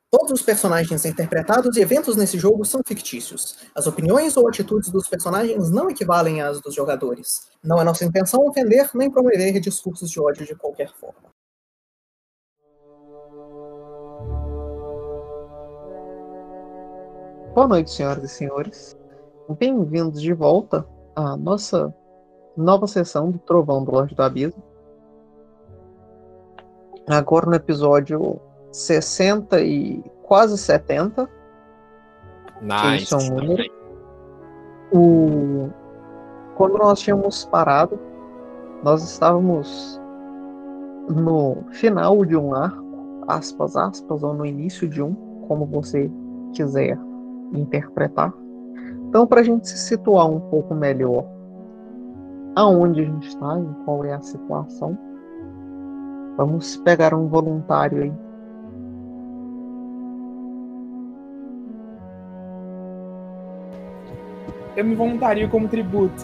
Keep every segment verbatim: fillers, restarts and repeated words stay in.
Todos os personagens interpretados e eventos nesse jogo são fictícios. As opiniões ou atitudes dos personagens não equivalem às dos jogadores. Não é nossa intenção ofender nem promover discursos de ódio de qualquer forma. Boa noite, senhoras e senhores. Bem-vindos de volta à nossa nova sessão do Trovão do Lorde do Abismo. Agora no episódio sessenta e quase setenta. Nice. Esse é um número. O... Quando nós tínhamos parado, nós estávamos no final de um arco, aspas, aspas, ou no início de um, como você quiser interpretar. Então, para a gente se situar um pouco melhor aonde a gente está, em qual é a situação, vamos pegar um voluntário aí. Eu me voluntario como tributo.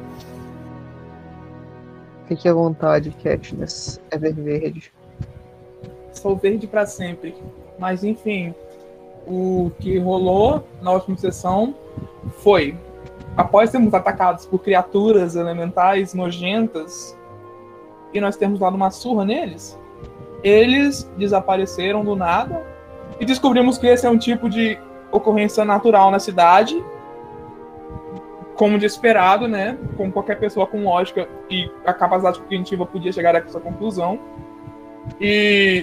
Fique à vontade, Katniss. É verde. Sou verde para sempre. Mas, enfim, o que rolou na última sessão foi, após sermos atacados por criaturas elementais nojentas e nós termos dado uma surra neles, eles desapareceram do nada e descobrimos que esse é um tipo de ocorrência natural na cidade, como de esperado, né? Como qualquer pessoa com lógica e a capacidade cognitiva podia chegar a essa conclusão. E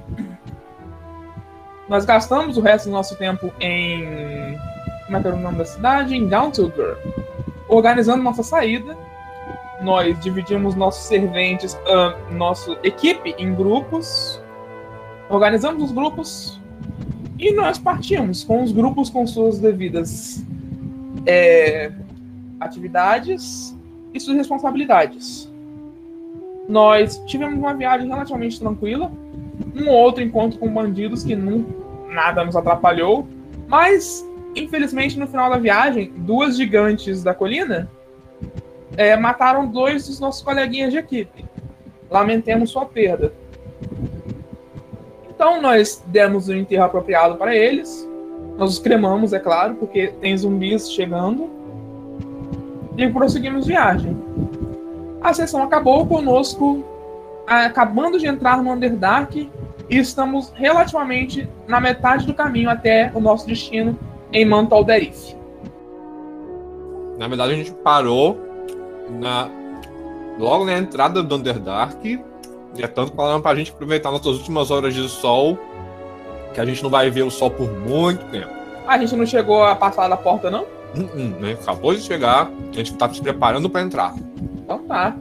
nós gastamos o resto do nosso tempo em... Como é que era o nome da cidade? Em Downtilger. Organizando nossa saída. Nós dividimos nossos serventes, uh, nossa equipe em grupos. Organizamos os grupos. E nós partimos com os grupos com suas devidas é, atividades e suas responsabilidades. Nós tivemos uma viagem relativamente tranquila. Um outro encontro com bandidos que não, nada nos atrapalhou. Mas, infelizmente, no final da viagem, duas gigantes da colina é, mataram dois dos nossos coleguinhas de equipe. Lamentemos sua perda. Então, nós demos o enterro apropriado para eles. Nós os cremamos, é claro, porque tem zumbis chegando. E prosseguimos viagem. A sessão acabou conosco acabando de entrar no Underdark e estamos relativamente na metade do caminho até o nosso destino em Mantle Derif. Na verdade, a gente parou na... logo na entrada do Underdark. E é tanto falando pra gente aproveitar nossas últimas horas de sol, que a gente não vai ver o sol por muito tempo. A gente não chegou a passar da porta, não? Uh -uh, né? Acabou de chegar, a gente tá se preparando pra entrar. Então tá.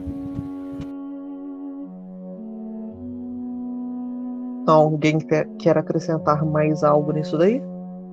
Então, alguém quer, quer acrescentar mais algo nisso daí?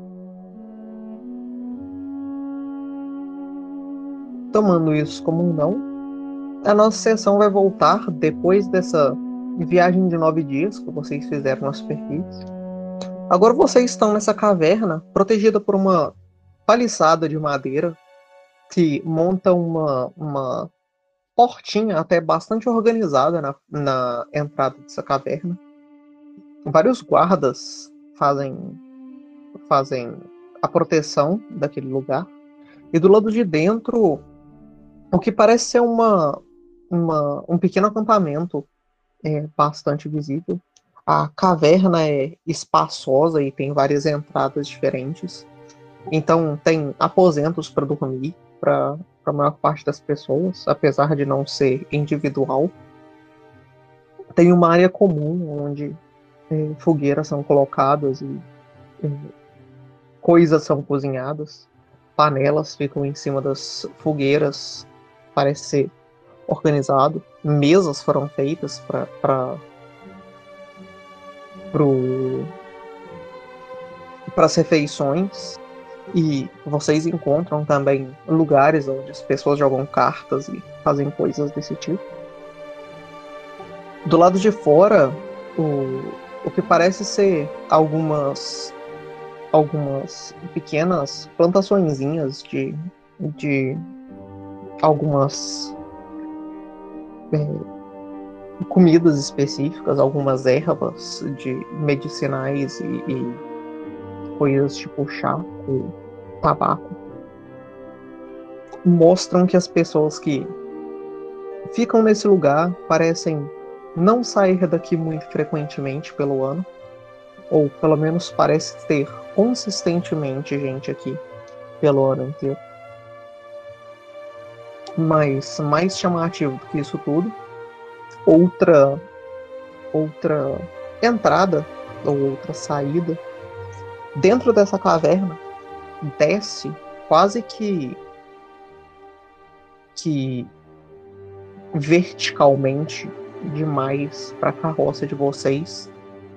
Tomando isso como um não, a nossa sessão vai voltar depois dessa viagem de nove dias que vocês fizeram na superfície. Agora vocês estão nessa caverna, protegida por uma paliçada de madeira, que monta uma, uma portinha até bastante organizada na, na entrada dessa caverna. Vários guardas fazem, fazem a proteção daquele lugar. E do lado de dentro, o que parece ser uma, uma, um pequeno acampamento é bastante visível. A caverna é espaçosa e tem várias entradas diferentes. Então tem aposentos para dormir para a maior parte das pessoas, apesar de não ser individual. Tem uma área comum onde é, fogueiras são colocadas e é, coisas são cozinhadas. Panelas ficam em cima das fogueiras, parece ser organizado. Mesas foram feitas para para as refeições. E vocês encontram também lugares onde as pessoas jogam cartas e fazem coisas desse tipo. Do lado de fora, o, o que parece ser algumas algumas pequenas plantaçõezinhas de, de algumas é, comidas específicas, algumas ervas de medicinais e, e coisas tipo chá ou tabaco, mostram que as pessoas que ficam nesse lugar parecem não sair daqui muito frequentemente pelo ano, ou pelo menos parece ter consistentemente gente aqui pelo ano inteiro. Mas mais chamativo do que isso tudo, outra outra entrada ou outra saída dentro dessa caverna desce quase que que verticalmente demais para a carroça de vocês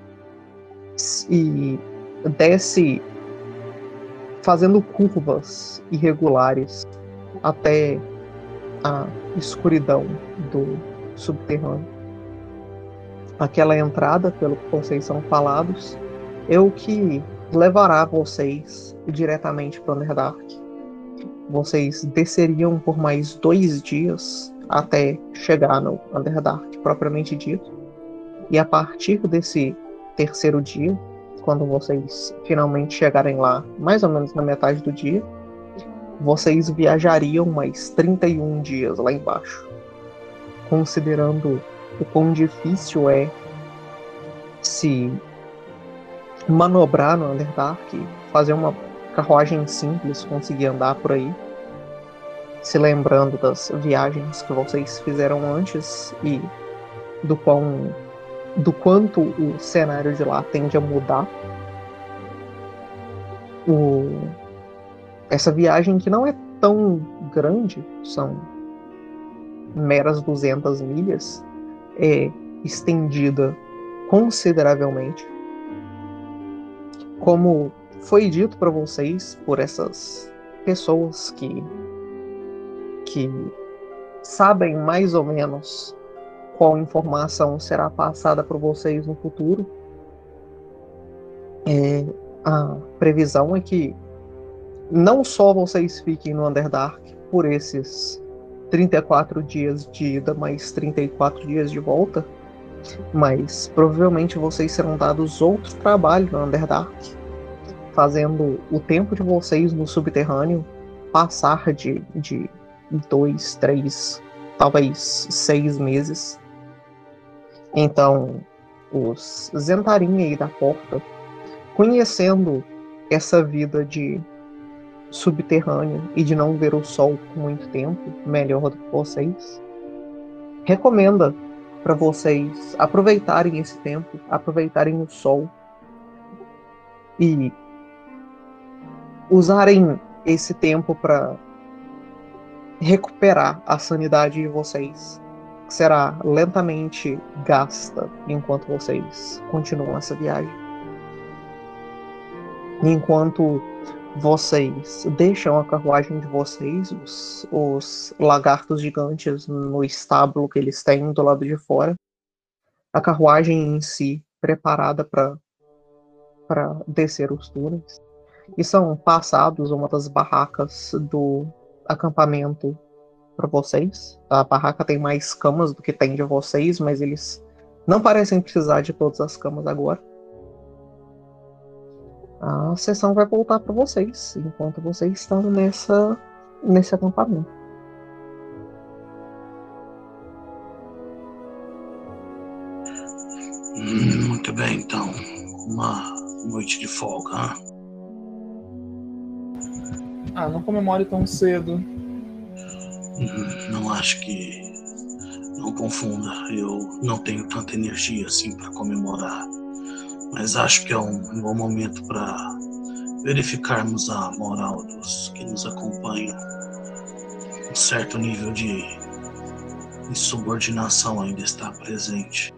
e desce fazendo curvas irregulares até a escuridão do subterrâneo. Aquela entrada, pelo que vocês são falados, é o que levará vocês diretamente para o Underdark. Vocês desceriam por mais dois dias até chegar no Underdark propriamente dito. E a partir desse terceiro dia, quando vocês finalmente chegarem lá, mais ou menos na metade do dia, vocês viajariam mais trinta e um dias lá embaixo. Considerando o quão difícil é se manobrar no Underdark, fazer uma carruagem simples, conseguir andar por aí, se lembrando das viagens que vocês fizeram antes e do quão, do quanto o cenário de lá tende a mudar. O, essa viagem, que não é tão grande, são meras duzentas milhas, é estendida consideravelmente. Como foi dito para vocês por essas pessoas que que sabem mais ou menos qual informação será passada para vocês no futuro, é, a previsão é que não só vocês fiquem no Underdark por esses trinta e quatro dias de ida mais trinta e quatro dias de volta, mas provavelmente vocês serão dados outro trabalho no Underdark, fazendo o tempo de vocês no subterrâneo passar de, de dois, três, talvez seis meses. Então, os Zentarim aí da porta, conhecendo essa vida de subterrâneo e de não ver o sol por muito tempo, melhor do que vocês, recomenda para vocês aproveitarem esse tempo, aproveitarem o sol e usarem esse tempo para recuperar a sanidade de vocês, que será lentamente gasta enquanto vocês continuam essa viagem. Enquanto vocês deixam a carruagem de vocês, os, os lagartos gigantes, no estábulo que eles têm do lado de fora, a carruagem em si preparada para para descer os túneis, e são passados uma das barracas do acampamento para vocês. A barraca tem mais camas do que tem de vocês, mas eles não parecem precisar de todas as camas agora. A sessão vai voltar para vocês enquanto vocês estão nessa nesse acampamento. Hum, muito bem, então. Uma noite de folga, hein? Ah, não comemore tão cedo. Hum, não acho que... Não confunda, eu não tenho tanta energia assim para comemorar. Mas acho que é um, um bom momento para verificarmos a moral dos que nos acompanham. Um certo nível de insubordinação ainda está presente.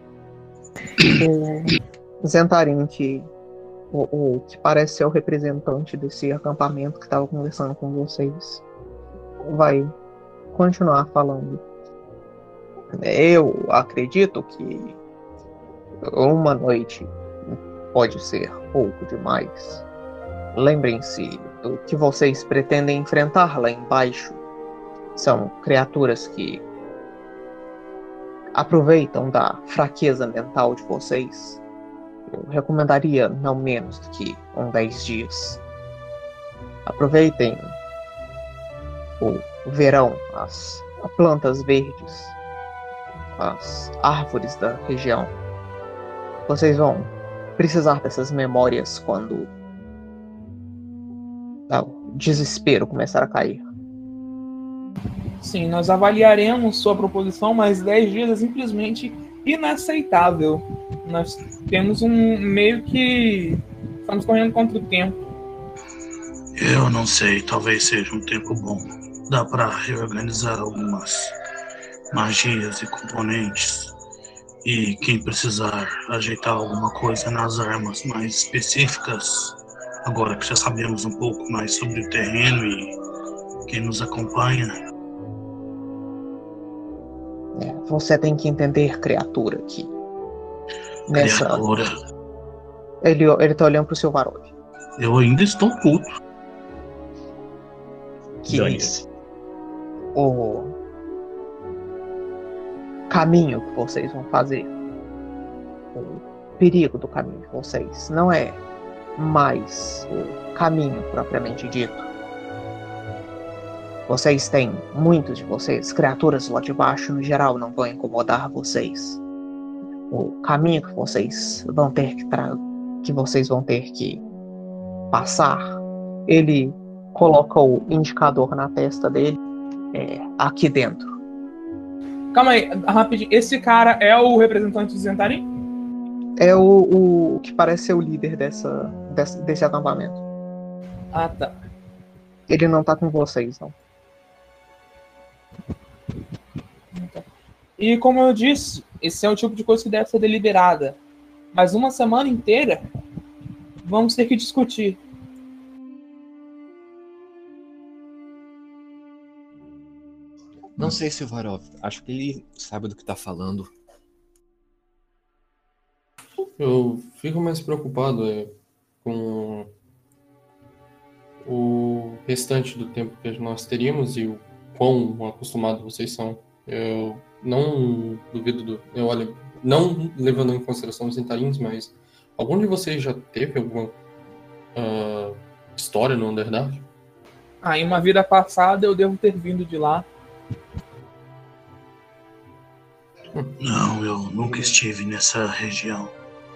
O Zentarim, que, o, o que parece ser o representante desse acampamento que estava conversando com vocês, vai continuar falando. Eu acredito que uma noite pode ser pouco demais. Lembrem-se do que vocês pretendem enfrentar lá embaixo. São criaturas que aproveitam da fraqueza mental de vocês Eu recomendaria não menos do que um dez dias. Aproveitem o verão, as plantas verdes, as árvores da região. Vocês vão precisar dessas memórias quando o desespero começar a cair. Sim, nós avaliaremos sua proposição, mas dez dias é simplesmente inaceitável. Nós temos um meio que estamos correndo contra o tempo. Eu não sei, talvez seja um tempo bom. Dá para reorganizar algumas magias e componentes. E quem precisar ajeitar alguma coisa nas armas mais específicas, agora que já sabemos um pouco mais sobre o terreno e quem nos acompanha. É, você tem que entender, criatura, que nessa... Criatura. Ele, ele tá olhando pro seu Varov. Eu ainda estou puto. Que o caminho que vocês vão fazer, o perigo do caminho de vocês, não é mais o caminho propriamente dito. Vocês têm, muitos de vocês, criaturas lá de baixo, no geral, não vão incomodar vocês. O caminho que vocês vão ter que tra- que vocês vão ter que passar, ele coloca o indicador na testa dele, é, aqui dentro. Calma aí, rapidinho. Esse cara é o representante do Zentarim? É o, o que parece ser o líder dessa, desse, desse acampamento. Ah, tá. Ele não tá com vocês, não. E como eu disse, esse é o tipo de coisa que deve ser deliberada. Mas uma semana inteira, vamos ter que discutir. Não sei se o Varov, acho que ele sabe do que tá falando. Eu fico mais preocupado é, com o restante do tempo que nós teríamos e o quão acostumados vocês são. Eu não duvido do... Eu olho, não levando em consideração os Zentarins, mas algum de vocês já teve alguma uh, história no Underdark? Ah, em uma vida passada eu devo ter vindo de lá. Não, eu nunca estive nessa região.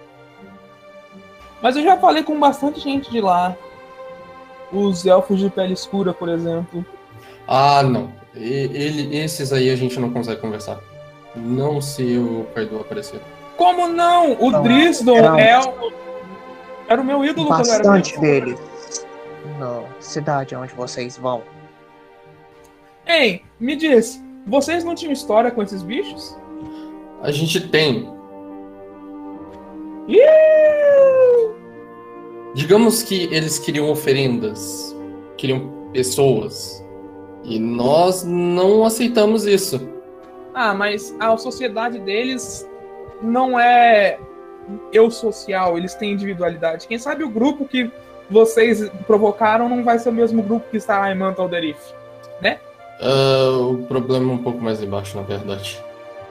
Mas eu já falei com bastante gente de lá. Os elfos de pele escura, por exemplo. Ah, não. E- Ele, esses aí a gente não consegue conversar. Não se o Kaido aparecer. Como não? O Não, Drisdon era- é o... era o meu ídolo quando eu era Bastante criança. deles na cidade onde vocês vão. Ei, me diz, vocês não tinham história com esses bichos? A gente tem. Ih! Digamos que eles queriam oferendas, queriam pessoas. E nós não aceitamos isso. Ah, mas a sociedade deles não é eu social, eles têm individualidade. Quem sabe o grupo que vocês provocaram não vai ser o mesmo grupo que está lá em Manta Alderif, né? Ah, o problema é um pouco mais embaixo, na verdade.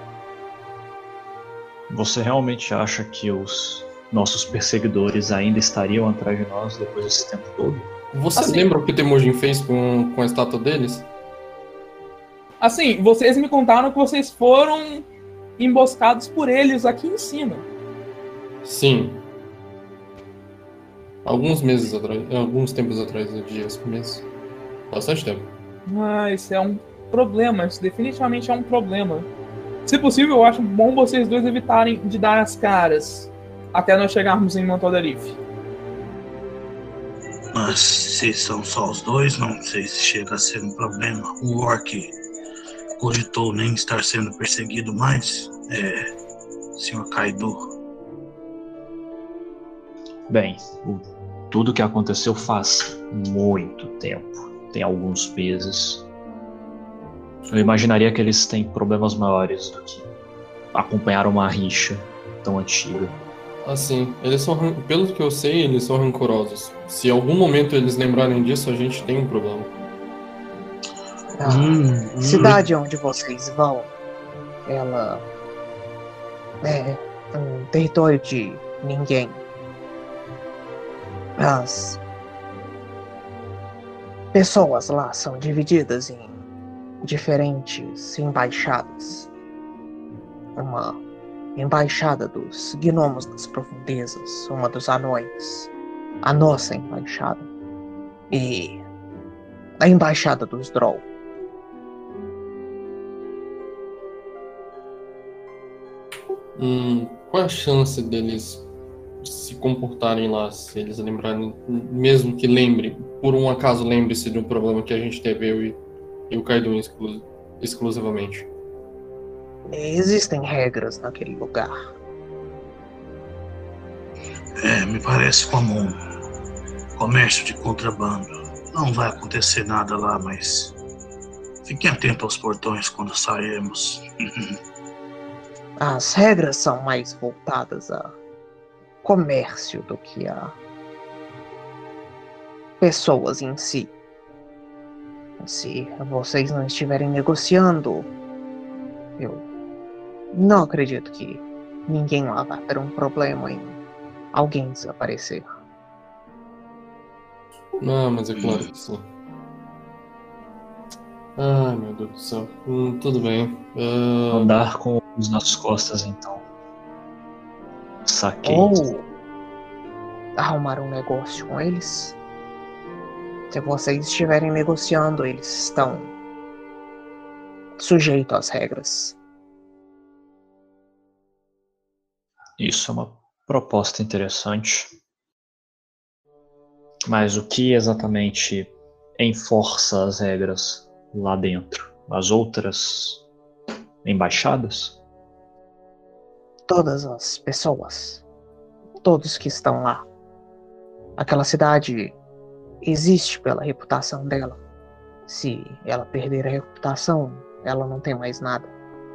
Você realmente acha que os nossos perseguidores ainda estariam atrás de nós depois desse tempo todo? Você Assim- lembra o que o Temujin fez com, com a estátua deles? Assim, vocês me contaram que vocês foram emboscados por eles aqui em cima. Sim. Alguns meses atrás, alguns tempos atrás, dias, meses. Bastante tempo. Ah, isso é um problema, isso definitivamente é um problema. Se possível, eu acho bom vocês dois evitarem de dar as caras até nós chegarmos em Manta Alderif. Mas se são só os dois, não sei se chega a ser um problema. O Orc cogitou nem estar sendo perseguido mais, é, senhor Kaido. Bem, o- tudo que aconteceu faz muito tempo. Tem alguns meses. Eu imaginaria que eles têm problemas maiores do que acompanhar uma rixa tão antiga. Assim, eles são, ran- pelo que eu sei, eles são rancorosos. Se em algum momento eles lembrarem disso, a gente tem um problema. A Hum, cidade onde vocês vão, ela é um território de ninguém. As pessoas lá são divididas em diferentes embaixadas. Uma embaixada dos gnomos das profundezas, uma dos anões, a nossa embaixada, e a embaixada dos Drow. Hum, qual é a chance deles se comportarem lá, se eles lembrarem, mesmo que lembre, por um acaso lembre-se de um problema que a gente teve, eu e, e o Kaido exclu, exclusivamente? Existem regras naquele lugar. É, me parece comum. Comércio de contrabando. Não vai acontecer nada lá, mas fiquem atentos aos portões quando sairmos. As regras são mais voltadas a comércio do que a pessoas em si. Se vocês não estiverem negociando, eu não acredito que ninguém lá vai ter um problema em alguém desaparecer. Não, mas é claro que sim. Ai, meu Deus do céu. Hum, tudo bem. Uh... Andar com os nas costas, então. Saquei. Ou arrumar um negócio com eles. Se vocês estiverem negociando, eles estão sujeitos às regras. Isso é uma proposta interessante. Mas o que exatamente enforça as regras lá dentro? As outras embaixadas? Todas as pessoas. Todos que estão lá. Aquela cidade existe pela reputação dela. Se ela perder a reputação, ela não tem mais nada.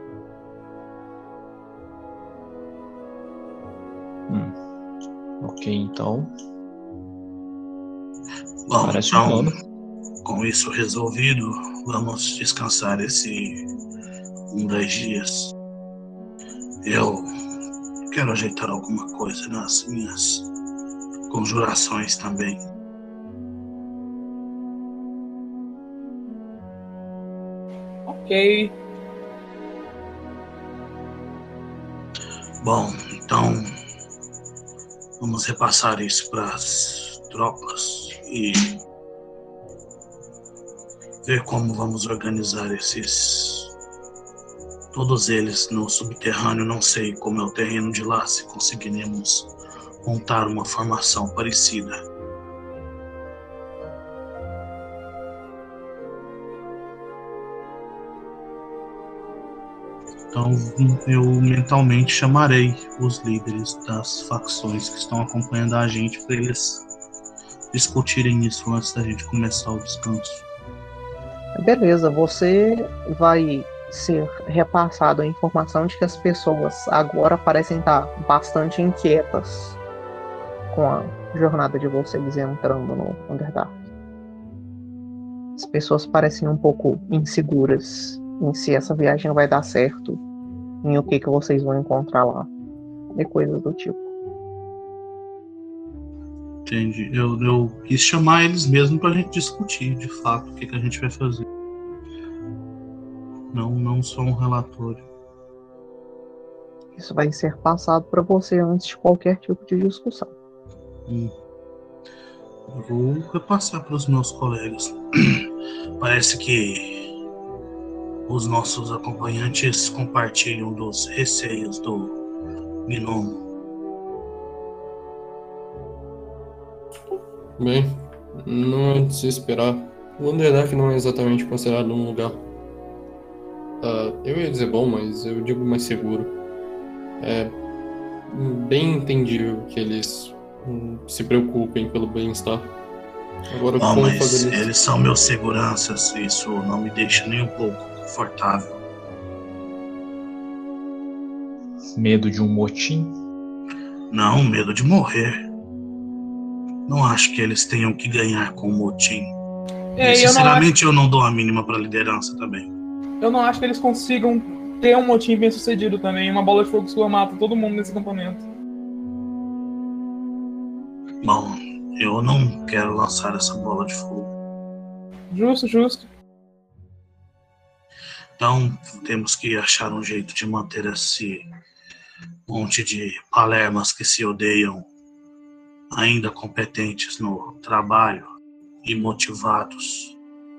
Hum. Ok, então. Bom, Parece então, um plano. Com isso resolvido, vamos descansar esse um, dois dias. Eu quero ajeitar alguma coisa nas minhas conjurações também. Ok. Bom, então vamos repassar isso para as tropas e ver como vamos organizar esses todos eles no subterrâneo. Não sei como é o terreno de lá, se conseguiremos montar uma formação parecida. Então eu mentalmente chamarei os líderes das facções que estão acompanhando a gente para eles discutirem isso antes da gente começar o descanso. Beleza, você vai ser repassado a informação de que as pessoas agora parecem estar bastante inquietas com a jornada de vocês entrando no Underdark. As pessoas parecem um pouco inseguras em se essa viagem vai dar certo, em o que, que vocês vão encontrar lá, e coisas do tipo. Entendi. Eu, eu quis chamar eles mesmo pra gente discutir, de fato, o que, que a gente vai fazer. Não, não só um relatório. Isso vai ser passado para você antes de qualquer tipo de discussão. Hum. Eu vou repassar para os meus colegas. Parece que os nossos acompanhantes compartilham dos receios do gnomo. Bem, não é de se esperar. O Underdark não é exatamente considerado um lugar, uh, eu ia dizer bom, mas eu digo mais seguro. É bem entendível que eles hum, se preocupem pelo bem-estar. Agora, Bom, como mas fazer isso? eles são meus seguranças, isso não me deixa nem um pouco confortável. Medo de um motim? Não, medo de morrer. Não acho que eles tenham que ganhar com o motim. É, e, sinceramente, eu não, acho... eu não dou a mínima pra liderança também. Eu não acho que eles consigam ter um motim bem sucedido também. Uma bola de fogo sua mata todo mundo nesse acampamento. Bom, eu não quero lançar essa bola de fogo. Justo, justo. Então, temos que achar um jeito de manter esse monte de palermas que se odeiam ainda competentes no trabalho e motivados.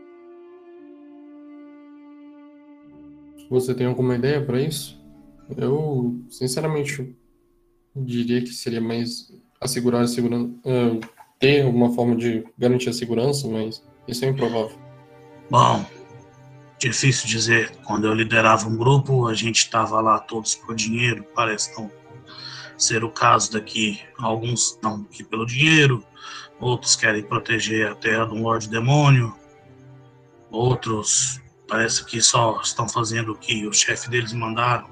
Você tem alguma ideia para isso? Eu, sinceramente, diria que seria mais assegurar a segurança, uh, ter uma forma de garantir a segurança, mas isso é improvável. Bom, difícil dizer. Quando eu liderava um grupo, a gente estava lá todos por dinheiro. Parece não ser o caso daqui. Alguns estão aqui pelo dinheiro, outros querem proteger a terra de um Lorde Demônio, outros parece que só estão fazendo o que o chefe deles mandaram.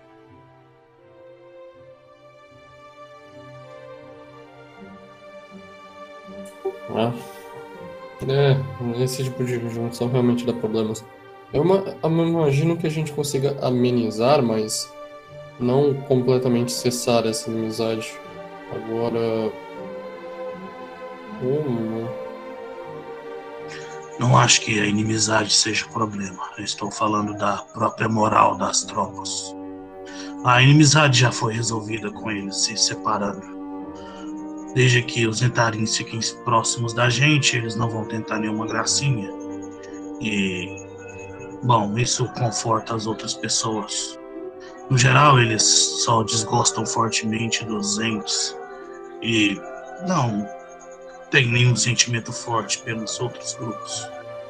Ah, é, esse tipo de junção realmente dá problemas. Eu, eu imagino que a gente consiga amenizar, mas não completamente cessar essa inimizade. Agora... Hum, Não acho que a inimizade seja o problema. Eu estou falando da própria moral das tropas. A inimizade já foi resolvida com eles se separando. Desde que os Entarins fiquem próximos da gente, eles não vão tentar nenhuma gracinha. E, bom, isso conforta as outras pessoas. No geral, eles só desgostam fortemente dos Ents e não tem nenhum sentimento forte pelos outros grupos.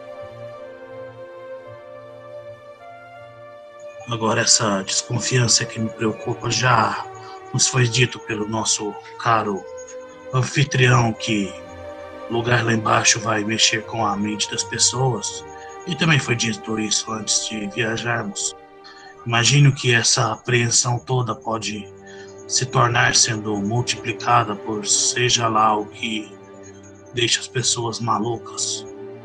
Agora, essa desconfiança que me preocupa já nos foi dito pelo nosso caro anfitrião que o lugar lá embaixo vai mexer com a mente das pessoas, e também foi dito isso antes de viajarmos. Imagino que essa apreensão toda pode se tornar sendo multiplicada por seja lá o que deixa as pessoas malucas.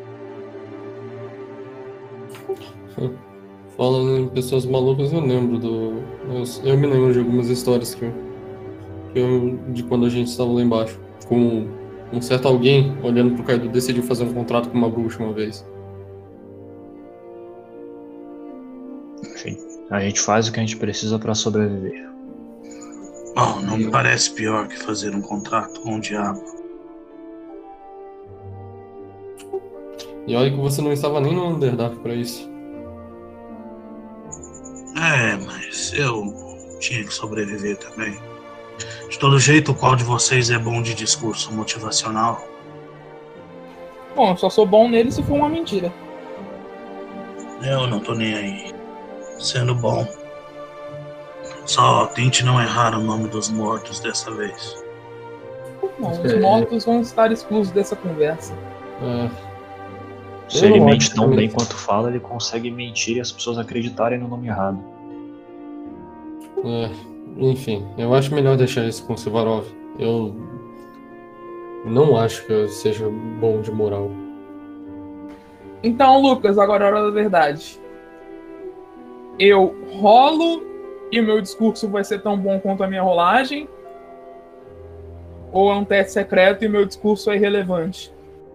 Falando em pessoas malucas, eu lembro do... Eu, eu me lembro de algumas histórias que eu, que eu, de quando a gente estava lá embaixo. Com um certo alguém olhando pro Kaido decidiu fazer um contrato com uma bruxa uma vez. Enfim, a gente faz o que a gente precisa para sobreviver. Bom, não me parece pior que fazer um contrato com o diabo. E olha que você não estava nem no Underdark para isso. É, mas eu tinha que sobreviver também. De todo jeito, qual de vocês é bom de discurso motivacional? Bom, eu só sou bom nele se for uma mentira. Eu não tô nem aí. Sendo bom. Só tente não errar o nome dos mortos dessa vez. Bom, os mortos vão estar exclusos dessa conversa. É. Se ele mente tão bem quanto fala, ele consegue mentir e as pessoas acreditarem no nome errado. É, enfim, eu acho melhor deixar isso com o Silvarov. Eu não acho que eu seja bom de moral. Então, Lucas, agora é a hora da verdade. Eu rolo e o meu discurso vai ser tão bom quanto a minha rolagem? Ou é um teste secreto e meu discurso é irrelevante?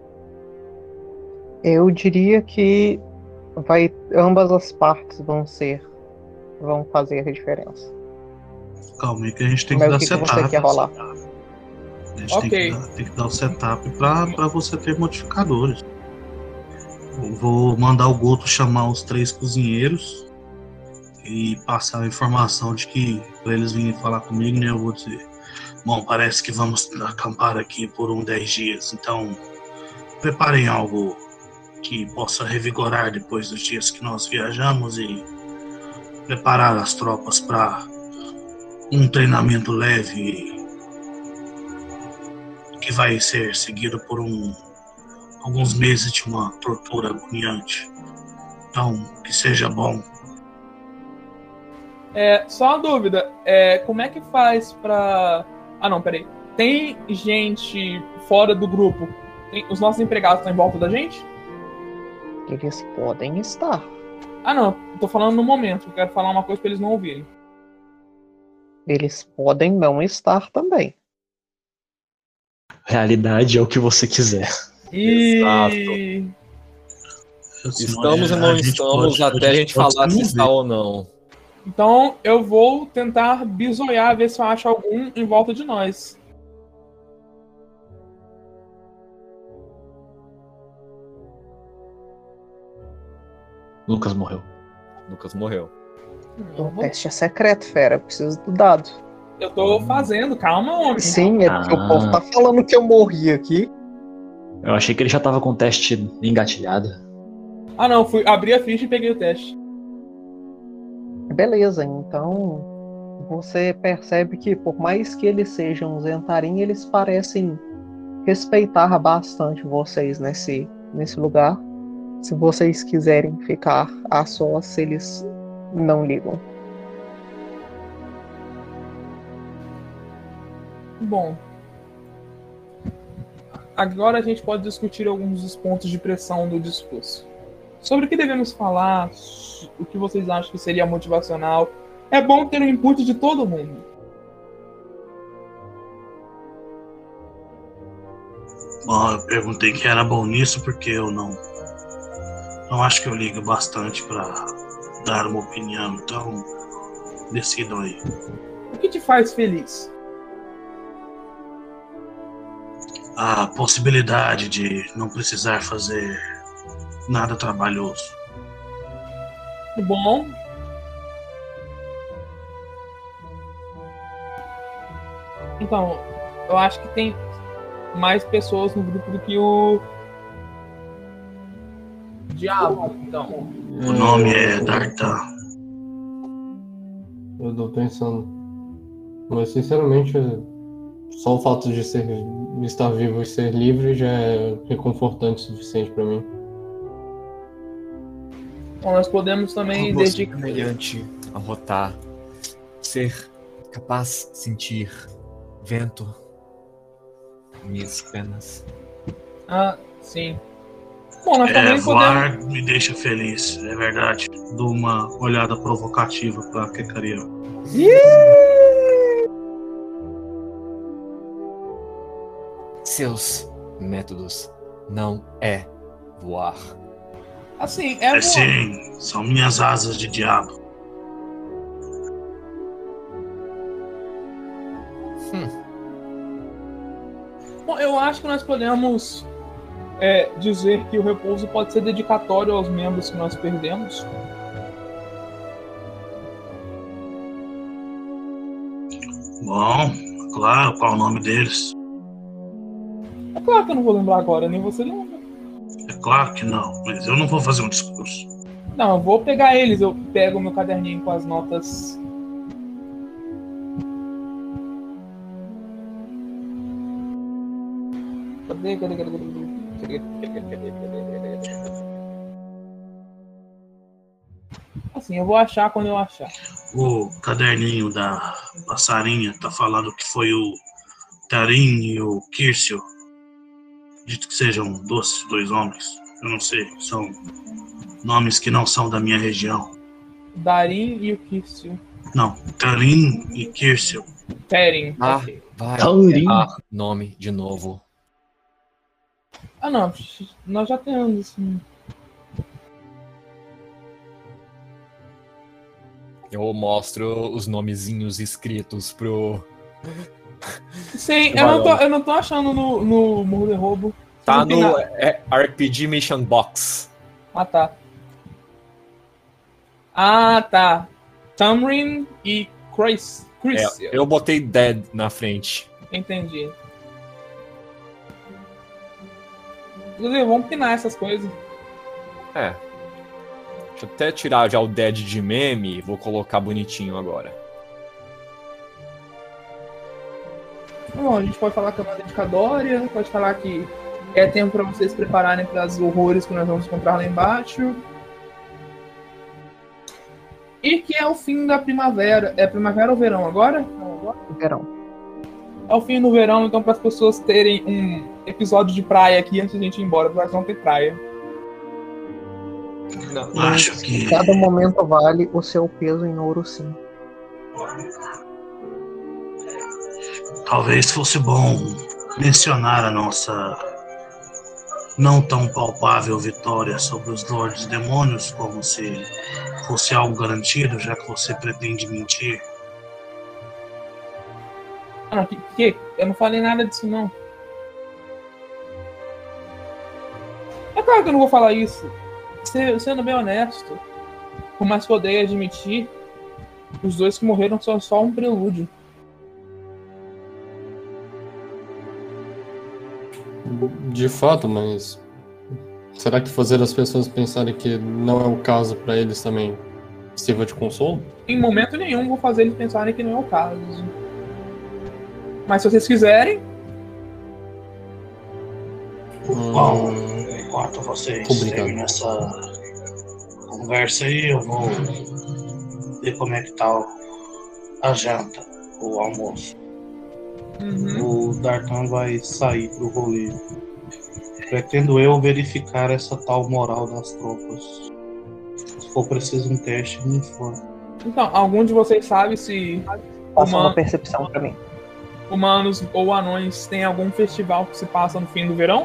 Eu diria que vai, ambas as partes vão ser, vão fazer a diferença. Calma aí que a gente tem Mas que dar o que que setup. você quer rolar? A gente Ok. tem, que dar, tem que dar o setup pra, pra você ter modificadores. Eu vou mandar o Goto chamar os três cozinheiros e passar a informação de que pra eles virem falar comigo, né? Eu vou dizer, bom, parece que vamos acampar aqui por um dez dias, então preparem algo que possa revigorar depois dos dias que nós viajamos e preparar as tropas para um treinamento leve que vai ser seguido por um, alguns meses de uma tortura agoniante. Então, que seja bom. É, só uma dúvida, é, como é que faz pra... Ah não, peraí. Tem gente fora do grupo? Tem... Os nossos empregados estão em volta da gente? Eles podem estar. Ah não, tô falando no momento, eu quero falar uma coisa pra eles não ouvirem. Eles podem não estar também. Realidade é o que você quiser. E... Estamos ou É, não a gente estamos pode- até a gente pode falar se se está mover. ou não. Então eu vou tentar bisoiar, ver se eu acho algum em volta de nós. Lucas morreu. Lucas morreu. Eu, O vou- teste é secreto, fera. Preciso do dado. eu tô fazendo, calma, homem. Sim, é porque Ah. o povo tá falando que eu morri aqui. Eu achei que ele já tava com o teste engatilhado. Ah não, fui abri a ficha e peguei o teste. Beleza, então você percebe que por mais que eles sejam Zentarim, eles parecem respeitar bastante vocês nesse, nesse lugar. Se vocês quiserem ficar a sós, eles não ligam. Bom. Agora a gente pode discutir alguns dos pontos de pressão do discurso. Sobre o que devemos falar, o que vocês acham que seria motivacional. É bom ter o input de todo mundo. Bom, eu perguntei quem era bom nisso porque eu não. Não acho que eu ligo bastante pra dar uma opinião, então decidam aí. O que te faz feliz? A possibilidade de não precisar fazer nada trabalhoso. Bom. Então, eu acho que tem mais pessoas no grupo do que o Diabo. Então, O nome é Dartan. Eu tô pensando. Mas sinceramente, só o fato de ser, de estar vivo e ser livre já é reconfortante o suficiente pra mim. bom, nós podemos também Algo dedicar. semelhante a rotar. Ser capaz de sentir vento em minhas penas. Ah, sim. Bom, nós É, também podemos. voar me deixa feliz, é verdade. Dou uma olhada provocativa pra Kekariel. Seus métodos não é voar. Assim, é, É voar. sim, são minhas asas de diabo. Bom, eu acho que nós podemos é, dizer que o repouso pode ser dedicatório aos membros que nós perdemos. Bom, claro, qual o nome deles? É claro que eu não vou lembrar agora, nem você lembra. É claro que não, mas eu não vou fazer um discurso. Não, eu vou pegar eles, eu pego meu caderninho com as notas. Cadê, cadê, cadê, cadê, cadê, cadê, cadê, cadê, cadê? Assim, eu vou achar quando eu achar. O caderninho da passarinha tá falando que foi o Tarim e o Kirsil. Dito que sejam dois, dois homens. Eu não sei, são nomes que não são da minha região. Darim e o Kirsil. Não, Tarim e Kirsil. Terin. Ah, ok. vai Tarim. errar nome de novo. Ah, não. Nós já temos assim. Eu mostro os nomezinhos escritos pro. Sim, eu não, tô, eu não tô achando no, no Morro de Roubo. Tá Não tem no nada. é, R P G Mission Box. Ah, tá. Ah, tá. Tamrin e Chris. Chris. É, eu botei Dead na frente. Entendi. Inclusive, vamos pinar essas coisas. É. Deixa eu até tirar já o Dead de meme e vou colocar bonitinho agora. Bom, a gente pode falar que é uma dedicatória, pode falar que é tempo para vocês se prepararem para os horrores que nós vamos encontrar lá embaixo. E que é o fim da primavera. É primavera ou verão agora? Verão. É o fim do verão, então para as pessoas terem um episódio de praia aqui antes de a gente ir embora, porque nós vamos ter praia. Não. Acho que Cada momento vale o seu peso em ouro, sim. talvez fosse bom mencionar a nossa não tão palpável vitória sobre os Lordes Demônios como se fosse algo garantido, já que você pretende mentir. Ah, não, que, que? Eu não falei nada disso, não. É claro que eu não vou falar isso. Se- Sendo bem honesto, por mais que eu odeie admitir, os dois que morreram são só um prelúdio. De fato, mas será que fazer as pessoas pensarem que não é o caso pra eles também sirva de consolo? Em momento nenhum vou fazer eles pensarem que não é o caso. Mas se vocês quiserem, Bom, Hum, enquanto vocês Obrigado. terminam essa conversa aí, eu vou ver como é que tá o- a janta, o almoço. uhum, O Dartan vai sair pro rolê. Pretendo eu verificar essa tal moral das tropas. Se for preciso um teste, me informe. então, algum de vocês sabe se Passa uma Uma- percepção pra mim. humanos ou anões têm algum festival que se passa no fim do verão?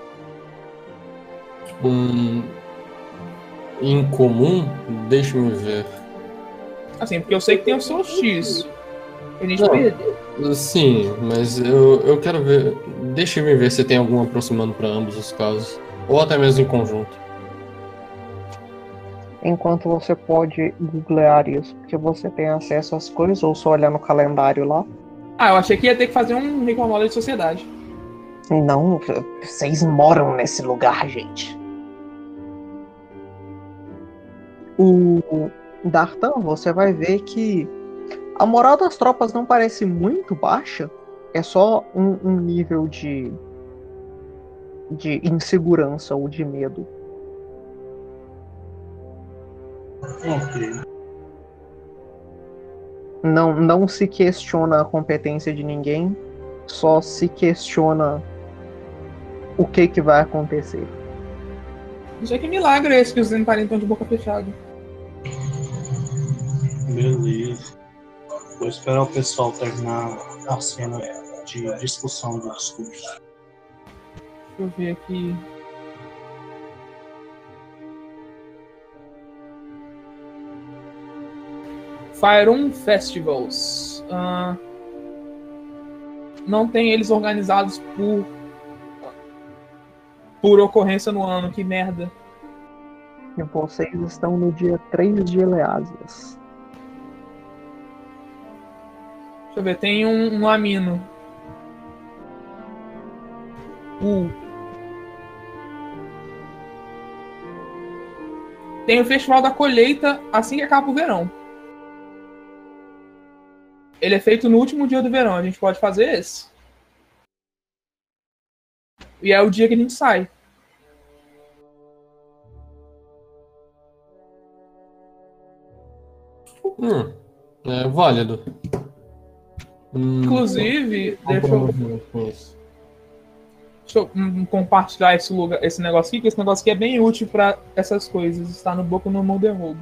hum, em comum, deixa-me ver. Assim, porque eu sei que tem o solstício. A gente Não. perdeu. Sim, mas eu, eu quero ver. Deixa-me ver se tem algum aproximando pra ambos os casos. Ou até mesmo em conjunto. Enquanto você pode googlear isso, porque você tem acesso às coisas, ou só olhar no calendário lá. Ah, eu achei que ia ter que fazer um Rick de sociedade. Não, vocês moram nesse lugar, gente. O Dartan, você vai ver que a moral das tropas não parece muito baixa. É só um, um nível de, de insegurança ou de medo. Ok. Não, não se questiona a competência de ninguém, só se questiona o que, que vai acontecer. Não sei que milagre é esse que os Zenparin estão de boca fechada. Beleza. Vou esperar o pessoal terminar a cena de discussão do discurso. Deixa eu ver aqui. Fire Festivals. Ah, não tem eles organizados por por ocorrência no ano, que merda. E vocês estão no dia três de Eleásias. Deixa eu ver, tem um, um Lamino. Uh. Tem o Festival da Colheita assim que acaba o verão. Ele é feito no último dia do verão. A gente pode fazer esse. E é o dia que a gente sai. Hum, é válido. Hum, Inclusive, deixa eu, comprometimento com isso. deixa eu hum, compartilhar esse, lugar, esse negócio aqui, que esse negócio aqui é bem útil para essas coisas. Está no Boku no Modern Road.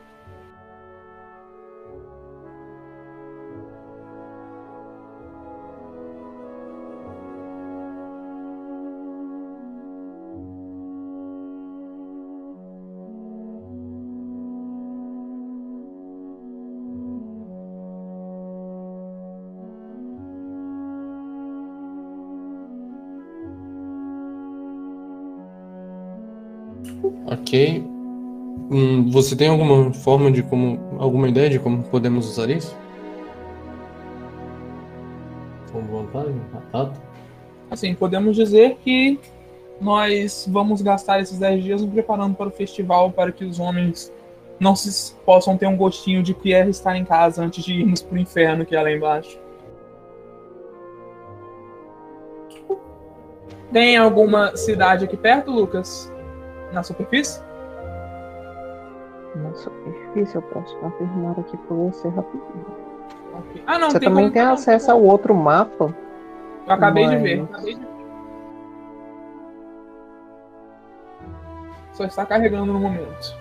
Ok. Hum, você tem alguma forma de como. Alguma ideia de como podemos usar isso? Com vantagem? Batata? Assim, podemos dizer que nós vamos gastar esses dez dias nos preparando para o festival, para que os homens não se, possam ter um gostinho de que é estar em casa antes de irmos para o inferno que é lá embaixo. Tem alguma cidade aqui perto, Lucas? Na superfície? Na superfície eu posso confirmar aqui pra você rapidinho. Ok. Ah, não, Você tem também como- tem acesso ao outro mapa. Eu acabei de mas- ver. Acabei de ver. Só está carregando no momento.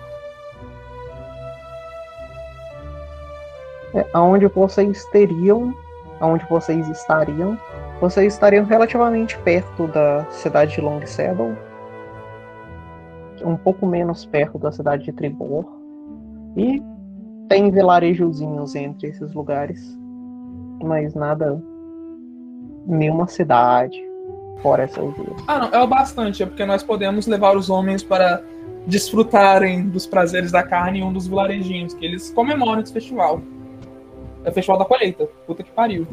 É, aonde vocês teriam, aonde vocês estariam, vocês estariam relativamente perto da cidade de Long Saddle, um pouco menos perto da cidade de Tribor, e tem vilarejozinhos entre esses lugares, mas nada, nenhuma cidade fora essa aldeia. Ah, não, é o bastante, é porque nós podemos levar os homens para desfrutarem dos prazeres da carne em um dos vilarejinhos, que eles comemoram esse festival. É o festival da colheita, puta que pariu.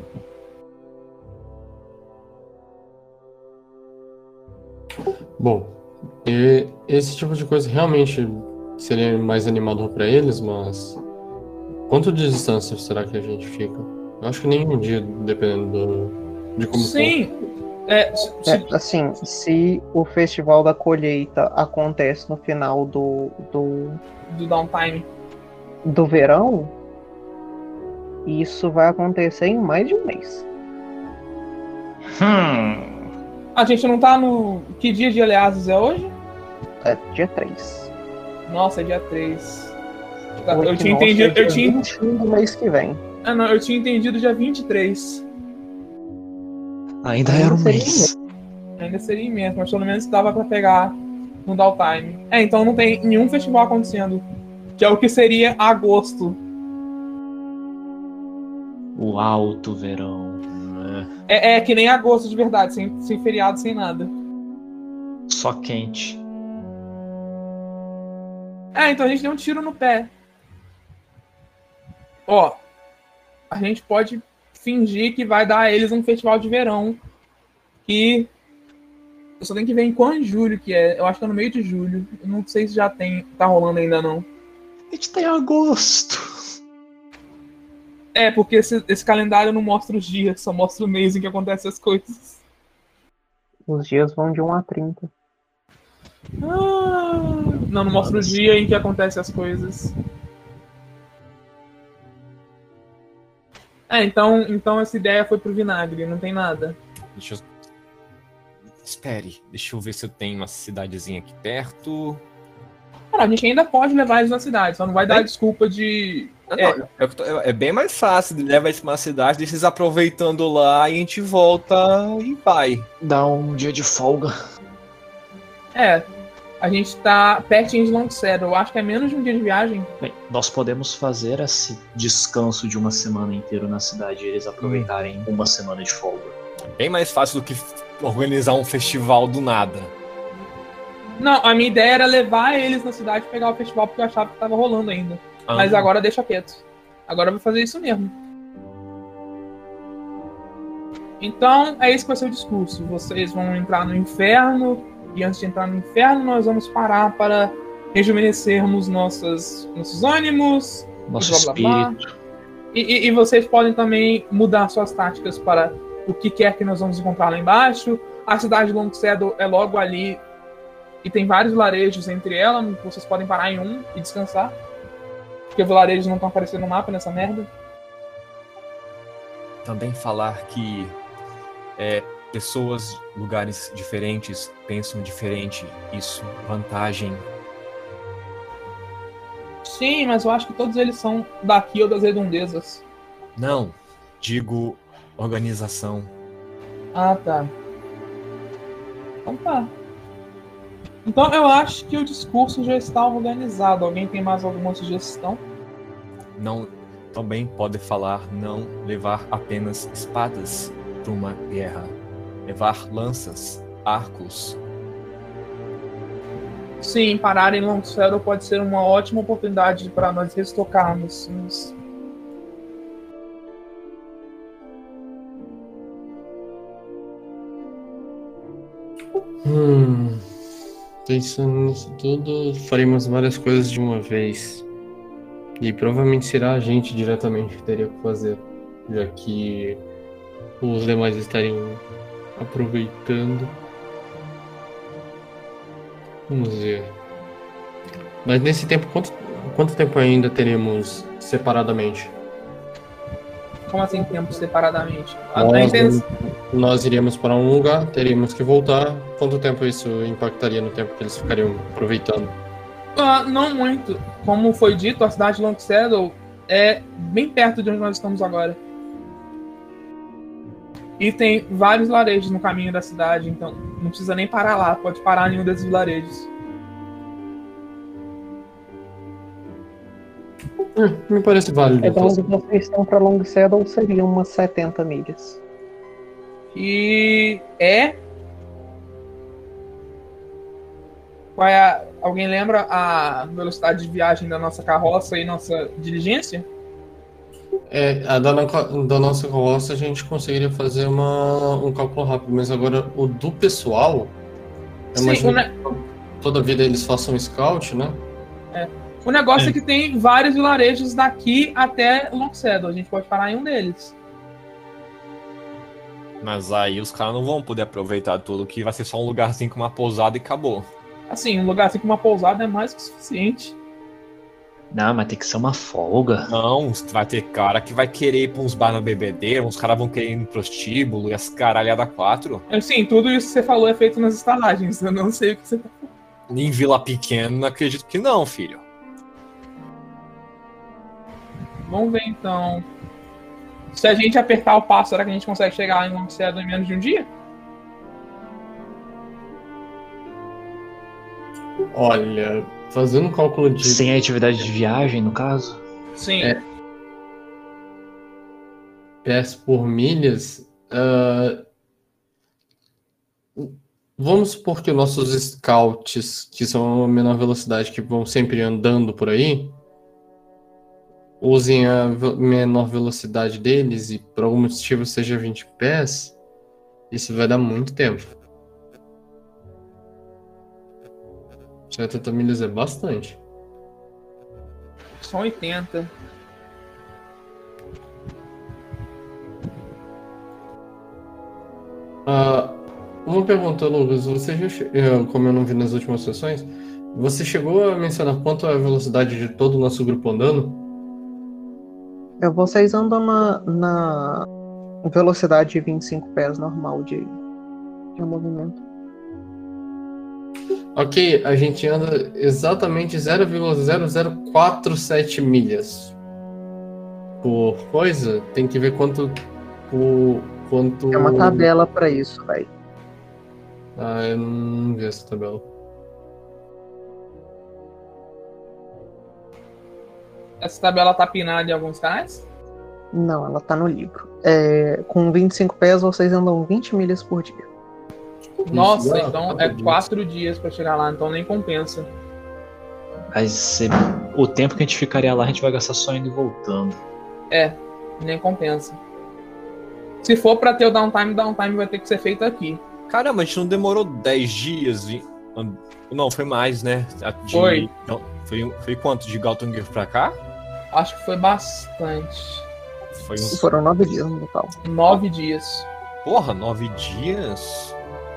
Bom, e esse tipo de coisa realmente seria mais animador pra eles, mas quanto de distância será que a gente fica? Eu acho que nem um dia, dependendo do, de como Sim, é, se, É, assim, se o festival da colheita acontece no final do, do, do downtime. do verão, isso vai acontecer em mais de um mês. Hum. A gente não tá no... Que dia de Eleazes é hoje? É dia três. Nossa, é dia três. Tá, O eu tinha equinócio entendido... é dia Eu tinha... vinte e um do mês que vem. Ah, não, eu tinha entendido dia vinte e três. Ainda era um seria mês. Ainda seria imenso, mas pelo menos dava pra pegar no downtime. É, então não tem nenhum festival acontecendo. Que é o que seria agosto. O alto verão. Né? É, é que nem agosto de verdade, sem, sem feriado, sem nada. Só quente. É, então a gente deu um tiro no pé. Ó, a gente pode fingir que vai dar a eles um festival de verão. Que eu só tenho que ver em qual julho que é. Eu acho que é no meio de julho. Eu não sei se já tem, tá rolando ainda não. A gente tá em agosto. É, porque esse, esse calendário não mostra os dias, só mostra o mês em que acontecem as coisas. Os dias vão de um a trinta. Ah, não, não mostra o dia em que acontecem as coisas. É, então, então essa ideia foi pro vinagre, não tem nada. Deixa eu... Espere, deixa eu ver se eu tenho uma cidadezinha aqui perto. Cara, a gente ainda pode levar eles na cidade, só não vai dar a desculpa de... Não, É. não, é, é- é bem mais fácil de levar eles pra uma cidade, deixa eles aproveitando lá e a gente volta e vai. Dá um dia de folga. É, a gente tá pertinho de Long Saddle, eu acho que é menos de um dia de viagem. Bem, nós podemos fazer esse descanso de uma semana inteira na cidade e eles aproveitarem uma semana de folga. Bem mais fácil do que organizar um festival do nada. Não, a minha ideia era levar eles na cidade e pegar o festival porque eu achava que tava rolando ainda. Ah. Mas agora deixa quieto. Agora eu vou fazer isso mesmo. Então, é isso que vai ser o discurso. Vocês vão entrar no inferno, e antes de entrar no inferno, nós vamos parar para rejuvenescermos nossas, nossos ânimos, Nosso e blá, blá, blá. espírito. E, e, e vocês podem também mudar suas táticas para o que quer que nós vamos encontrar lá embaixo. A cidade de Long Saddle é logo ali e tem vários vilarejos entre ela. Vocês podem parar em um e descansar. Porque os vilarejos não estão aparecendo no mapa nessa merda. Também falar que é, pessoas, lugares diferentes pensam diferente. Isso, vantagem. Sim, mas eu acho que todos eles são daqui ou das redondezas. Não, digo organização. Ah, tá. Então tá. Então eu acho que o discurso já está organizado. Alguém tem mais alguma sugestão? Não, também pode falar não levar apenas espadas para uma guerra. Levar lanças, arcos. Sim, parar em Long Saddle pode ser uma ótima oportunidade para nós restocarmos. Uns... Hum, pensando nisso tudo, faremos várias coisas de uma vez. E provavelmente será a gente diretamente que teria que fazer, já que os demais estariam aproveitando. Vamos ver. Mas nesse tempo, quanto, quanto tempo ainda teremos separadamente? Como assim, tempo separadamente? A- Nós, a inten- nós iríamos para um lugar, teríamos que voltar. Quanto tempo isso impactaria no tempo que eles ficariam aproveitando? Ah, não muito. Como foi dito, a cidade de Long Saddle é bem perto de onde nós estamos agora. E tem vários vilarejos no caminho da cidade, então não precisa nem parar lá, pode parar em um desses vilarejos. Hum, me parece válido. É da onde vocês estão para Long Saddle seriam umas setenta milhas. E é... Qual é a... Alguém lembra a velocidade de viagem da nossa carroça e nossa diligência? É, a da, da nossa carroça a gente conseguiria fazer uma, um cálculo rápido, mas agora o do pessoal, eu Sim, imagino o ne- que toda vida eles façam scout, né? O negócio é. É. que tem vários vilarejos daqui até Long Saddle. A gente pode parar em um deles. Mas aí os caras não vão poder aproveitar tudo, que vai ser só um lugarzinho com uma pousada e acabou. Assim, um lugar assim com uma pousada é mais que suficiente. Não, mas tem que ser uma folga. Não, vai ter cara que vai querer ir pra uns bar na bebedeira, uns caras vão querer ir no prostíbulo e as caralhadas quatro. Assim, tudo isso que você falou é feito nas estalagens. Eu não sei o que você tá falando. Em Vila Pequena, não acredito que não, filho. Vamos ver então. Se a gente apertar o passo, será que a gente consegue chegar lá em Long Saddle em menos de um dia? Olha, fazendo um cálculo de... Sem a atividade de viagem, no caso? Sim. É. pés por milhas, ah, vamos supor que nossos scouts, que são a menor velocidade, que vão sempre andando por aí, usem a ve- menor velocidade deles e por algum motivo seja vinte pés, isso vai dar muito tempo. setenta milhas é bastante. São oitenta. Ah, uma pergunta, Lucas. Você já, che- eh, como eu não vi nas últimas sessões, você chegou a mencionar quanto é a velocidade de todo o nosso grupo andando? É, vocês andam na, na velocidade de vinte e cinco pés normal de, de movimento. Ok, a gente anda exatamente zero vírgula zero zero quatro sete milhas por coisa. Tem que ver quanto por quanto. É uma tabela pra isso, velho. Ah, eu não vi essa tabela. Essa tabela tá pinada em alguns canais? Não, ela tá no livro. É, com vinte e cinco pés, vocês andam vinte milhas por dia. Nossa, dá então quatro é dias. quatro dias pra chegar lá, então nem compensa. Vai ser... O tempo que a gente ficaria lá, a gente vai gastar só indo e voltando. É, nem compensa. Se for pra ter o downtime, o downtime vai ter que ser feito aqui. Caramba, a gente não demorou dez dias. E... Não, foi mais, né? De... Foi. Não, foi. Foi quanto? De Galtungir pra cá? Acho que foi bastante. Foi uns. Foram nove dias no total. Nove dias. Porra, nove dias?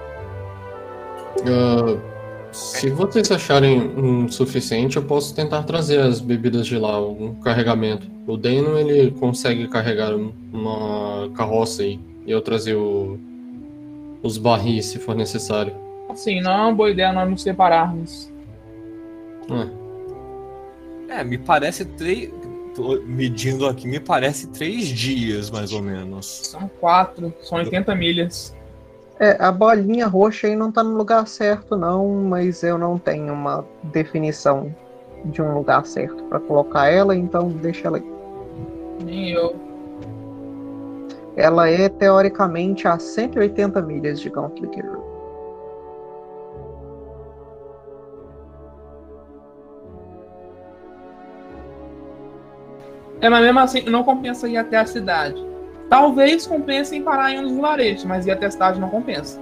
Ah, se vocês acharem um, suficiente, eu posso tentar trazer as bebidas de lá, um carregamento. O Dano, ele consegue carregar uma carroça aí, e eu trazer o- os barris se for necessário. Assim, não é uma boa ideia nós nos separarmos. Ah, É, me parece três. Tô medindo aqui, me parece três dias, mais ou menos. São quatro, são oitenta milhas. É, a bolinha roxa aí não tá no lugar certo, não, mas eu não tenho uma definição de um lugar certo pra colocar ela, então deixa ela aí. Nem eu. Ela é, teoricamente, a cento e oitenta milhas de Gauntlet. É, mas mesmo assim, não compensa ir até a cidade. Talvez compense em parar em um dos vilarejos, mas ir até a cidade não compensa.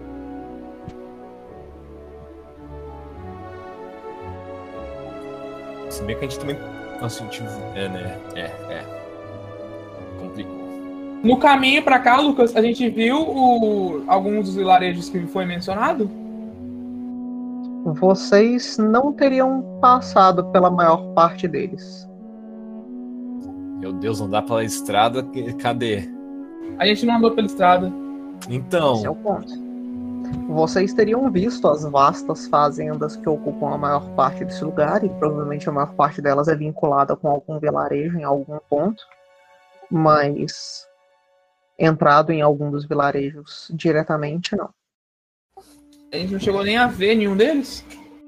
Se bem que a gente também. Nossa, a gente. É, né? É, é. Complicou. No caminho pra cá, Lucas, a gente viu o- alguns dos vilarejos que foi mencionado? Vocês não teriam passado pela maior parte deles. Meu Deus, andar pela estrada. que- Cadê? A gente não andou pela estrada. Esse é Então. o ponto. Vocês teriam visto as vastas fazendas que ocupam a maior parte desse lugar, e provavelmente a maior parte delas é vinculada com algum vilarejo em algum ponto. Mas entrado em algum dos vilarejos diretamente, não. A gente não chegou nem a ver nenhum deles?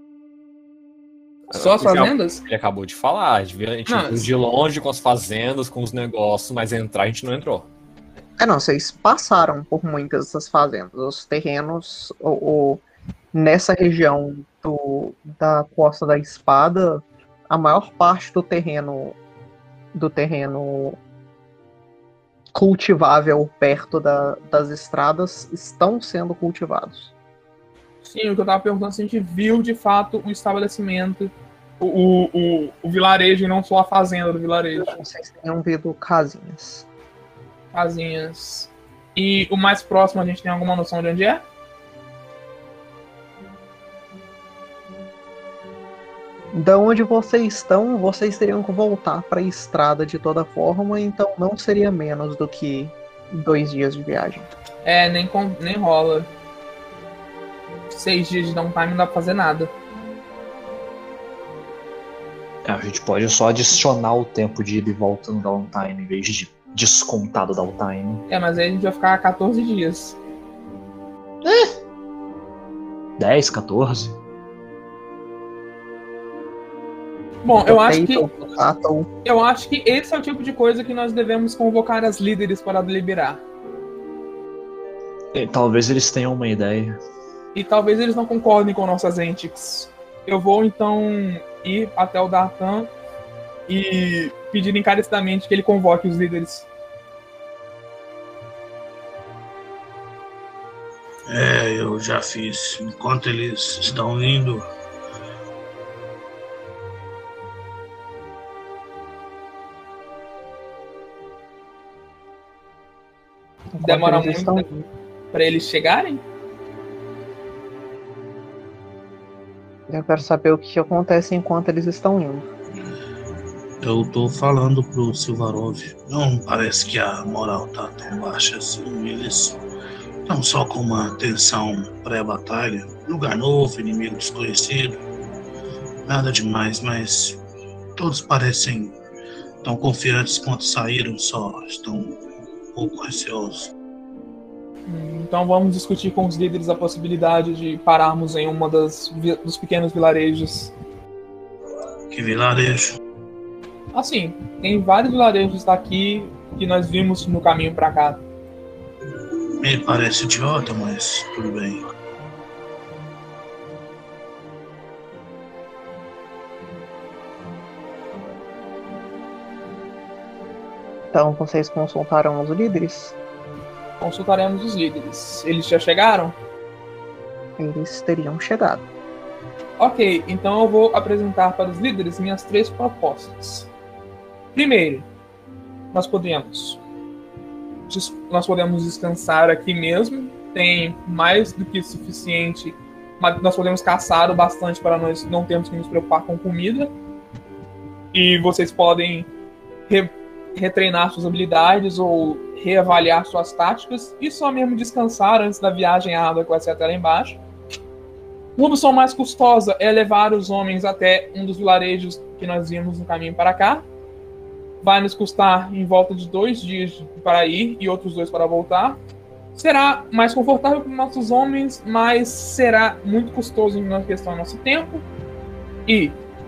Só as fazendas? Ele acabou de falar, a gente viu Não, de longe com as fazendas, com os negócios, mas entrar a gente não entrou. É, não, vocês passaram por muitas dessas fazendas. Os terrenos, o, o- nessa região do, da Costa da Espada, a maior parte do terreno do terreno cultivável perto da- das estradas estão sendo cultivados. Sim, o que eu tava perguntando se a gente viu de fato o estabelecimento, o, o, o, o vilarejo e não só a fazenda do vilarejo. Vocês tenham visto casinhas. Casinhas. E o mais próximo, a gente tem alguma noção de onde é? Da onde vocês estão, vocês teriam que voltar para a estrada de toda forma, então não seria menos do que dois dias de viagem. É, nem, com, nem rola. Seis dias de downtime não dá pra fazer nada. A gente pode só adicionar o tempo de ir e volta no downtime em vez de descontar do downtime. É, mas aí a gente vai ficar quatorze dias. dez, quatorze? Bom, eu acho que Atom. eu acho que esse é o tipo de coisa que nós devemos convocar as líderes para deliberar. E talvez eles tenham uma ideia. E talvez eles não concordem com nossas antics. Eu vou então ir até o Dartan e pedir encarecidamente que ele convoque os líderes. É, eu já fiz. Enquanto eles estão indo, Demora Enquanto eles estão muito indo. para eles chegarem? Eu quero saber o que acontece enquanto eles estão indo. eu tô falando pro Silvarov. Não parece que a moral tá tão baixa assim. Eles estão só com uma tensão pré-batalha. Lugar novo, inimigo desconhecido. Nada demais, mas todos parecem tão confiantes quanto saíram, só estão um pouco receosos. Então vamos discutir com os líderes a possibilidade de pararmos em uma das vi- dos pequenos vilarejos. Que vilarejo. Assim, tem vários vilarejos daqui que nós vimos no caminho para cá. Me parece idiota, mas tudo bem. Então vocês consultaram os líderes? Consultaremos os líderes. Eles já chegaram? Eles teriam chegado. Ok, então eu vou apresentar para os líderes minhas três propostas. Primeiro, nós podemos des- nós podemos descansar aqui mesmo. Tem mais do que suficiente, mas nós podemos caçar o bastante para nós não termos que nos preocupar com comida. E vocês podem re- retreinar suas habilidades ou reavaliar suas táticas e só mesmo descansar antes da viagem árdua que vai ser até lá embaixo. Uma opção mais custosa é levar os homens até um dos vilarejos que nós vimos no caminho para cá. Vai nos custar em volta de dois dias para ir e outros dois para voltar. Será mais confortável para os nossos homens, mas será muito custoso em questão do nosso tempo. E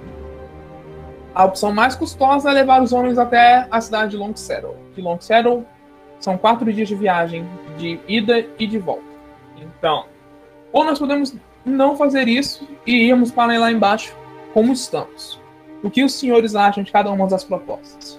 a opção mais custosa é levar os homens até a cidade de Long Saddle. Que Long Saddle são quatro dias de viagem, de ida e de volta. Então, ou nós podemos não fazer isso e irmos para lá embaixo como estamos. O que os senhores acham de cada uma das propostas?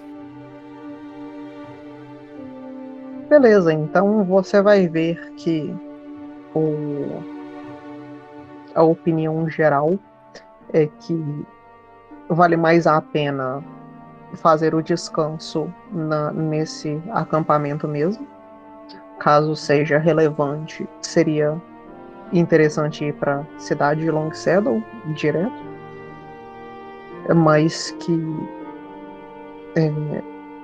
Beleza, então você vai ver que o... a opinião geral é que vale mais a pena fazer o descanso na, nesse acampamento mesmo. Caso seja relevante, seria interessante ir para a cidade de Long Saddle direto, mas que é,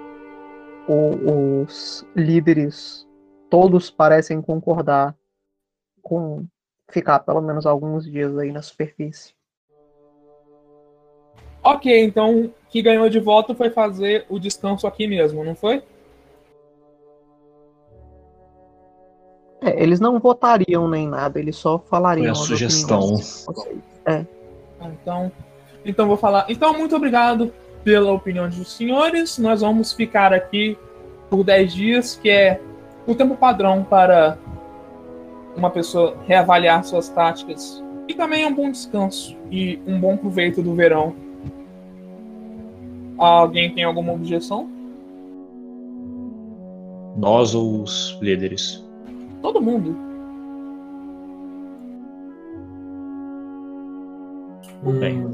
o, os líderes todos parecem concordar com ficar pelo menos alguns dias aí na superfície. Ok, então o que ganhou de voto foi fazer o descanso aqui mesmo, não foi? É, eles não votariam nem nada, eles só falariam. Foi a sugestão. É. Então, então vou falar. Então, muito obrigado pela opinião dos senhores. Nós vamos ficar aqui por dez dias, que é o tempo padrão para uma pessoa reavaliar suas táticas. E também é um bom descanso e um bom proveito do verão. Alguém tem alguma objeção? Nós ou os líderes? Todo mundo. Bem,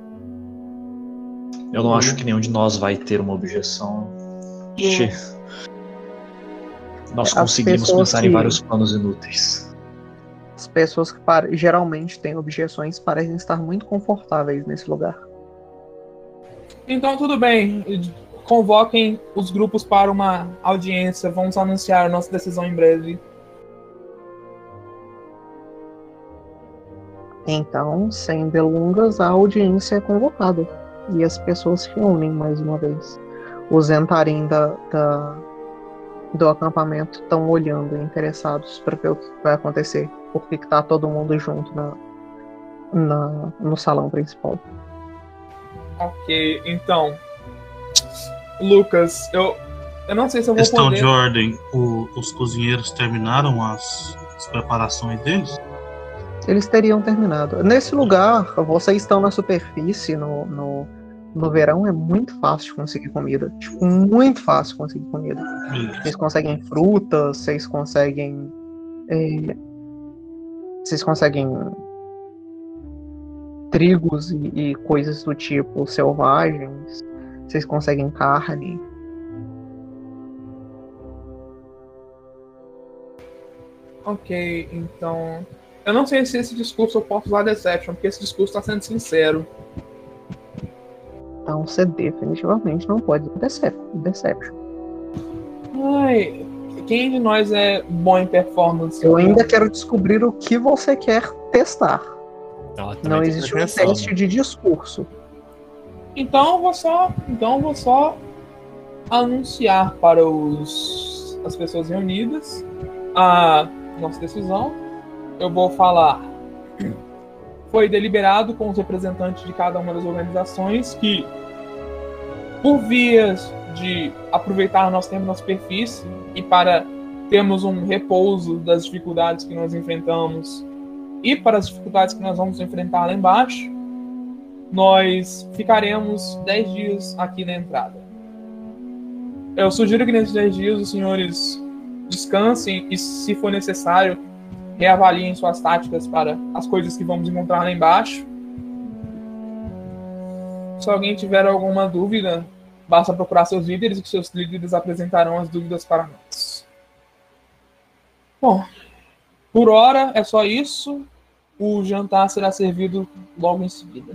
eu não acho que nenhum de nós vai ter uma objeção. Che- Nós As conseguimos pessoas pensar que- em vários planos inúteis. As pessoas que pare- geralmente têm objeções parecem estar muito confortáveis nesse lugar. Então, tudo bem. Convoquem os grupos para uma audiência. Vamos anunciar a nossa decisão em breve. Então, sem delongas, a audiência é convocada. E as pessoas se unem mais uma vez. Os Entarim da, da, do acampamento estão olhando, interessados para ver o que vai acontecer. Por que está todo mundo junto na, na, no salão principal. Ok, então. Lucas, eu, eu não sei se eu vou Questão poder... de ordem, o- os cozinheiros terminaram as, as preparações deles? Eles teriam terminado. Nesse lugar, vocês estão na superfície, no, no, no verão, é muito fácil de conseguir comida. Tipo, muito fácil conseguir comida. Vocês conseguem frutas, vocês conseguem. É, vocês conseguem trigos e, e coisas do tipo selvagens. Vocês conseguem carne. Ok, então... Eu não sei se esse discurso eu posso usar Deception, porque esse discurso está sendo sincero. Então você definitivamente não pode Decep- Deception. Ai, quem de nós é bom em performance? Eu ainda quero descobrir o que você quer testar. Ela também Não tem existe um pretensão. teste de discurso. Então eu vou só, então eu vou só anunciar para os, as pessoas reunidas a nossa decisão. Eu vou falar. Foi deliberado com os representantes de cada uma das organizações que, por vias de aproveitar nosso tempo na superfície e para termos um repouso das dificuldades que nós enfrentamos e para as dificuldades que nós vamos enfrentar lá embaixo, nós ficaremos dez dias aqui na entrada. Eu sugiro que nesses dez dias os senhores descansem e, se for necessário, reavaliem suas táticas para as coisas que vamos encontrar lá embaixo. Se alguém tiver alguma dúvida, basta procurar seus líderes, que seus líderes apresentarão as dúvidas para nós. Bom, por hora é só isso. O jantar será servido logo em seguida.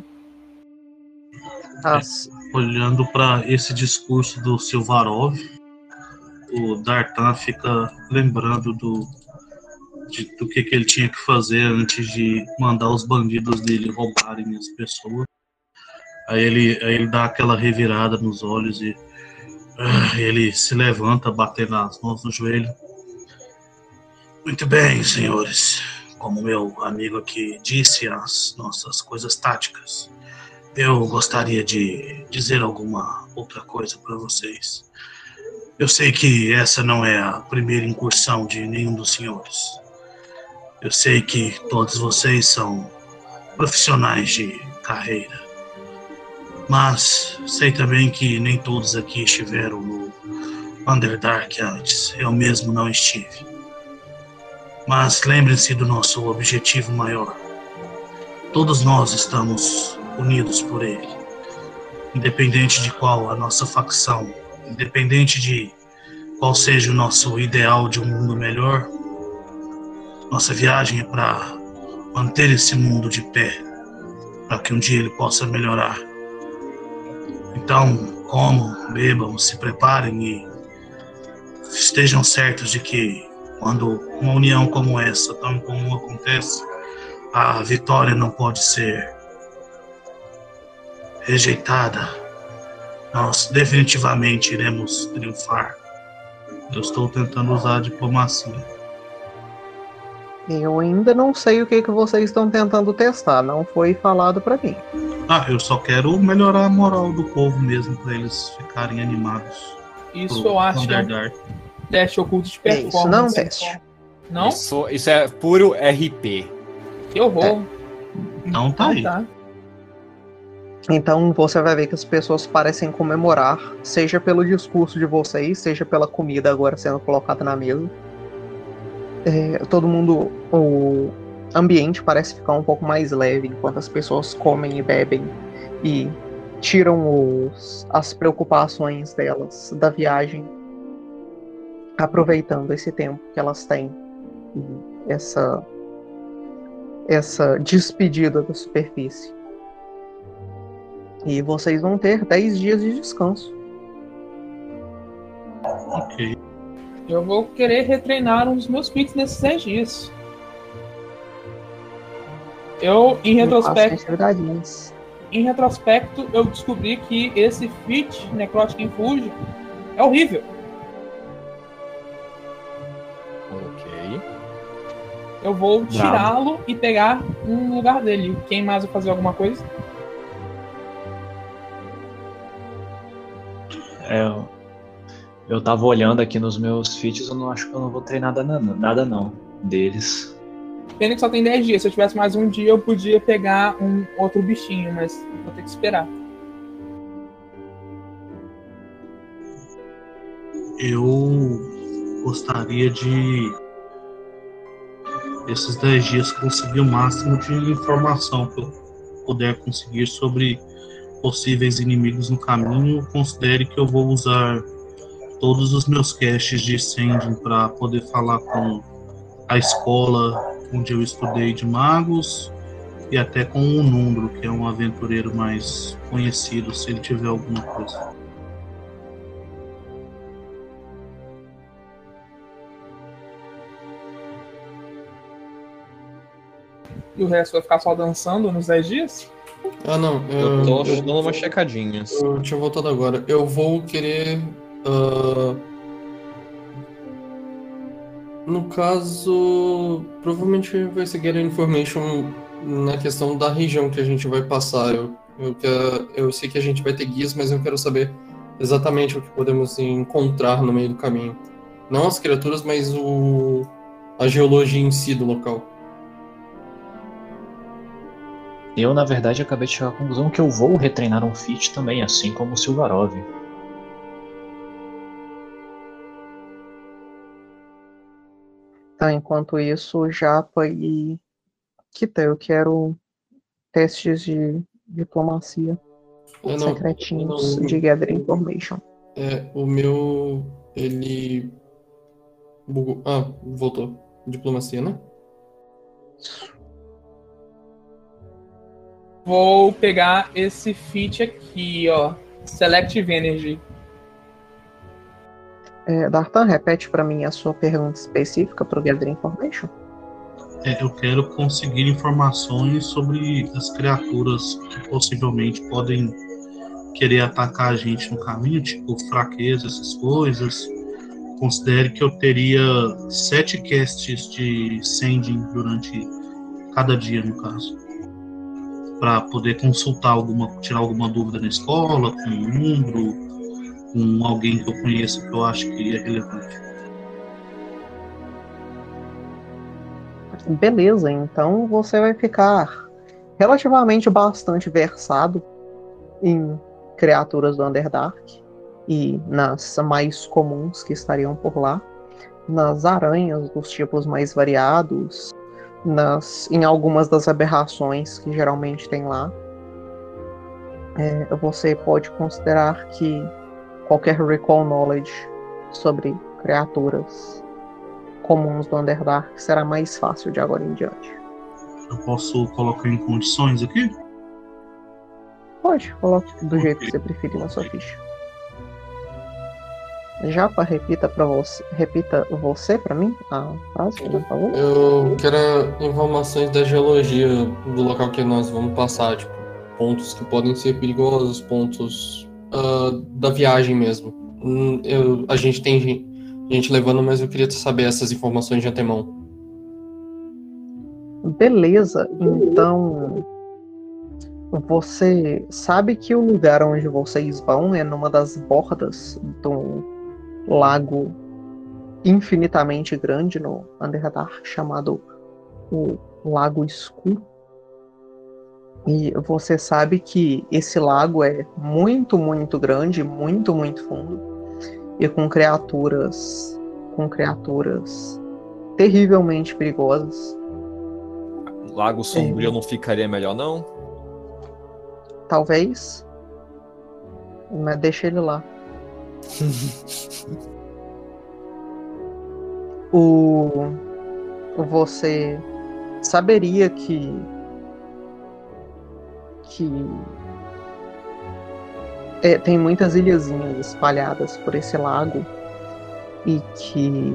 As, Olhando para esse discurso do Silvarov, o D'Artan fica lembrando do, de, do que, que ele tinha que fazer antes de mandar os bandidos dele roubarem as pessoas. Aí ele, aí ele dá aquela revirada nos olhos e ah, ele se levanta, batendo as mãos no joelho. Muito bem, senhores. Como meu amigo aqui disse, as nossas coisas táticas. Eu gostaria de dizer alguma outra coisa para vocês. Eu sei que essa não é a primeira incursão de nenhum dos senhores. Eu sei que todos vocês são profissionais de carreira. Mas sei também que nem todos aqui estiveram no Underdark antes. Eu mesmo não estive. Mas lembrem-se do nosso objetivo maior. Todos nós estamos unidos por ele. Independente de qual a nossa facção, independente de qual seja o nosso ideal de um mundo melhor, nossa viagem é para manter esse mundo de pé, para que um dia ele possa melhorar. Então, comam, bebam, se preparem e estejam certos de que quando uma união como essa, tão comum, acontece, a vitória não pode ser rejeitada. Nós definitivamente iremos triunfar. Eu estou tentando usar a diplomacia. Eu ainda não sei o que, que vocês estão tentando testar, não foi falado pra mim. Ah, eu só quero melhorar a moral do povo mesmo, pra eles ficarem animados. Isso eu acho que é um teste oculto de É performance. isso, não é um teste. Não? Isso, isso é puro R P. Que horror. Então tá aí. Tá. Então você vai ver que as pessoas parecem comemorar, seja pelo discurso de vocês, seja pela comida agora sendo colocada na mesa. É, todo mundo, o ambiente parece ficar um pouco mais leve enquanto as pessoas comem e bebem e tiram os, as preocupações delas da viagem, aproveitando esse tempo que elas têm e essa, essa despedida da superfície. E vocês vão ter dez dias de descanso. Ok. Eu vou querer retreinar um dos meus feats nesses dez dias. Eu, em retrospecto, em retrospecto, eu descobri que esse feat, Necrotic Infuge, é horrível. Ok. Eu vou tirá-lo e pegar um lugar dele. Quem mais vai fazer alguma coisa? É, eu, eu tava olhando aqui nos meus feats, eu não acho que eu não vou treinar nada, nada não deles. Pena que só tem dez dias. Se eu tivesse mais um dia, eu podia pegar um outro bichinho, mas vou ter que esperar. Eu gostaria de, esses dez dias, conseguir o máximo de informação que eu puder conseguir sobre possíveis inimigos no caminho. Considere que eu vou usar todos os meus caches de Sending para poder falar com a escola onde eu estudei de magos e até com o Numbro, que é um aventureiro mais conhecido, se ele tiver alguma coisa. E o resto vai ficar só dançando nos dez dias? Ah, não. Eu tô eu, dando umas checadinhas. Eu tinha voltado agora. Eu vou querer. Uh, no caso, provavelmente vai ser Get Information na questão da região que a gente vai passar. Eu, eu, quero, eu sei que a gente vai ter guias, mas eu quero saber exatamente o que podemos encontrar no meio do caminho. Não as criaturas, mas o, a geologia em si do local. Eu, na verdade, acabei de chegar à conclusão que eu vou retreinar um feat também, assim como o Silvarov. Tá, enquanto isso, Japa e Kita, eu quero testes de diplomacia Eu não, secretinhos eu não, de Gather Information. É, o meu, ele... Bugou. Ah, voltou. Diplomacia, né? Vou pegar esse feat aqui, ó. Selective Energy. É, Dartan, repete pra mim a sua pergunta específica pro Gather Information. É, eu quero conseguir informações sobre as criaturas que possivelmente podem querer atacar a gente no caminho, tipo fraqueza, essas coisas. Considere que eu teria sete casts de Sending durante cada dia, no caso, para poder consultar alguma, tirar alguma dúvida na escola, com um número, com alguém que eu conheça que eu acho que é relevante. Beleza, então você vai ficar relativamente bastante versado em criaturas do Underdark e nas mais comuns que estariam por lá, nas aranhas dos tipos mais variados, nas, em algumas das aberrações que geralmente tem lá. É, você pode considerar que qualquer recall knowledge sobre criaturas comuns do Underdark será mais fácil de agora em diante. Eu posso colocar em condições aqui? Pode, coloque do jeito que você preferir na sua ficha. Japa, repita para você, repita você para mim a frase, por favor. Eu quero informações da geologia do local que nós vamos passar, tipo, pontos que podem ser perigosos, pontos uh, da viagem mesmo. Eu, a gente tem gente levando, mas eu queria saber essas informações de antemão. Beleza, então você sabe que o lugar onde vocês vão é numa das bordas do lago infinitamente grande no Underdark, chamado o Lago Escuro. E você sabe que esse lago é muito, muito grande, muito, muito fundo, e com criaturas, com criaturas terrivelmente perigosas. Lago Sombrio É. não ficaria melhor, não? Talvez, mas deixa ele lá. o você saberia que que é, tem muitas ilhazinhas espalhadas por esse lago e que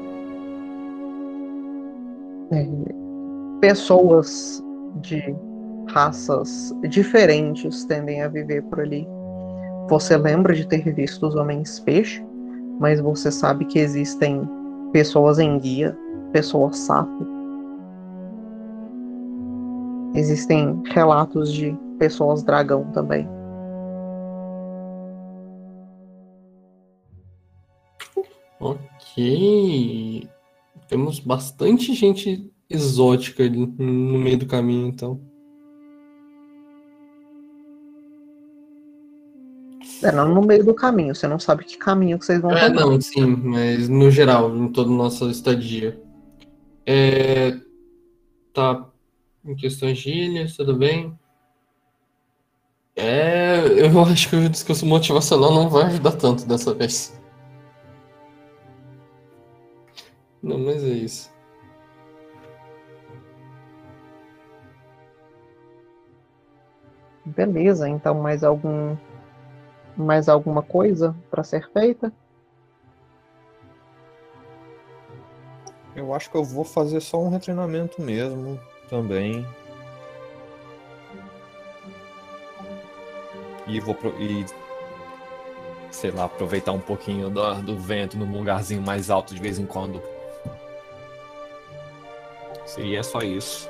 é, pessoas de raças diferentes tendem a viver por ali. Você lembra de ter visto os homens peixe, mas você sabe que existem pessoas enguia, pessoas sapo. Existem relatos de pessoas dragão também. Ok. Temos bastante gente exótica ali no meio do caminho, então. É, não no meio do caminho, você não sabe que caminho que vocês vão É, tomar. não, sim, mas no geral, em toda a nossa estadia. É, tá, em questões de ilhas, tudo bem? É, eu acho que o discurso motivacional não vai ajudar tanto dessa vez. Não, mas é isso. Beleza, então mais algum mais alguma coisa para ser feita? Eu acho que eu vou fazer só um retreinamento mesmo, também. E vou pro... e sei lá, aproveitar um pouquinho do, do vento num lugarzinho mais alto de vez em quando. Seria só isso.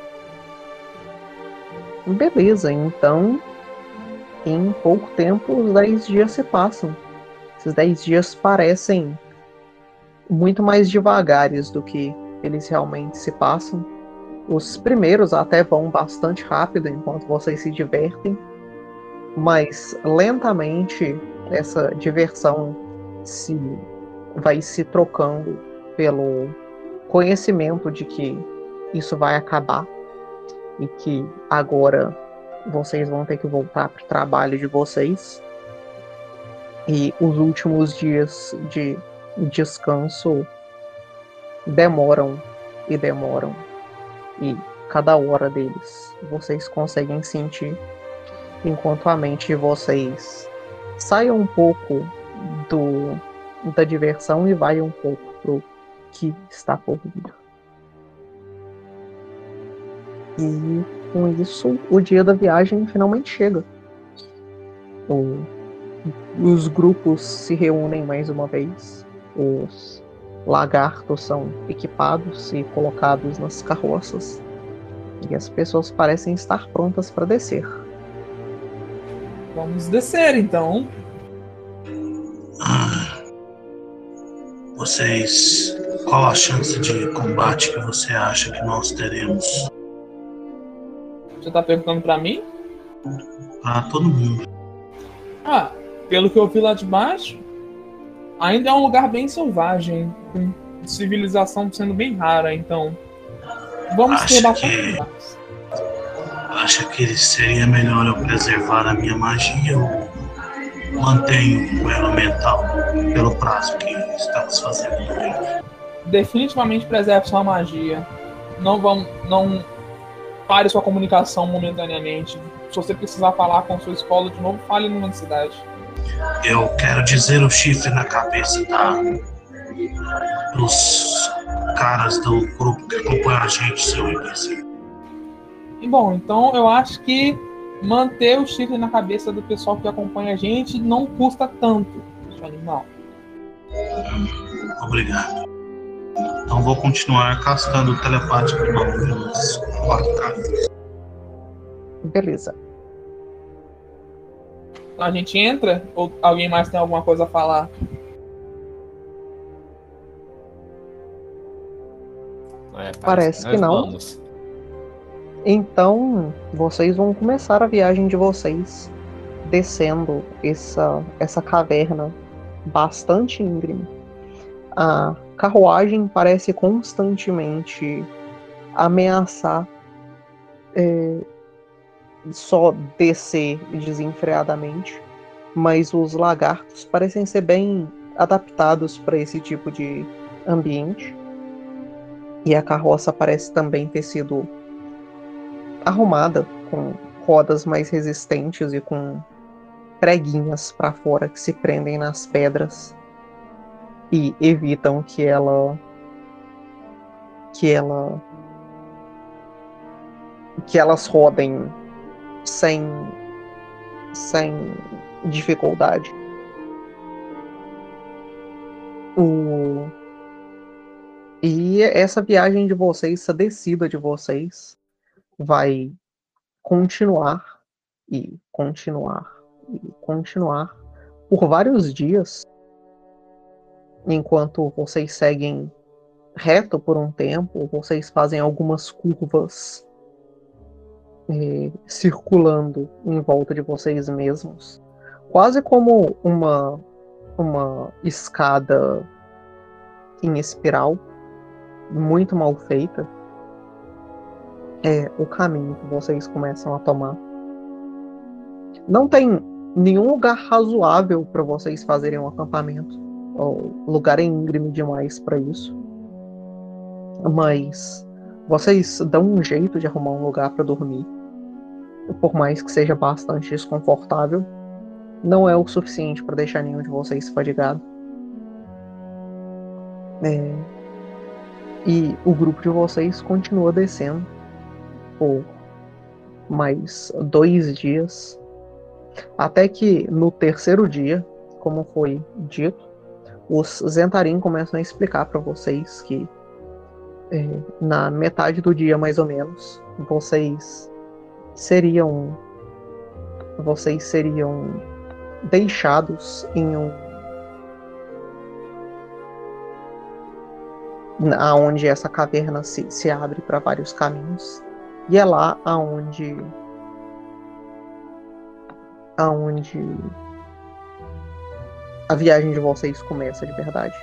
Beleza, então em pouco tempo os dez dias se passam. Esses dez dias parecem muito mais devagares do que eles realmente se passam. Os primeiros até vão bastante rápido enquanto vocês se divertem, mas lentamente essa diversão se vai se trocando pelo conhecimento de que isso vai acabar e que agora vocês vão ter que voltar para o trabalho de vocês. E os últimos dias de descanso demoram e demoram. E cada hora deles vocês conseguem sentir, enquanto a mente de vocês sai um pouco do, da diversão e vai um pouco pro que está por vir. E com isso, o dia da viagem finalmente chega. O, os grupos se reúnem mais uma vez. Os lagartos são equipados e colocados nas carroças. E as pessoas parecem estar prontas para descer. Vamos descer, então. Ah, vocês... Qual a chance de combate que você acha que nós teremos? Você tá perguntando pra mim? Pra todo mundo. Ah, pelo que eu vi lá de baixo, ainda é um lugar bem selvagem, com civilização sendo bem rara, então vamos ter Acho bastante que- lugares. Acha que seria melhor eu preservar a minha magia ou mantenho o elemental pelo prazo que estamos fazendo? Definitivamente preserve sua magia. Não vão, não pare sua comunicação momentaneamente. Se você precisar falar com sua escola de novo, fale numa cidade. Eu quero dizer o chifre na cabeça, tá? Dos caras do grupo que acompanha a gente, seu imbecil. E bom, então eu acho que manter o chifre na cabeça do pessoal que acompanha a gente não custa tanto, seu animal. Obrigado. Então vou continuar castando o telepático no nome dos quatro caminhos. Beleza. A gente entra? Ou alguém mais tem alguma coisa a falar? É, Parece que nós não. vamos. Então, vocês vão começar a viagem de vocês descendo essa, essa caverna bastante íngreme. A carruagem parece constantemente ameaçar é, só descer desenfreadamente, mas os lagartos parecem ser bem adaptados para esse tipo de ambiente. E a carroça parece também ter sido arrumada com rodas mais resistentes e com preguinhas para fora que se prendem nas pedras e evitam que ela que ela que elas rodem sem sem dificuldade. O E essa viagem de vocês, essa descida de vocês, vai continuar e continuar e continuar por vários dias, enquanto vocês seguem reto por um tempo, vocês fazem algumas curvas eh, circulando em volta de vocês mesmos, quase como uma, uma escada em espiral, muito mal feita. É o caminho que vocês começam a tomar. Não tem nenhum lugar razoável para vocês fazerem um acampamento. O lugar é íngreme demais para isso. Mas vocês dão um jeito de arrumar um lugar para dormir. Por mais que seja bastante desconfortável, não é o suficiente para deixar nenhum de vocês fadigado. É... E o grupo de vocês continua descendo por mais dois dias, até que no terceiro dia, como foi dito, os Zentarim começam a explicar para vocês que é, na metade do dia, mais ou menos, vocês seriam vocês seriam deixados em um aonde essa caverna se, se abre para vários caminhos, e é lá aonde aonde a viagem de vocês começa de verdade.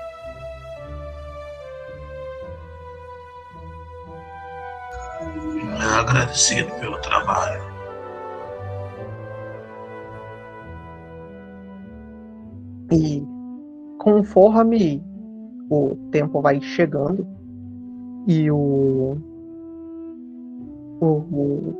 É agradecido pelo trabalho. E conforme o tempo vai chegando e o o, o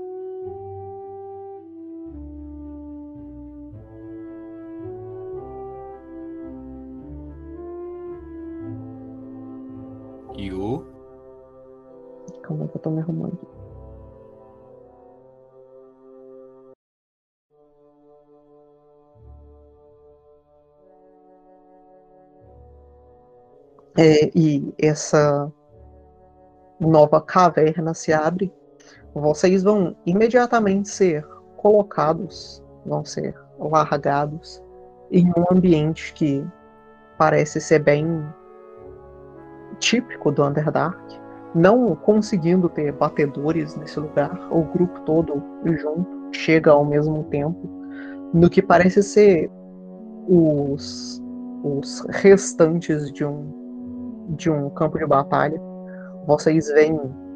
E o calma que eu tô me arrumando. É, e essa nova caverna se abre, vocês vão imediatamente ser colocados, vão ser largados em um ambiente que parece ser bem típico do Underdark, não conseguindo ter batedores nesse lugar, o grupo todo junto chega ao mesmo tempo, no que parece ser os, os restantes de um de um campo de batalha. Vocês veem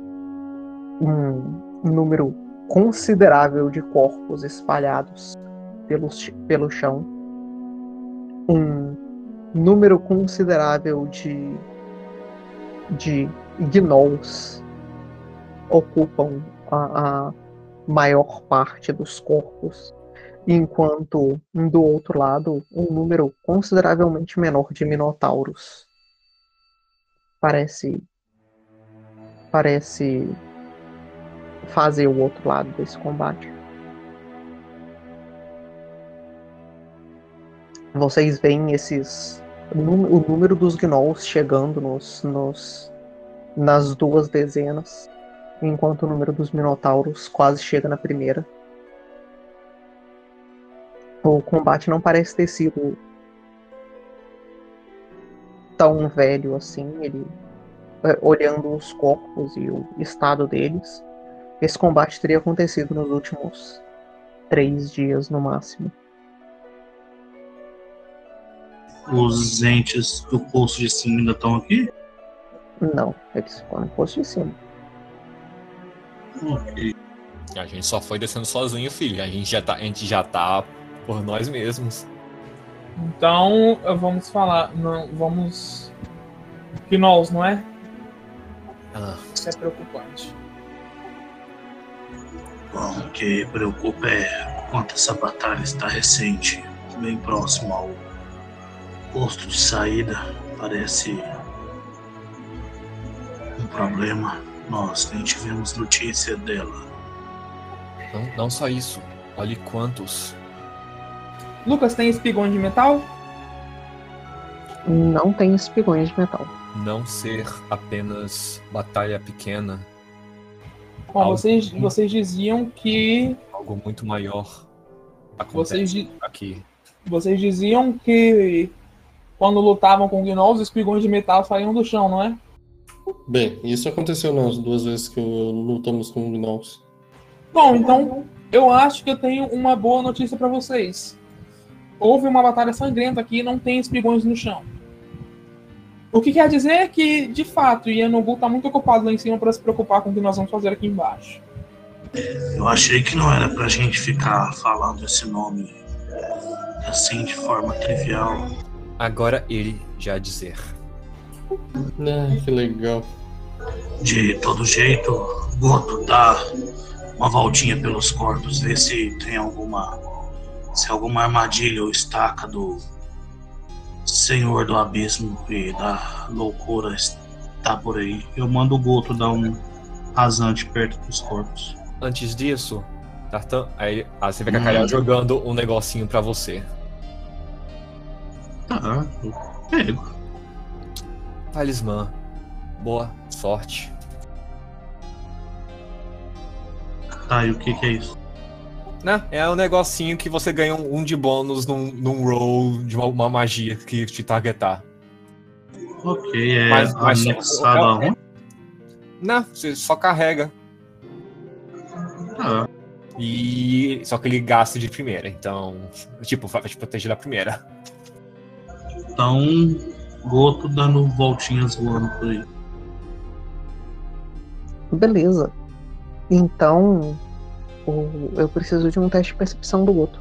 um número considerável de corpos espalhados pelo, pelo chão, um número considerável de de gnolls ocupam a, a maior parte dos corpos, enquanto do outro lado um número consideravelmente menor de minotauros parece parece fazer o outro lado desse combate. Vocês veem esses o número dos gnolls chegando nos, nos nas duas dezenas, enquanto o número dos minotauros quase chega na primeira. O combate não parece ter sido tão velho assim. Ele, olhando os corpos e o estado deles, esse combate teria acontecido nos últimos três dias no máximo. Os entes do poço de cima ainda estão aqui? Não, eles ficam no poço de cima. Ok. A gente só foi descendo sozinho, filho. A gente já tá, a gente já tá por nós mesmos. Então, vamos falar. Não, vamos. Gnolls, não é? Ah. Isso é preocupante. Bom, o que preocupa é quanto essa batalha está recente, bem próximo ao posto de saída. Parece um problema. Nós nem tivemos notícia dela. Não, não só isso. Olhe quantos. Lucas, tem espigões de metal? Não tem espigões de metal. Não ser apenas batalha pequena. Bom, Algo vocês, muito- vocês diziam que. Algo muito maior acontece Vocês, di- aqui. vocês diziam que quando lutavam com gnolls, os espigões de metal saíam do chão, não é? Bem, isso aconteceu nas duas vezes que eu lutamos com gnolls. Bom, então eu acho que eu tenho uma boa notícia pra vocês. Houve uma batalha sangrenta aqui e não tem espigões no chão. O que quer dizer que, de fato, Yanobu tá muito ocupado lá em cima para se preocupar com o que nós vamos fazer aqui embaixo. Eu achei que não era pra gente ficar falando esse nome assim de forma trivial. Agora ele já dizer. Ah, que legal. De todo jeito, Goto, dá uma voltinha pelos corpos, vê se tem alguma. Se alguma armadilha ou estaca do Senhor do Abismo e da loucura está por aí. Eu mando o Goto dar um rasante perto dos corpos. Antes disso, Tartan, aí, aí você vê que a Kariel Hum. jogando um negocinho pra você. Tá, eu pego. Talismã. Boa sorte. Tá, e o que que é isso? Né? É um negocinho que você ganha um, um de bônus num, num roll de uma, uma magia que te targetar. Ok, é Mas- mas só- anexado é- aonde? Não, você só carrega. Tá. E só que ele gasta de primeira, então, tipo, vai te proteger da primeira. Então, Goto dando voltinhas voando por aí. Beleza. Então, o- eu preciso de um teste de percepção do Goto.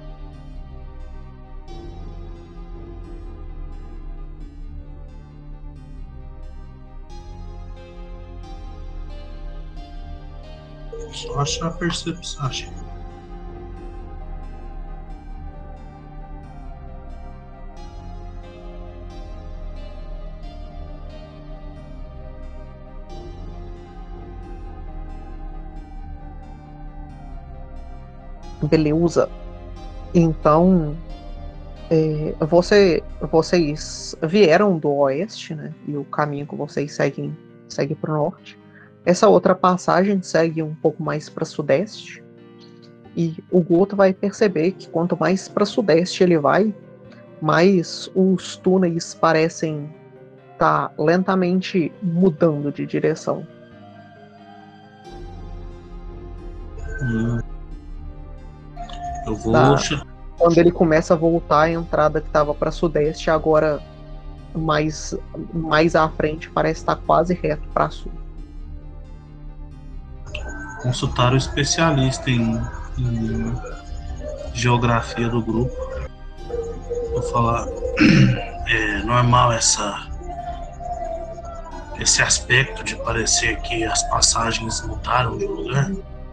Só achar a percepção. Achei. Beleza. Então, é, você, vocês vieram do oeste, né? E o caminho que vocês seguem segue para o norte. Essa outra passagem segue um pouco mais para sudeste. E o Goto vai perceber que quanto mais para sudeste ele vai, mais os túneis parecem estar lentamente mudando de direção. Hum. Eu vou. Tá. che- Quando ele começa a voltar, a entrada que estava para sudeste agora mais, mais à frente parece estar quase reto para sul. Consultar o especialista em, em geografia do grupo. Vou falar. É normal essa esse aspecto de parecer que as passagens mudaram de lugar.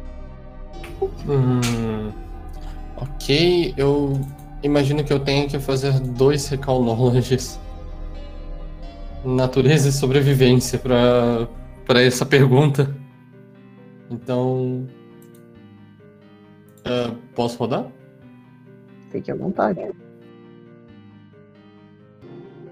Hum, ok, eu imagino que eu tenha que fazer dois recall knowledges. Natureza e sobrevivência para para essa pergunta. Então, ah, posso rodar? Fique à vontade.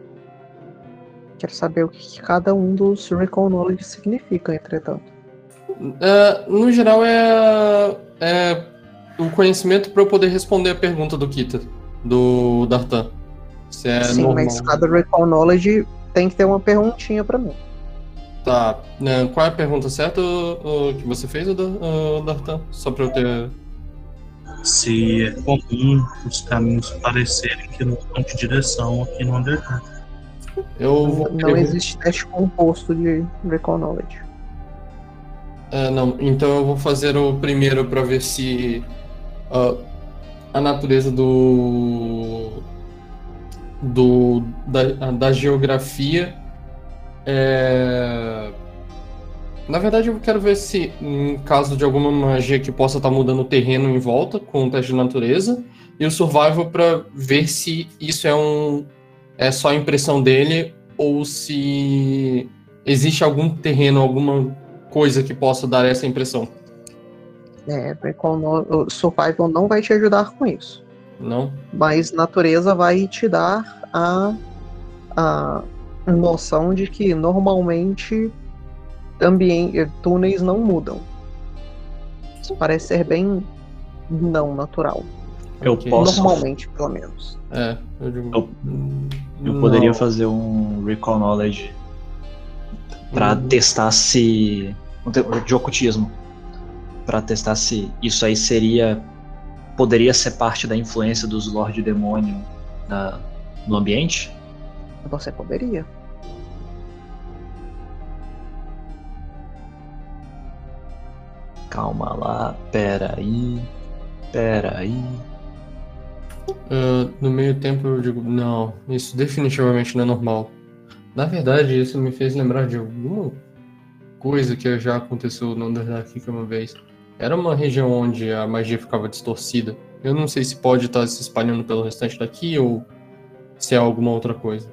Quero saber o que cada um dos Recall Knowledge significa, entretanto. Uh, no geral, é, é o conhecimento para eu poder responder a pergunta do Kita, do D'Artan. Se é Sim, normal. mas cada Recall Knowledge tem que ter uma perguntinha pra mim. Tá. Uh, qual é a pergunta certa uh, que você fez, uh, D'Artan? Só para eu ter... Se é comum os caminhos parecerem que não estão de direção aqui no Underdark. Eu vou Não pergun- existe teste composto de Recall Knowledge. Uh, não, então eu vou fazer o primeiro para ver se uh, a natureza do, do da, da geografia é... Na verdade, eu quero ver se, em caso de alguma magia que possa estar mudando o terreno em volta com o teste de natureza, e o survival para ver se isso é um é só a impressão dele ou se existe algum terreno, alguma coisa que possa dar essa impressão. É, Recall no... Survival não vai te ajudar com isso. Não? Mas natureza vai te dar a, a noção de que normalmente ambiente, túneis não mudam. Isso parece ser bem não natural. Eu Ok. posso. Normalmente, pelo menos. É, eu digo. Eu- hum, Eu não. poderia fazer um Recall Knowledge pra Uhum. testar se. De ocultismo. Pra testar se isso aí seria. Poderia ser parte da influência dos Lorde Demônio na, no ambiente? Você poderia. Calma lá, pera aí. Pera aí. Ah, no meio tempo eu digo, não, isso definitivamente não é normal. Na verdade, isso me fez lembrar de alguma coisa que já aconteceu no Underdark uma vez. Era uma região onde a magia ficava distorcida. Eu não sei se pode estar se espalhando pelo restante daqui ou se é alguma outra coisa.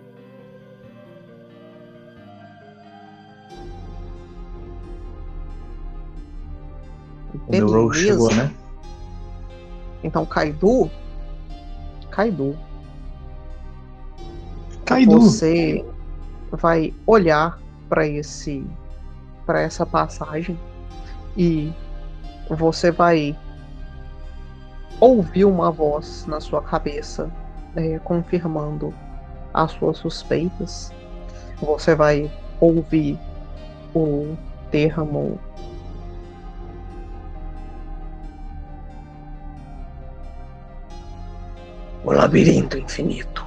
O meu roll chegou, né? Então, Kaidu. Kaidu. Kaidu. Você vai olhar para esse, para essa passagem e você vai ouvir uma voz na sua cabeça é, confirmando as suas suspeitas. Você vai ouvir o termo o labirinto infinito.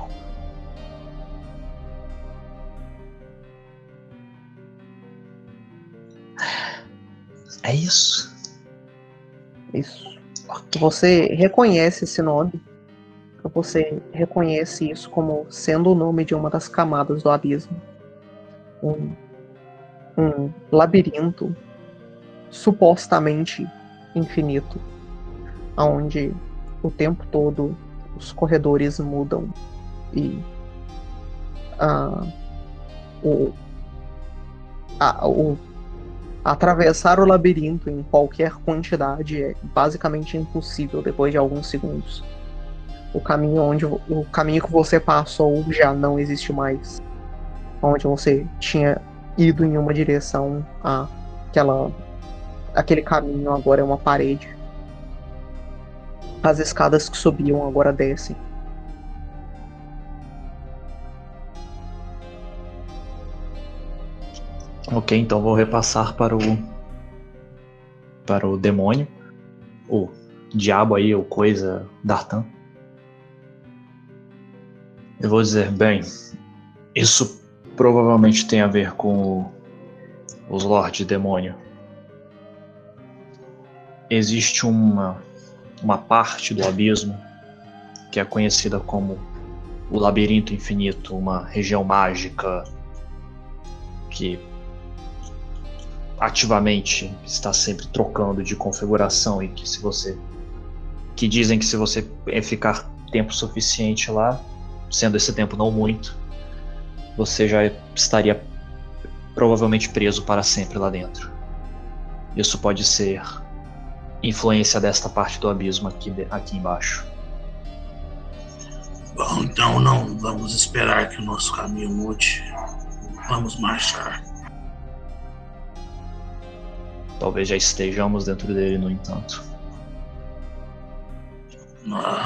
É isso. Isso. Ok. Você reconhece esse nome. Você reconhece isso como sendo o nome de uma das camadas do abismo. Um, um labirinto supostamente infinito, onde o tempo todo os corredores mudam e ah, o, a, o atravessar o labirinto em qualquer quantidade é basicamente impossível depois de alguns segundos. O caminho onde o caminho que você passou já não existe mais. Onde você tinha ido em uma direção, a aquela aquele caminho agora é uma parede. As escadas que subiam agora descem. Ok, então vou repassar para o para o demônio, o diabo aí, ou coisa, D'Artan. Eu vou dizer, bem, isso provavelmente tem a ver com o, os Lorde Demônio. Existe uma uma parte do abismo que é conhecida como o Labirinto Infinito, uma região mágica que ativamente está sempre trocando de configuração e que se você que dizem que se você ficar tempo suficiente lá, sendo esse tempo não muito, você já estaria provavelmente preso para sempre lá dentro. Isso pode ser influência desta parte do abismo aqui, aqui embaixo. Bom, então não vamos esperar que o nosso caminho mude. Vamos marchar. Talvez já estejamos dentro dele, no entanto. Ah,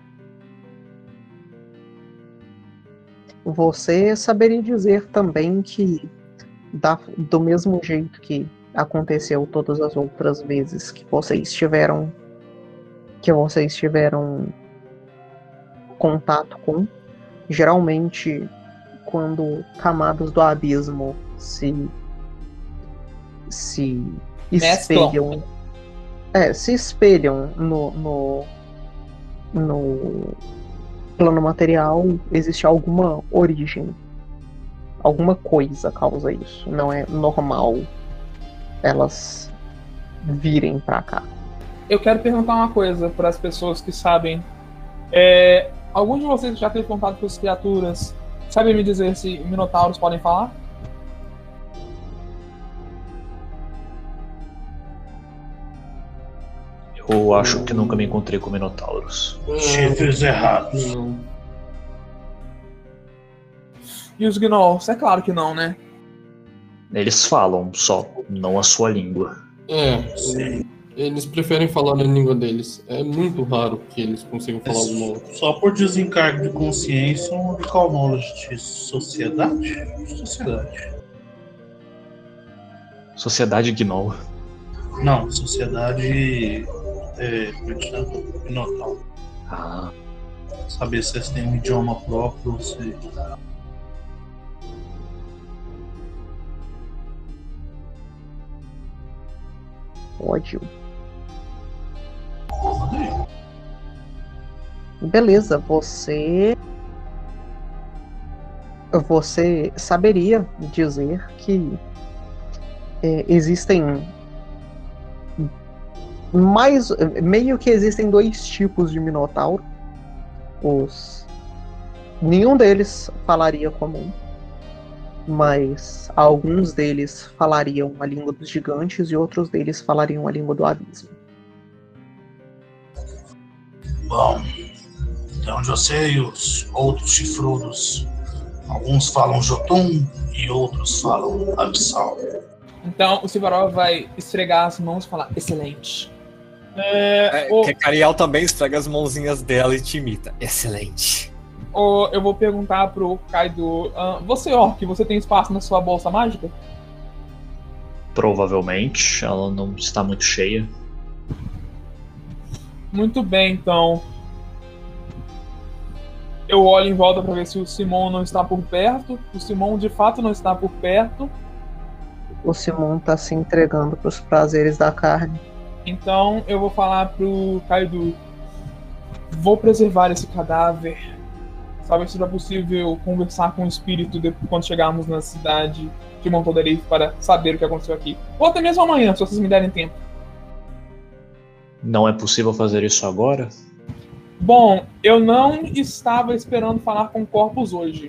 Você saberia dizer também que, da- do mesmo jeito que aconteceu todas as outras vezes que vocês tiveram que vocês tiveram contato com, geralmente quando camadas do abismo se se Mesclam. espelham é, se espelham no, no no plano material, existe alguma origem, alguma coisa causa isso. Não é normal elas virem pra cá. Eu quero perguntar uma coisa para as pessoas que sabem. É, algum de vocês que já teve contato com as criaturas sabe me dizer se minotauros podem falar? Eu acho que nunca me encontrei com minotauros. chifres errados. Não. E os gnolls? É claro que não, né? Eles falam só, não a sua língua. É, Sim. eles preferem falar na língua deles. É muito raro que eles consigam falar alguma outra. Só por desencargo de consciência, um radical knowledge de sociedade? Sociedade. Sociedade Gnoll. Não, sociedade. É, como é que chama? Minotauro. Ah, Saber se eles têm um idioma próprio, se. Ódio. Beleza, você. Você saberia dizer que é, existem. Mais. Meio que existem dois tipos de minotauro. Os. Nenhum deles falaria comum. Mas alguns deles falariam a língua dos gigantes e outros deles falariam a língua do abismo. Bom, até onde eu sei, os outros chifrudos. Alguns falam Jotun e outros falam Abissal. Então o Silvarov vai esfregar as mãos e falar: excelente. É, É, o- que a Cariel também esfrega as mãozinhas dela e te imita. Excelente. o- eu vou perguntar pro Kaido: ah, você, Orc, você tem espaço na sua bolsa mágica? provavelmente, ela não está muito cheia. Muito bem, então. Eu olho em volta para ver se o Simon não está por perto. O Simon de fato não está por perto. O Simon tá se entregando pros prazeres da carne. Então eu vou falar pro Kaido: vou preservar esse cadáver. Sabe se será possível conversar com o espírito depois, quando chegarmos na cidade de Montoderife, para saber o que aconteceu aqui. Ou até mesmo amanhã, se vocês me derem tempo. Não é possível fazer isso agora? Bom, eu não estava esperando falar com corpos hoje.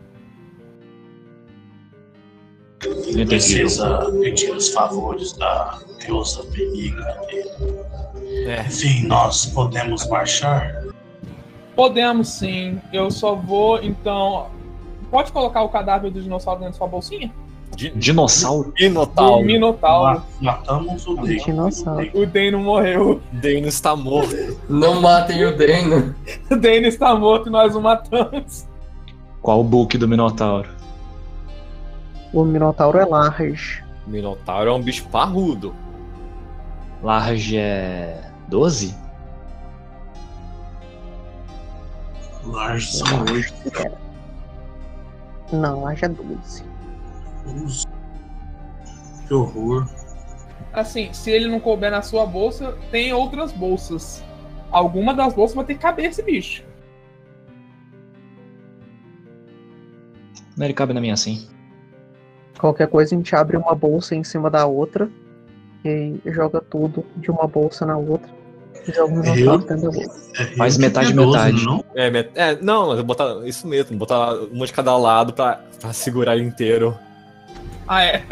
Entendi. Precisa pedir os favores da deusa benigna dele. É. Enfim, nós podemos marchar? Podemos sim. Eu só vou, então... Pode colocar o cadáver do dinossauro dentro da sua bolsinha? Dinossauro? Do Minotauro. Minotauro. Ma- Matamos o Dei. Dinossauro. O Dano morreu. Dano está morto. Não matem o Dano. O Dano está morto e nós o matamos. Qual o book do Minotauro? O Minotauro é large. Minotauro é um bicho parrudo. Large é doze? Large são oito. Não, large é doze. Que horror. Assim, se ele não couber na sua bolsa, tem outras bolsas. Alguma das bolsas vai ter que caber esse bicho. Não, ele cabe na minha sim. Qualquer coisa a gente abre uma bolsa em cima da outra e joga tudo de uma bolsa na outra. E joga o Minotauro dentro da bolsa. É, Faz eu metade, que tenho doze, metade. Não? É, met- é, não, mas eu botar isso mesmo, botar uma de cada lado pra, pra segurar ele inteiro. Ah, é?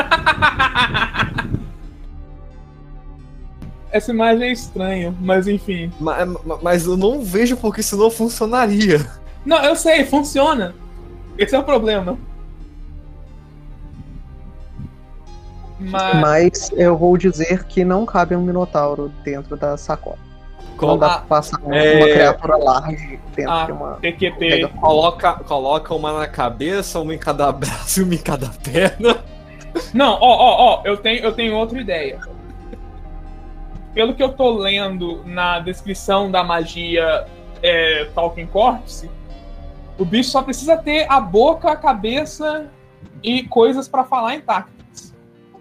Essa imagem é estranha, mas enfim. Mas, mas eu não vejo porque isso não funcionaria. Não, eu sei, funciona. Esse é o problema. Mas, Mas eu vou dizer que não cabe um minotauro dentro da sacola. Como- Não dá pra passar uma, É. uma criatura large dentro Ah, de uma. P Q P. Pega- Coloca, coloca uma na cabeça, uma em cada braço e uma em cada perna. Não, ó, ó, ó, eu tenho, eu tenho outra ideia. Pelo que eu tô lendo na descrição da magia é, Talking Corpse, o bicho só precisa ter a boca, a cabeça e coisas pra falar intactas.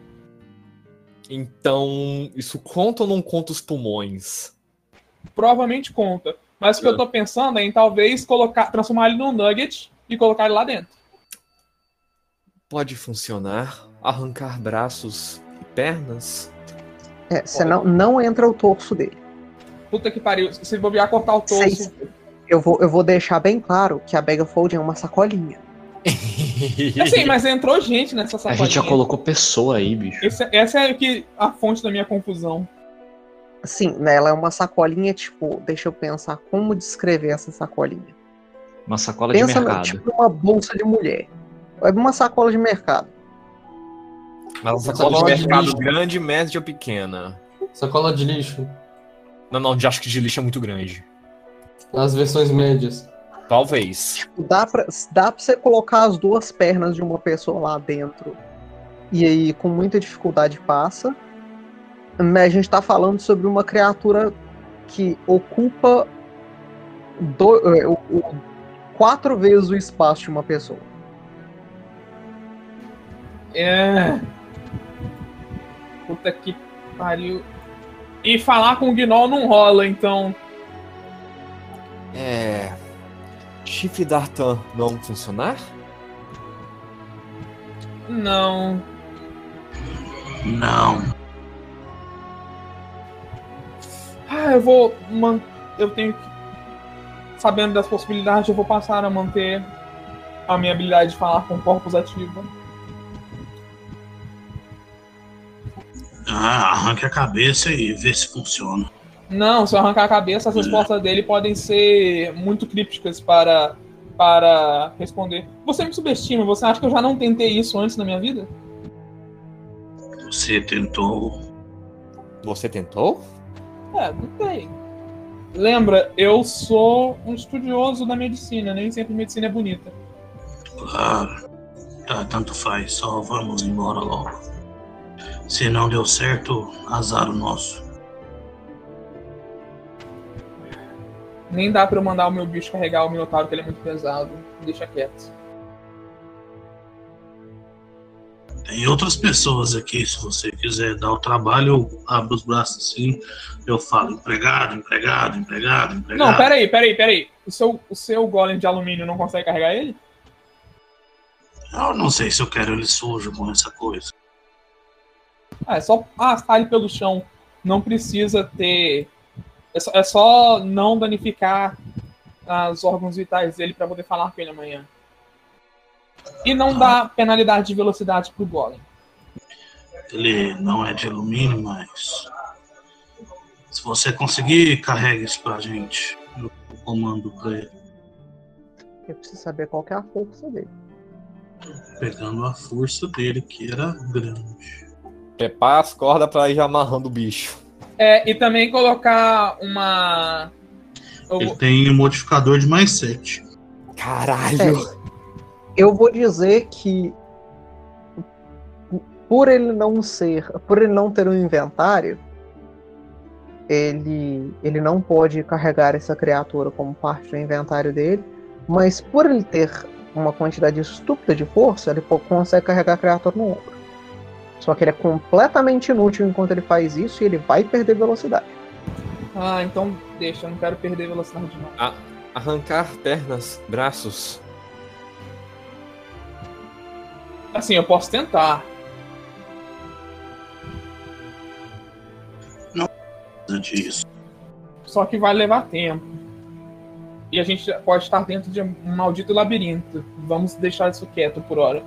Então, isso conta ou não conta os pulmões? Provavelmente conta. Mas o que eu tô pensando é em talvez colocar, transformar ele num nugget e colocar ele lá dentro. Pode funcionar. Arrancar braços e pernas? É, senão não entra o torso dele. Puta que pariu. Se bobear, cortar o torso. Seis. Eu vou, eu vou deixar bem claro que a Bagafold é uma sacolinha. Assim, mas entrou gente nessa A sacolinha. gente já colocou pessoa aí, bicho. Esse- essa é que a fonte da minha confusão. Sim, né, ela é uma sacolinha, tipo, deixa eu pensar como descrever essa sacolinha. Uma sacola Pensa de no, mercado. tipo uma bolsa de mulher. É uma sacola de mercado. Mas a Sacola sacola de de mercado lixo. grande, média ou pequena? Sacola de lixo. Não, não, acho que de lixo é muito grande. As versões médias. Talvez. Dá pra, dá pra você colocar as duas pernas de uma pessoa lá dentro. E aí, com muita dificuldade, passa. Mas a gente tá falando sobre uma criatura que ocupa do, é, o, o- quatro vezes o espaço de uma pessoa. É. Puta que pariu. E falar com o Gnoll não rola, então. É. Chifre d'Artan não funcionar? Não. Não. Ah, eu vou. Man... Eu tenho que. Sabendo das possibilidades, eu vou passar a manter a minha habilidade de falar com corpos ativa. Ah, arranque a cabeça e vê se funciona. Não, se eu arrancar a cabeça, as respostas dele podem ser muito crípticas para, para responder. Você me subestima, você acha que eu já não tentei isso antes na minha vida? Você tentou. Você tentou? É, tentei. Lembra, eu sou um estudioso da medicina, nem sempre medicina é bonita. Claro. Tá, tanto faz. Só vamos embora logo. Se não deu certo, azar o nosso. Nem dá pra eu mandar o meu bicho carregar o Minotauro, que ele é muito pesado. Deixa quieto. Tem outras pessoas aqui, se você quiser dar o trabalho, eu abro os braços assim, eu falo empregado, empregado, empregado, empregado. Não, peraí, peraí, peraí. O seu, o seu golem de alumínio não consegue carregar ele? Eu não sei se eu quero ele sujo com essa coisa. Ah, é só arrastar ele pelo chão. Não precisa ter... É só, é só não danificar os órgãos vitais dele pra poder falar com ele amanhã. E não dá penalidade de velocidade pro golem. Ele não é de alumínio, mas se você conseguir, carregue isso pra gente. Eu comando pra ele. Eu preciso saber qual que é a força dele. Pegando a força dele, que era grande. Prepara as cordas pra ir já amarrando o bicho. É, e também colocar uma... Eu Ele vou- tem um modificador de mais sete. Caralho! Eu vou dizer que por ele não ser, por ele não ter um inventário, ele, ele não pode carregar essa criatura como parte do inventário dele, mas por ele ter uma quantidade estúpida de força, ele po- consegue carregar a criatura no ombro. Só que ele é completamente inútil enquanto ele faz isso e ele vai perder velocidade. Ah, então deixa, eu não quero perder velocidade não. A- arrancar pernas, braços. Assim, eu posso tentar. Nada disso. Só que vai levar tempo. E a gente pode estar dentro de um maldito labirinto. Vamos deixar isso quieto por hora.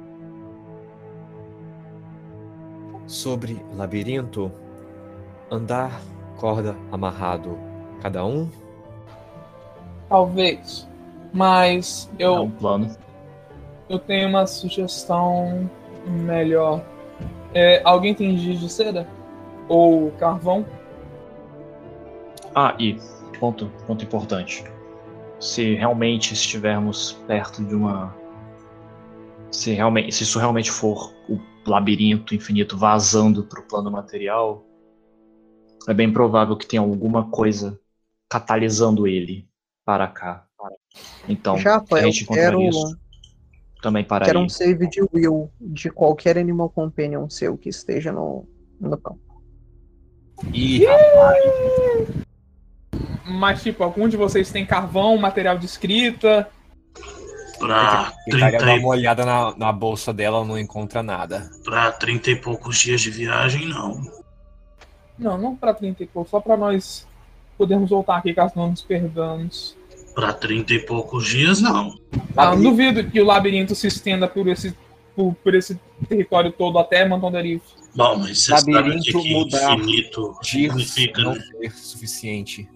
Sobre labirinto, andar, corda, amarrado, cada um. Talvez. Mas eu, É um plano. eu tenho uma sugestão melhor. É, alguém tem giz de cera? Ou carvão? Ah, e ponto, ponto importante. Se realmente estivermos perto de uma... Se, realmente, se isso realmente for o labirinto infinito vazando para o plano material, é bem provável que tenha alguma coisa catalisando ele para cá. Então, Já, se a eu gente encontrar quero, isso, também para quero aí. um save de will de qualquer Animal Companion seu que esteja no, no campo. Ih, rapaz. Mas, tipo, algum de vocês tem carvão, material de escrita? Pra Tentaria trinta, dar e, uma olhada na, na bolsa dela, não encontra nada. pra trinta e poucos dias de viagem, não. Não, não pra trinta e pouco, só pra nós podermos voltar aqui caso não nos perdamos. Pra trinta e poucos dias, não. Ah, não duvido que o labirinto se estenda por esse, por, por esse território todo até Montanderife. Bom, mas você sabe o que, Labirinto que mudar infinito Girs significa, não né? ser suficiente.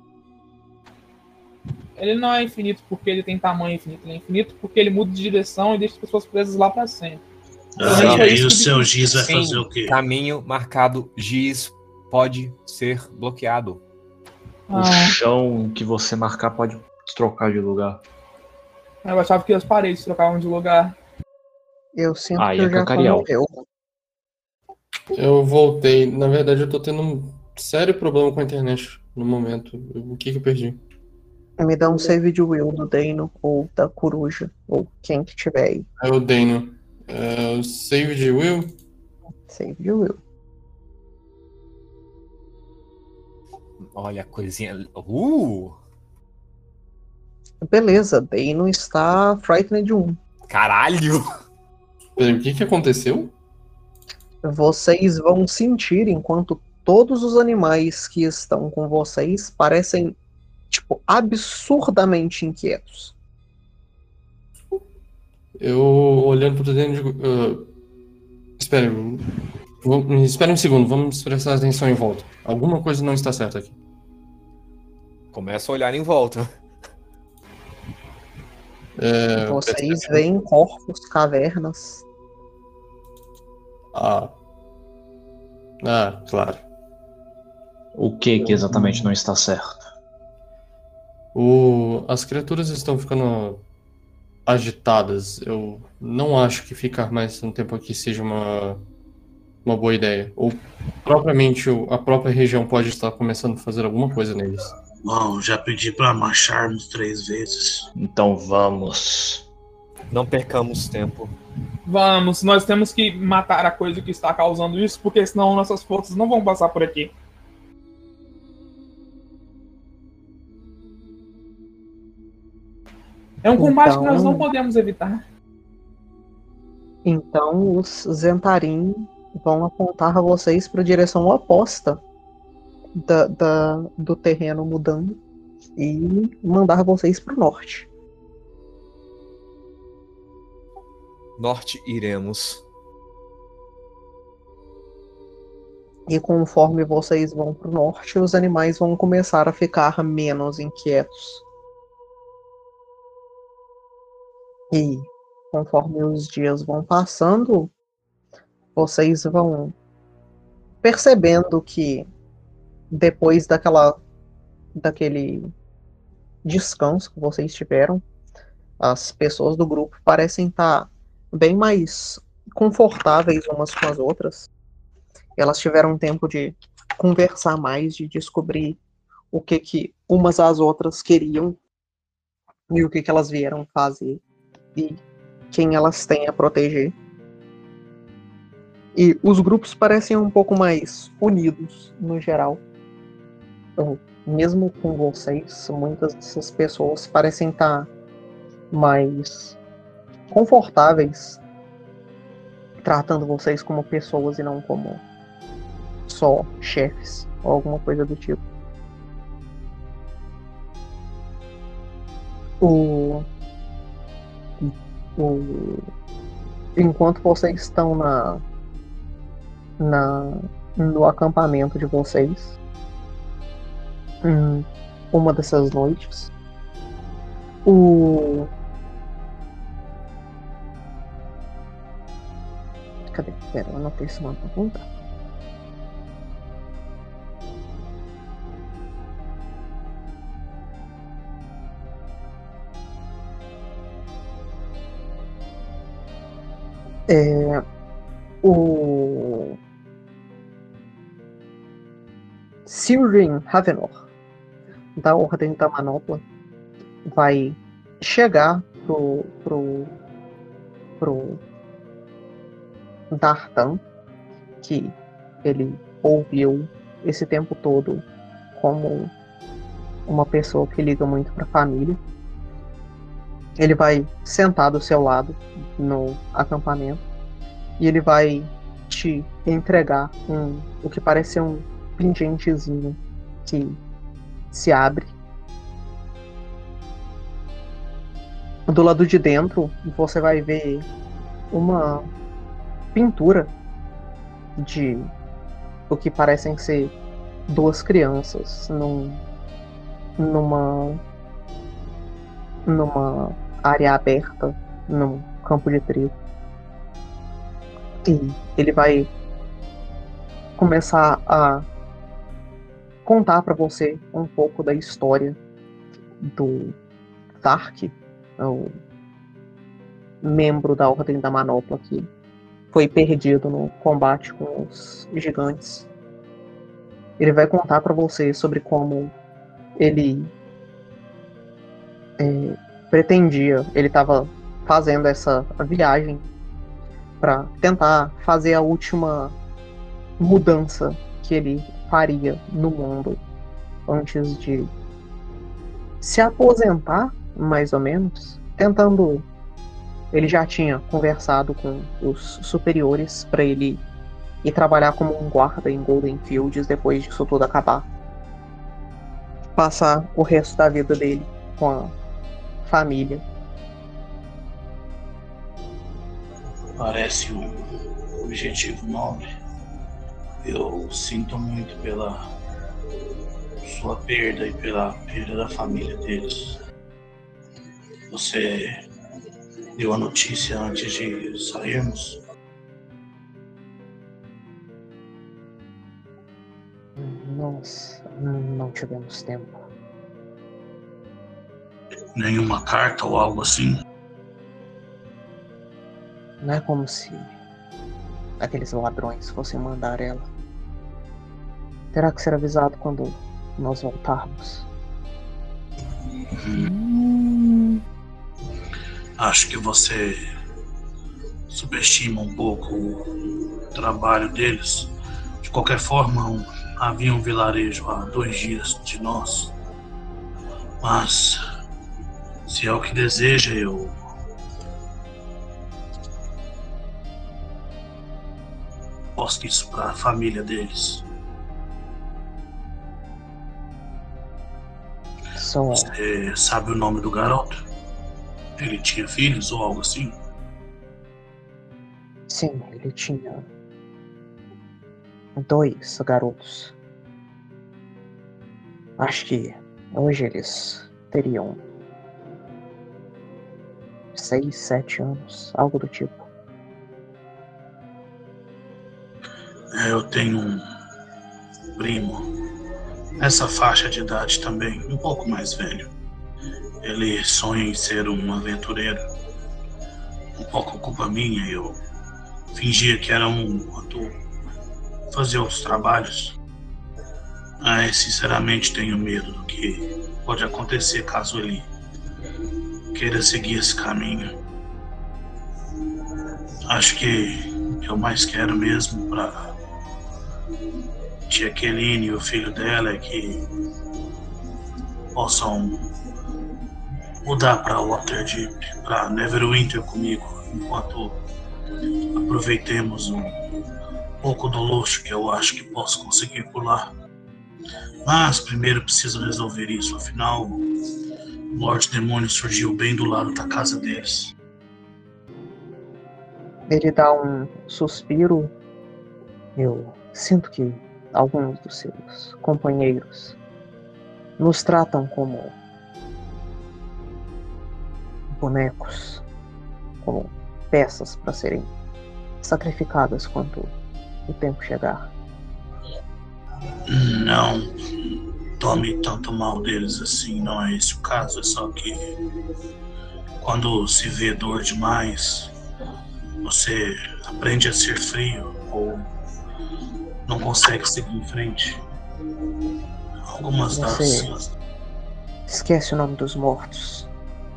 Ele não é infinito porque ele tem tamanho infinito, ele é infinito porque ele muda de direção e deixa as pessoas presas lá pra sempre. Ah, Então, e aí isso o que seu dificulta. giz vai Sim, fazer o quê? caminho marcado Giz pode ser bloqueado. O Ah, chão que você marcar pode trocar de lugar. eu achava que as paredes trocavam de lugar. Eu sinto Aí que é eu já Cacariel. morreu. Eu voltei. Na verdade, eu tô tendo um sério problema com a internet no momento. O que que eu perdi? Me dá um save de will do Dano ou da coruja, ou quem que tiver aí. Aí eu dei no é, save de Will. Save de will. Olha a coisinha. Uh! Beleza, Dano está frightened um. Caralho! Peraí, o que que aconteceu? Vocês vão sentir enquanto todos os animais que estão com vocês parecem, tipo, absurdamente inquietos. Eu olhando pro desenho digo. Uh, espere, vamos- espere um segundo, vamos prestar atenção em volta. Alguma coisa não está certa aqui. Começa a olhar em volta. É, Vocês veem corpos, cavernas. Ah. Ah, claro. O que que exatamente não está certo? O... As criaturas estão ficando agitadas. Eu não acho que ficar mais um tempo aqui seja uma, uma boa ideia. Ou propriamente o- a própria região pode estar começando a fazer alguma coisa neles. Bom, já pedi pra marcharmos três vezes. Então vamos. Não percamos tempo. Vamos, nós temos que matar a coisa que está causando isso, porque senão nossas forças não vão passar por aqui. É um combate Então- que nós não podemos evitar. Então os Zentarim vão apontar vocês para a direção oposta da, da- do terreno mudando e mandar vocês para o norte. Norte iremos. E conforme vocês vão para o norte, os animais vão começar a ficar menos inquietos. E conforme os dias vão passando, vocês vão percebendo que depois daquela daquele descanso que vocês tiveram, as pessoas do grupo parecem estar bem mais confortáveis umas com as outras. Elas tiveram tempo de conversar mais, de descobrir o que que umas às outras queriam e o que que elas vieram fazer e quem elas têm a proteger. E os grupos parecem um pouco mais unidos no geral. Então, mesmo com vocês, muitas dessas pessoas parecem estar mais confortáveis tratando vocês como pessoas e não como só chefes ou alguma coisa do tipo. O, o, enquanto vocês estão na, na no acampamento de vocês, hum, uma dessas noites, o Cadê? Pera, eu anotei isso na pergunta. É, o Sirin Ravenor, da Ordem da Manopla, vai chegar pro, pro, pro Dartan, que ele ouviu esse tempo todo como uma pessoa que liga muito para a família. Ele vai sentar do seu lado no acampamento e ele vai te entregar um, o que parece um pingentezinho que se abre. Do lado de dentro você vai ver uma pintura de o que parecem ser duas crianças num, numa numa área aberta, num campo de trigo. E ele vai começar a contar para você um pouco da história do Dark, o membro da Ordem da Manopla que foi perdido no combate com os gigantes. Ele vai contar para você sobre como ele é, pretendia, ele estava fazendo essa viagem para tentar fazer a última mudança que ele faria no mundo antes de se aposentar, mais ou menos, tentando. Ele já tinha conversado com os superiores para ele ir trabalhar como um guarda em Golden Fields depois disso tudo acabar. Passar o resto da vida dele com a família. Parece um objetivo nobre. Eu sinto muito pela sua perda e pela perda da família deles. Você deu a notícia antes de sairmos? Nós não tivemos tempo. Nenhuma carta ou algo assim? Não é como se aqueles ladrões fossem mandar ela. Terá que ser avisado quando nós voltarmos. Hum. Acho que você subestima um pouco o trabalho deles. De qualquer forma, um, havia um vilarejo a dois dias de nós. Mas, se é o que deseja, eu posto isso para a família deles. Só... Você sabe o nome do garoto? Ele tinha filhos ou algo assim? Sim, ele tinha dois garotos. Acho que hoje eles teriam seis, sete anos, algo do tipo. É, eu tenho um primo nessa faixa de idade também, um pouco mais velho. Ele sonha em ser um aventureiro. Um pouco culpa minha, eu fingia que era um enquanto fazia os trabalhos. Mas sinceramente tenho medo do que pode acontecer caso ele queira seguir esse caminho. Acho que o que eu mais quero mesmo para tia Keline e o filho dela é que possam mudar para Waterdeep, para Neverwinter comigo, enquanto aproveitemos um pouco do luxo que eu acho que posso conseguir por lá. Mas primeiro preciso resolver isso, afinal o Lorde Demônio surgiu bem do lado da casa deles. Ele dá um suspiro. Eu sinto que alguns dos seus companheiros nos tratam como bonecos, como peças para serem sacrificadas quando o tempo chegar. Não tome tanto mal deles assim, não é esse o caso. É só que quando se vê dor demais, você aprende a ser frio ou não consegue seguir em frente. Algumas Você das... esquece o nome dos mortos.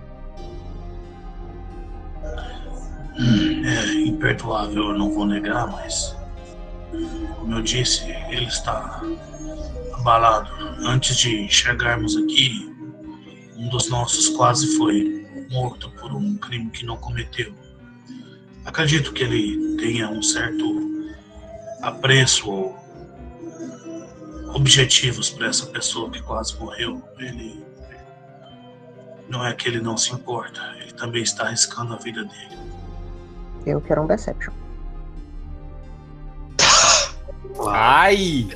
Hum, é imperdoável, eu não vou negar, mas como eu disse, ele está abalado. Antes de chegarmos aqui, um dos nossos quase foi morto por um crime que não cometeu. Acredito que ele tenha um certo apreço ou objetivos para essa pessoa que quase morreu. Ele não é que ele não se importa, ele também está arriscando a vida dele. Eu quero um Deception. Ai!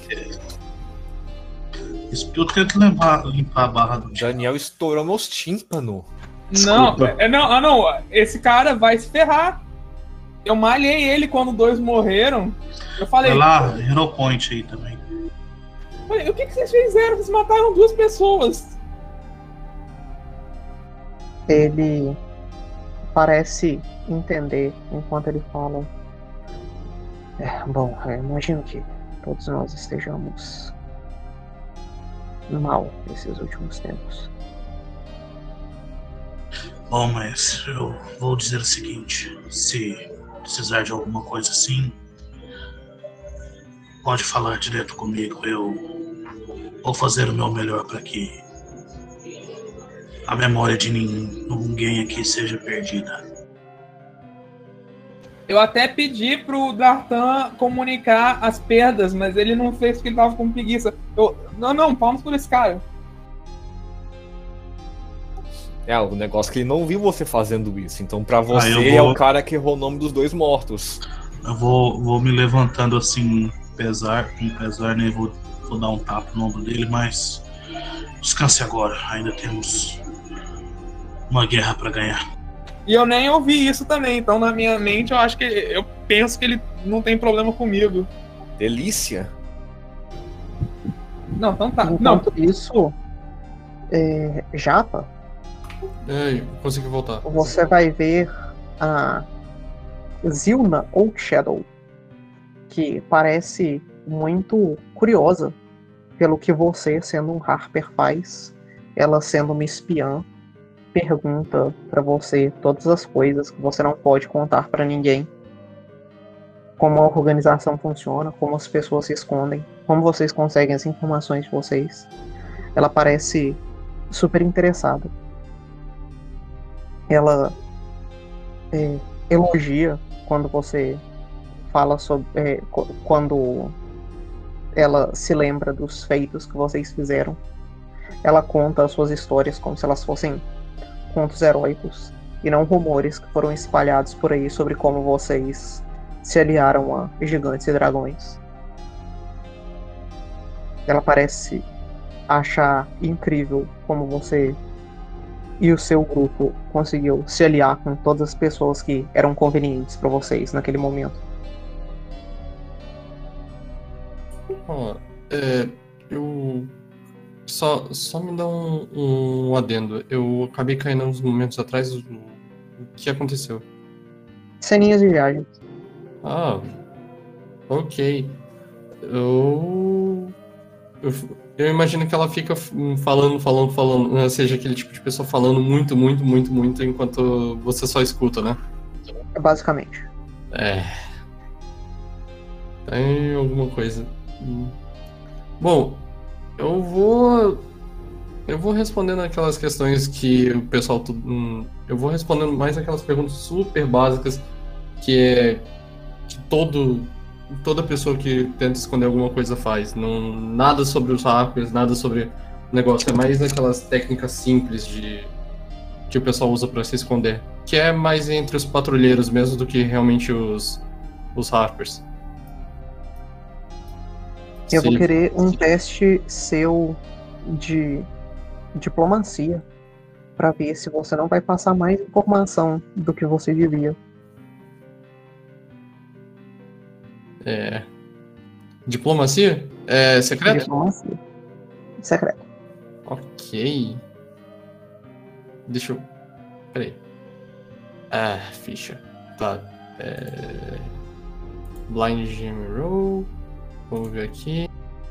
Isso eu tento limpar, limpar a barra do Daniel estourou meus tímpanos. Não, é, não, ah, não, esse cara vai se ferrar. Eu malhei ele quando dois morreram. Eu falei. Vai lá, Hero Point aí também. Falei, o que, que vocês fizeram? Vocês mataram duas pessoas. Ele parece entender enquanto ele fala. É, bom, eu imagino que todos nós estejamos mal nesses últimos tempos. Bom, mas eu vou dizer o seguinte: se precisar de alguma coisa assim, pode falar direto comigo. Eu vou fazer o meu melhor para que a memória de ninguém aqui seja perdida. Eu até pedi pro Dartan comunicar as perdas, mas ele não fez porque ele tava com preguiça. Eu, não, não, palmas por esse cara. É, o negócio é que ele não viu você fazendo isso. Então, pra você, ah, vou... é o cara que errou o nome dos dois mortos. Eu vou, vou me levantando assim, pesar, com pesar, né? Vou, vou dar um tapa no ombro dele, mas descanse agora. Ainda temos uma guerra pra ganhar. E eu nem ouvi isso também, então na minha mente eu acho que eu penso que ele não tem problema comigo. Delícia. Não, então tá. Enquanto não. isso, é, Japa, É, consegui voltar. você vai ver a Zilna Oakshadow, que parece muito curiosa pelo que você, sendo um Harper, faz. Ela, sendo uma espiã, pergunta pra você todas as coisas que você não pode contar pra ninguém. Como a organização funciona, como as pessoas se escondem, como vocês conseguem as informações de vocês. Ela parece super interessada. Ela é, elogia quando você fala sobre... É, quando ela se lembra dos feitos que vocês fizeram. Ela conta as suas histórias como se elas fossem contos heróicos e não rumores que foram espalhados por aí sobre como vocês se aliaram a gigantes e dragões. Ela parece achar incrível como você e o seu grupo conseguiu se aliar com todas as pessoas que eram convenientes para vocês naquele momento. Ó, é, eu Só, só me dá um, um adendo. Eu acabei caindo uns momentos atrás. O que aconteceu? Ceninhas de viagem. Ah, ok. Eu, eu. Eu imagino que ela fica falando, falando, falando. Ou seja, aquele tipo de pessoa falando muito, muito, muito, muito, enquanto você só escuta, né? Basicamente. É. Tem alguma coisa. Bom. Eu vou. Eu vou respondendo aquelas questões que o pessoal. Hum, eu vou respondendo mais aquelas perguntas super básicas que é. que todo. toda pessoa que tenta esconder alguma coisa faz. Não, nada sobre os hackers, nada sobre o negócio. É mais aquelas técnicas simples de. que o pessoal usa pra se esconder. Que é mais entre os patrulheiros mesmo do que realmente os. os hackers. Eu Sim. vou querer um teste seu de diplomacia para ver se você não vai passar mais informação do que você devia. É... Diplomacia? É secreto? Diplomacia. Secreto. Ok. Deixa eu... Peraí. Ah, ficha. Tá. É... Blind Gem Roll. Vamos ver aqui.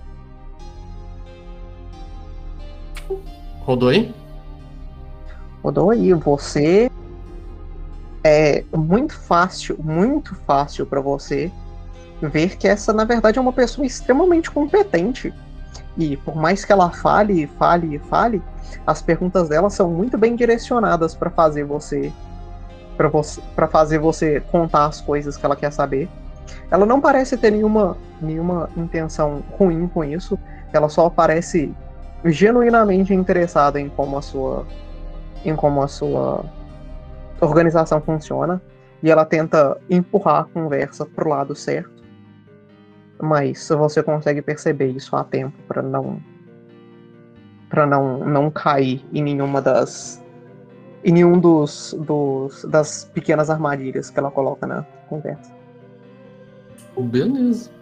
Rodou aí? Rodou aí. Você... É muito fácil, muito fácil pra você ver que essa, na verdade, é uma pessoa extremamente competente. E por mais que ela fale, fale, fale, as perguntas dela são muito bem direcionadas para fazer você, para você, para fazer você contar as coisas que ela quer saber. Ela não parece ter nenhuma, nenhuma intenção ruim com isso. Ela só parece genuinamente interessada em como a sua, em como a sua organização funciona. E ela tenta empurrar a conversa pro lado certo. Mas você consegue perceber isso a tempo para não para não não cair em nenhuma das em nenhum dos, dos das pequenas armadilhas que ela coloca na conversa. Beleza.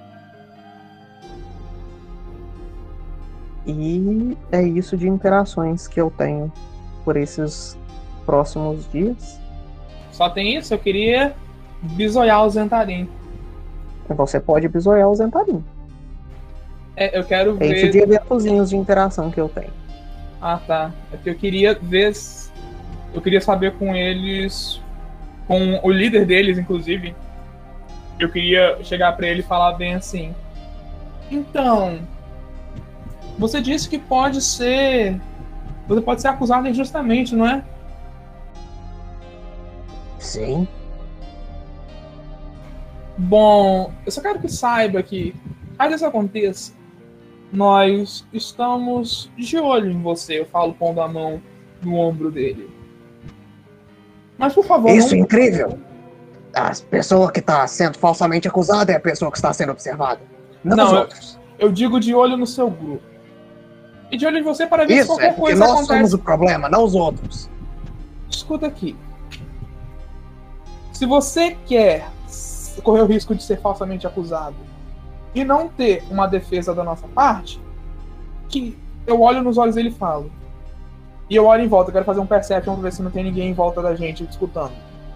E é isso de interações que eu tenho por esses próximos dias. Só tem isso? Eu queria bisoiar o Zentarim. Você pode bisoiar o Zentarim. É, eu quero é ver... É isso de eventozinhos de interação que eu tenho. Ah, tá. É que eu queria ver... Eu queria saber com eles... Com o líder deles, inclusive. Eu queria chegar pra ele e falar bem assim... Então... Você disse que pode ser... Você pode ser acusado injustamente, não é? Sim. Bom, eu só quero que saiba que, caso isso aconteça, nós estamos de olho em você. Eu falo pondo a mão no ombro dele. Mas, por favor... Isso é não... incrível! A pessoa que está sendo falsamente acusada é a pessoa que está sendo observada. Não, não os eu, outros. Eu digo de olho no seu grupo. E de olho em você para ver Isso, se qualquer é porque coisa nós acontece. somos o problema, não os outros. Escuta aqui. Se você quer correr o risco de ser falsamente acusado e não ter uma defesa da nossa parte, que eu olho nos olhos dele e falo. E eu olho em volta, eu quero fazer um perception pra ver se não tem ninguém em volta da gente escutando.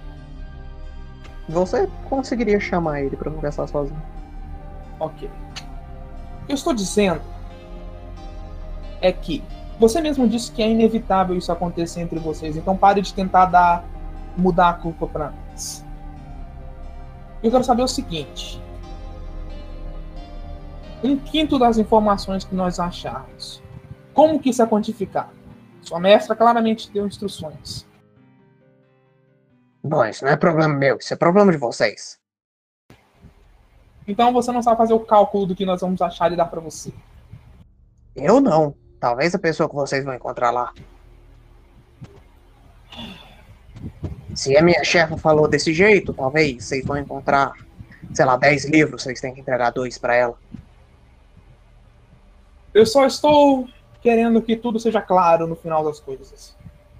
Você conseguiria chamar ele pra conversar sozinho. Ok. O que eu estou dizendo é que você mesmo disse que é inevitável isso acontecer entre vocês, então pare de tentar dar, mudar a culpa pra nós. Eu quero saber o seguinte. Um quinto das informações que nós acharmos. Como que isso é quantificado? Sua mestra claramente deu instruções. Bom, isso não é problema meu, isso é problema de vocês. Então você não sabe fazer o cálculo do que nós vamos achar e dar pra você. Eu não. Talvez a pessoa que vocês vão encontrar lá. Se a minha chefe falou desse jeito, talvez vocês vão encontrar, sei lá, dez livros, vocês têm que entregar dois pra ela. Eu só estou querendo que tudo seja claro no final das coisas.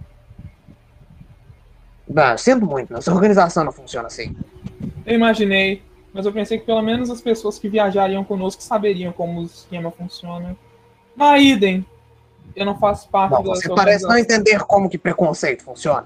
Bah, sinto muito, nossa organização não funciona assim. Eu imaginei, mas eu pensei que pelo menos as pessoas que viajariam conosco saberiam como o esquema funciona. Mas idem, eu não faço parte Bom, da você sua parece não organização. entender como que preconceito funciona.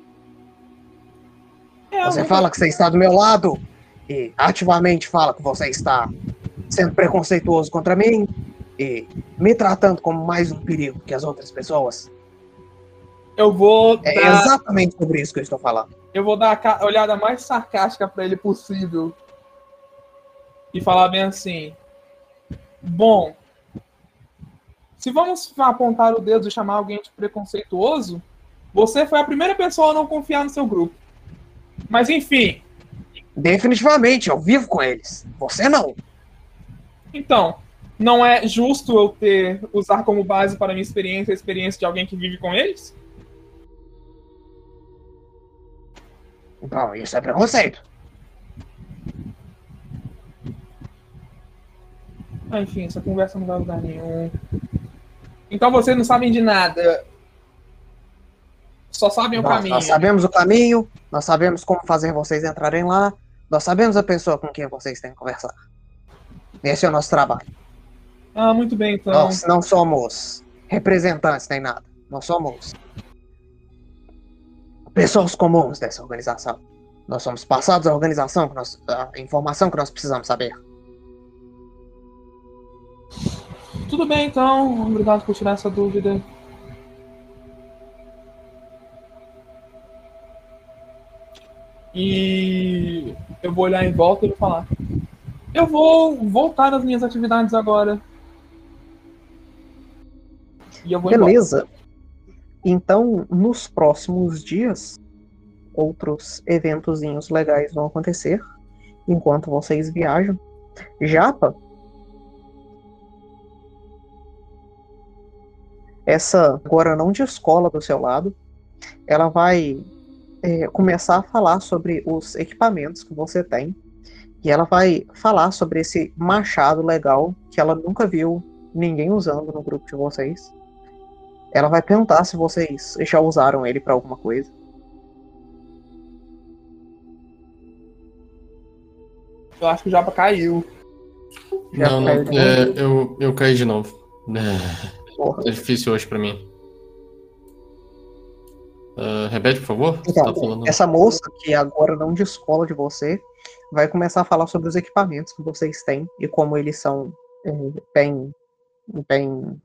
É, Você eu- fala que você está do meu lado e ativamente fala que você está sendo preconceituoso contra mim e me tratando como mais um perigo que as outras pessoas. Eu vou É dar, exatamente sobre isso que eu estou falando. eu vou dar a ca- olhada mais sarcástica pra ele possível e falar bem assim. Bom, se vamos apontar o dedo e chamar alguém de preconceituoso, você foi a primeira pessoa a não confiar no seu grupo. Mas enfim, Definitivamente, eu vivo com eles. Você não. então, não é justo eu ter usar como base para minha experiência a experiência de alguém que vive com eles? Bom, isso é preconceito. Ah, enfim, essa conversa não vai a lugar nenhum. Então vocês não sabem de nada. Só sabem o Nós, caminho. nós sabemos o caminho, nós sabemos como fazer vocês entrarem lá, Nós sabemos a pessoa com quem vocês têm que conversar. Esse é o nosso trabalho. Ah, muito bem, então. Nós não somos representantes nem nada. Nós somos pessoas comuns dessa organização. Nós somos passados à organização, que nós, a informação que nós precisamos saber. Tudo bem, então. Obrigado por tirar essa dúvida. E eu vou olhar em volta e vou falar. Eu vou voltar às minhas atividades agora. E eu vou Beleza. embora. Então, nos próximos dias, outros eventozinhos legais vão acontecer enquanto vocês viajam. Japa, essa agora não de escola do seu lado, ela vai é, começar a falar sobre os equipamentos que você tem. E ela vai falar sobre esse machado legal que ela nunca viu ninguém usando no grupo de vocês. Ela vai perguntar se vocês já usaram ele pra alguma coisa. Eu acho que o Japa caiu. Já não, caiu não. de É, novo? eu, eu caí de novo. É, Porra. é difícil hoje pra mim. Uh, repete, por favor? Você Então, tá falando... essa moça, que agora não de escola de você, vai começar a falar sobre os equipamentos que vocês têm e como eles são é, bem... bem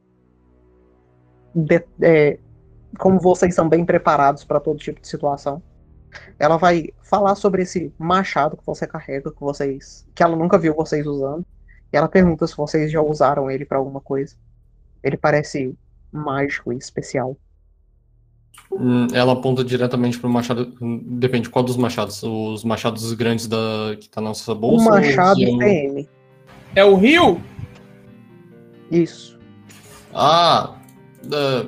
de, é, como vocês são bem preparados para todo tipo de situação. Ela vai falar sobre esse machado que você carrega, que vocês, que ela nunca viu vocês usando. E ela pergunta se vocês já usaram ele para alguma coisa. Ele parece mágico e especial. Hum, Ela aponta diretamente pro machado. Depende, qual dos machados? Os machados grandes da que tá na nossa O bolsa? machado ou que é o- T M. É o Rio? Isso. Ah! da-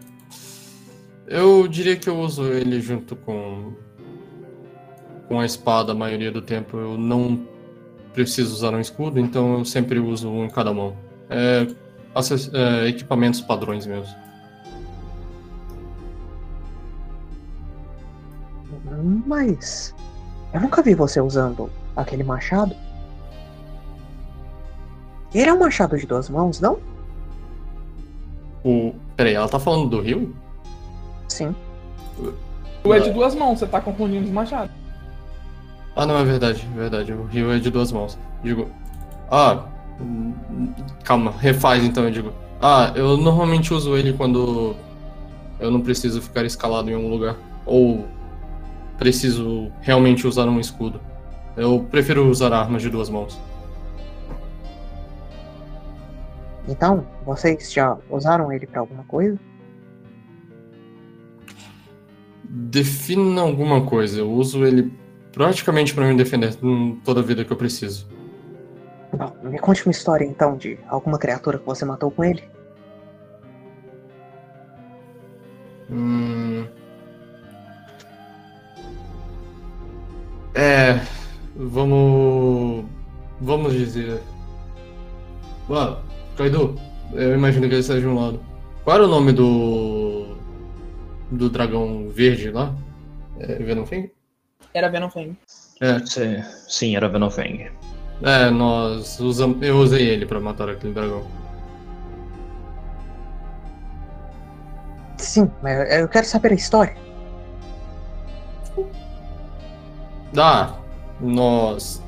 Eu diria que eu uso ele junto com. Com a espada a maioria do tempo. Eu não preciso usar um escudo, então eu sempre uso um em cada mão. É, acess- é, equipamentos padrões mesmo. Mas eu nunca vi você usando aquele machado. Ele é um machado de duas mãos, não? O... Peraí, ela tá falando do rio? Sim. O é de duas mãos, você tá confundindo os machados. Ah, não, é verdade, é verdade. O rio é de duas mãos. Digo. Ah, hum, calma, refaz então, eu digo. Ah, eu normalmente uso ele quando eu não preciso ficar escalado em um lugar. Ou preciso realmente usar um escudo. Eu prefiro usar armas de duas mãos. Então, vocês já usaram ele pra alguma coisa? Defina alguma coisa. Eu uso ele praticamente pra me defender hum, toda a vida que eu preciso. Bom, me conte uma história então de alguma criatura que você matou com ele. Hum... É, vamos, vamos dizer. Ah, Kaido, eu imagino que ele seja de um lado. Qual era o nome do do dragão verde lá? É Venomfang? Era Venomfang. É, Sim, sim, era Venofang. é, nós usamos, eu usei ele pra matar aquele dragão. Sim, mas eu quero saber a história. Ah, nós.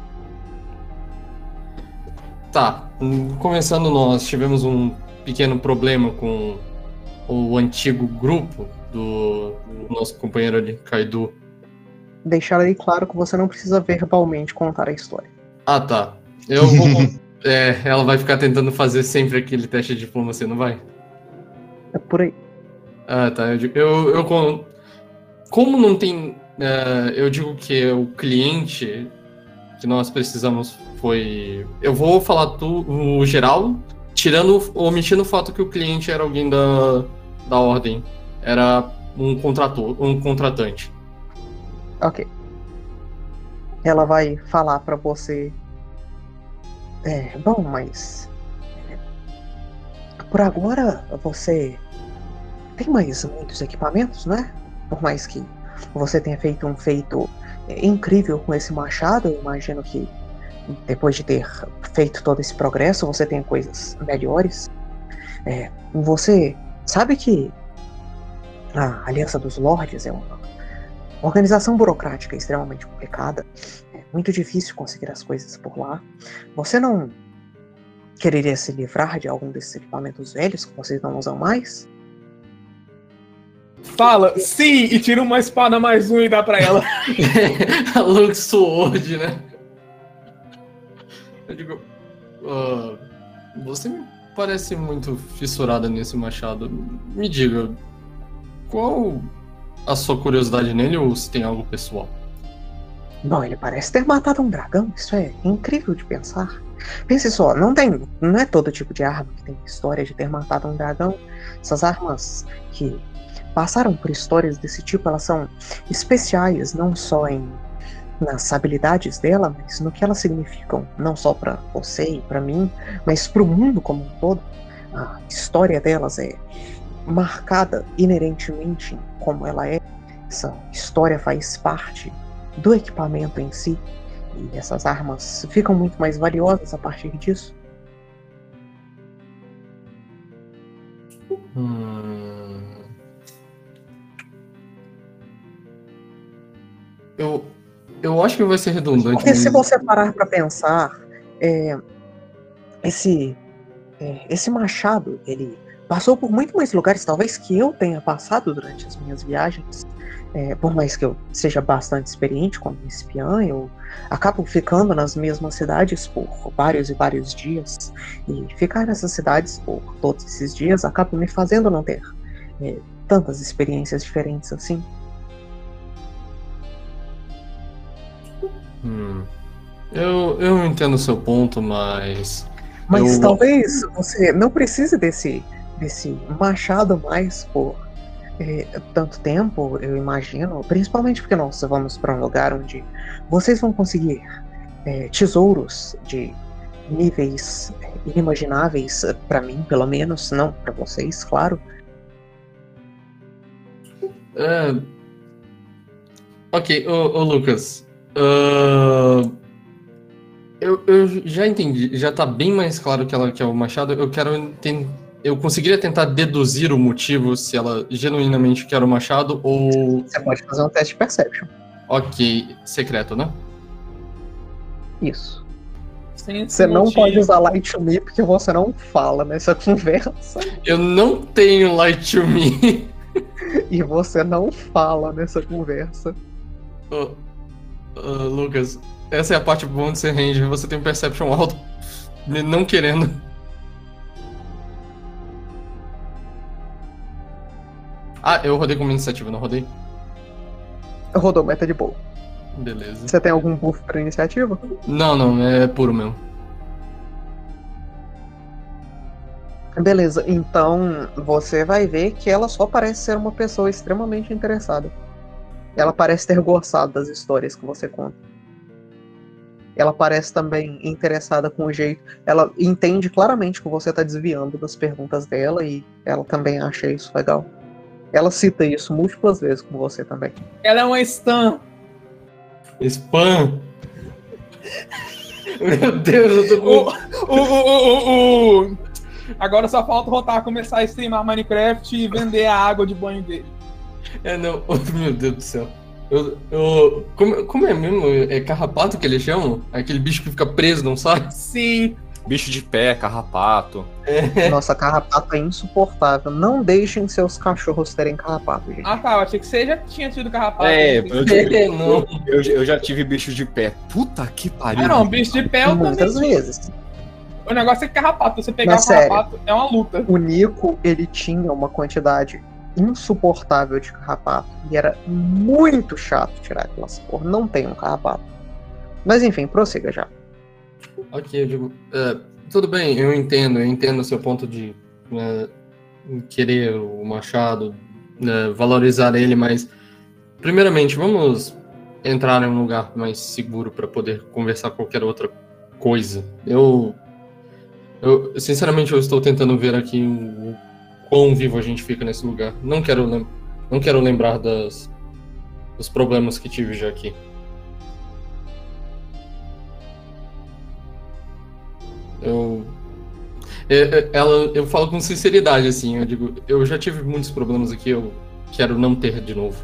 Tá, hum, começando, nós tivemos um pequeno problema com o antigo grupo do, do nosso companheiro ali, Kaido. Deixar aí claro que você não precisa verbalmente contar a história. Ah, tá. Eu vou. é, ela vai ficar tentando fazer sempre aquele teste de diplomacia, não vai? É por aí. Ah, tá. Eu, digo- eu, eu con- como não tem. é, eu digo que o cliente que nós precisamos foi. Eu vou falar tu, o geral, tirando, omitindo o fato que o cliente era alguém da, da ordem. Era um contrator, um contratante. Ok. Ela vai falar pra você. É, bom, mas. Por agora, você tem mais muitos equipamentos, né? Por mais que você tenha feito um feito incrível com esse machado. Eu imagino que depois de ter feito todo esse progresso, você tem coisas melhores. É, você sabe que a Aliança dos Lordes é uma organização burocrática extremamente complicada. É muito difícil conseguir as coisas por lá. Você não quereria se livrar de algum desses equipamentos velhos que vocês não usam mais? Fala, sim, e tira uma espada mais um e dá pra ela. A Lux Sword, né? Eu digo, uh, você me parece muito fissurada nesse machado. Me diga, qual a sua curiosidade nele ou se tem algo pessoal? Bom, ele parece ter matado um dragão. Isso é incrível de pensar. Pense só, não tem, não é todo tipo de arma que tem história de ter matado um dragão. Essas armas que passaram por histórias desse tipo, elas são especiais, não só em nas habilidades dela, mas no que elas significam, não só para você e para mim, mas para o mundo como um todo. A história delas é marcada inerentemente em como ela é. Essa história faz parte do equipamento em si, e essas armas ficam muito mais valiosas a partir disso. Hum... Eu, eu acho que vai ser redundante. Porque mas... se você parar para pensar, é, esse, é, esse machado, ele passou por muito mais lugares, talvez, que eu tenha passado durante as minhas viagens. É, por mais que eu seja bastante experiente como espiã, eu acabo ficando nas mesmas cidades por vários e vários dias. E ficar nessas cidades por todos esses dias acaba me fazendo não ter é, tantas experiências diferentes assim. Hum, eu, eu entendo o seu ponto, mas... Mas eu... talvez você não precise desse, desse machado mais por é, tanto tempo, eu imagino. Principalmente porque nós vamos para um lugar onde vocês vão conseguir é, tesouros de níveis inimagináveis, para mim, pelo menos. Não para vocês, claro. É... Ok, ô, ô Lucas... Uh, eu, eu já entendi, já tá bem mais claro que ela quer o machado. Eu quero ten, eu conseguiria tentar deduzir o motivo se ela genuinamente quer o machado ou... Você pode fazer um teste de Perception. Ok, secreto, né? Isso. Sem você não motivo. pode usar Light to Me porque você não fala nessa conversa. Eu não tenho Light to Me. E você não fala nessa conversa. Oh. Uh, Lucas, essa é a parte boa de ser ranger. Você tem perception alto, não querendo. Ah, eu rodei como iniciativa, não rodei? Rodou, mas tá de boa. Beleza. Você tem algum buff pra iniciativa? Não, não, é puro mesmo. Beleza, então você vai ver que ela só parece ser uma pessoa extremamente interessada. Ela parece ter gostado das histórias que você conta. Ela parece também interessada com o jeito... Ela entende claramente que você está desviando das perguntas dela e ela também acha isso legal. Ela cita isso múltiplas vezes com você também. Ela é uma Stan. Spam? Meu Deus, eu tô com... O, o, o, o, o... Agora só falta o Rotar começar a streamar Minecraft e vender a água de banho dele. É, não, oh, meu Deus do céu. Eu, eu, como, como é mesmo? É carrapato que eles chamam? Aquele bicho que fica preso, não sai? Sim. Bicho de pé, carrapato. É. Nossa, carrapato é insuportável. Não deixem seus cachorros terem carrapato, gente. Ah tá, eu achei que você já tinha tido carrapato. É, né? eu, tive, eu, eu, eu já tive bicho de pé. Puta que pariu. Ah não, bicho de pé eu Muitas também. vezes. O negócio é que carrapato, você pegar Mas o carrapato é uma luta. O Nico, ele tinha uma quantidade insuportável de carrapato. E era muito chato tirar aquelas porra. Não tem um carrapato. Mas enfim, prossiga já. Ok, eu digo... Uh, tudo bem, eu entendo. Eu entendo o seu ponto de uh, querer o machado, uh, valorizar ele, mas... Primeiramente, vamos entrar em um lugar mais seguro para poder conversar qualquer outra coisa. Eu... eu sinceramente, eu estou tentando ver aqui o quão vivo a gente fica nesse lugar. Não quero, lem- não quero lembrar das, dos problemas que tive já aqui. É, é, ela, eu falo com sinceridade, assim, eu digo, eu já tive muitos problemas aqui, eu quero não ter de novo.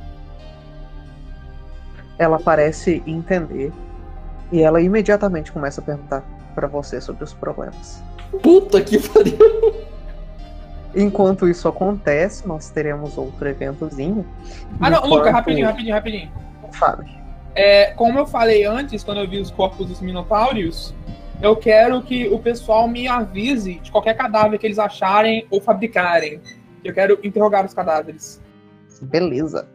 Ela parece entender e ela imediatamente começa a perguntar pra você sobre os problemas. Puta que pariu! Enquanto isso acontece, nós teremos outro eventozinho. Ah, não, Enquanto... Luca, rapidinho, rapidinho, rapidinho. Fale. É, como eu falei antes, quando eu vi os corpos dos Minotauros, eu quero que o pessoal me avise de qualquer cadáver que eles acharem ou fabricarem. Eu quero interrogar os cadáveres. Beleza.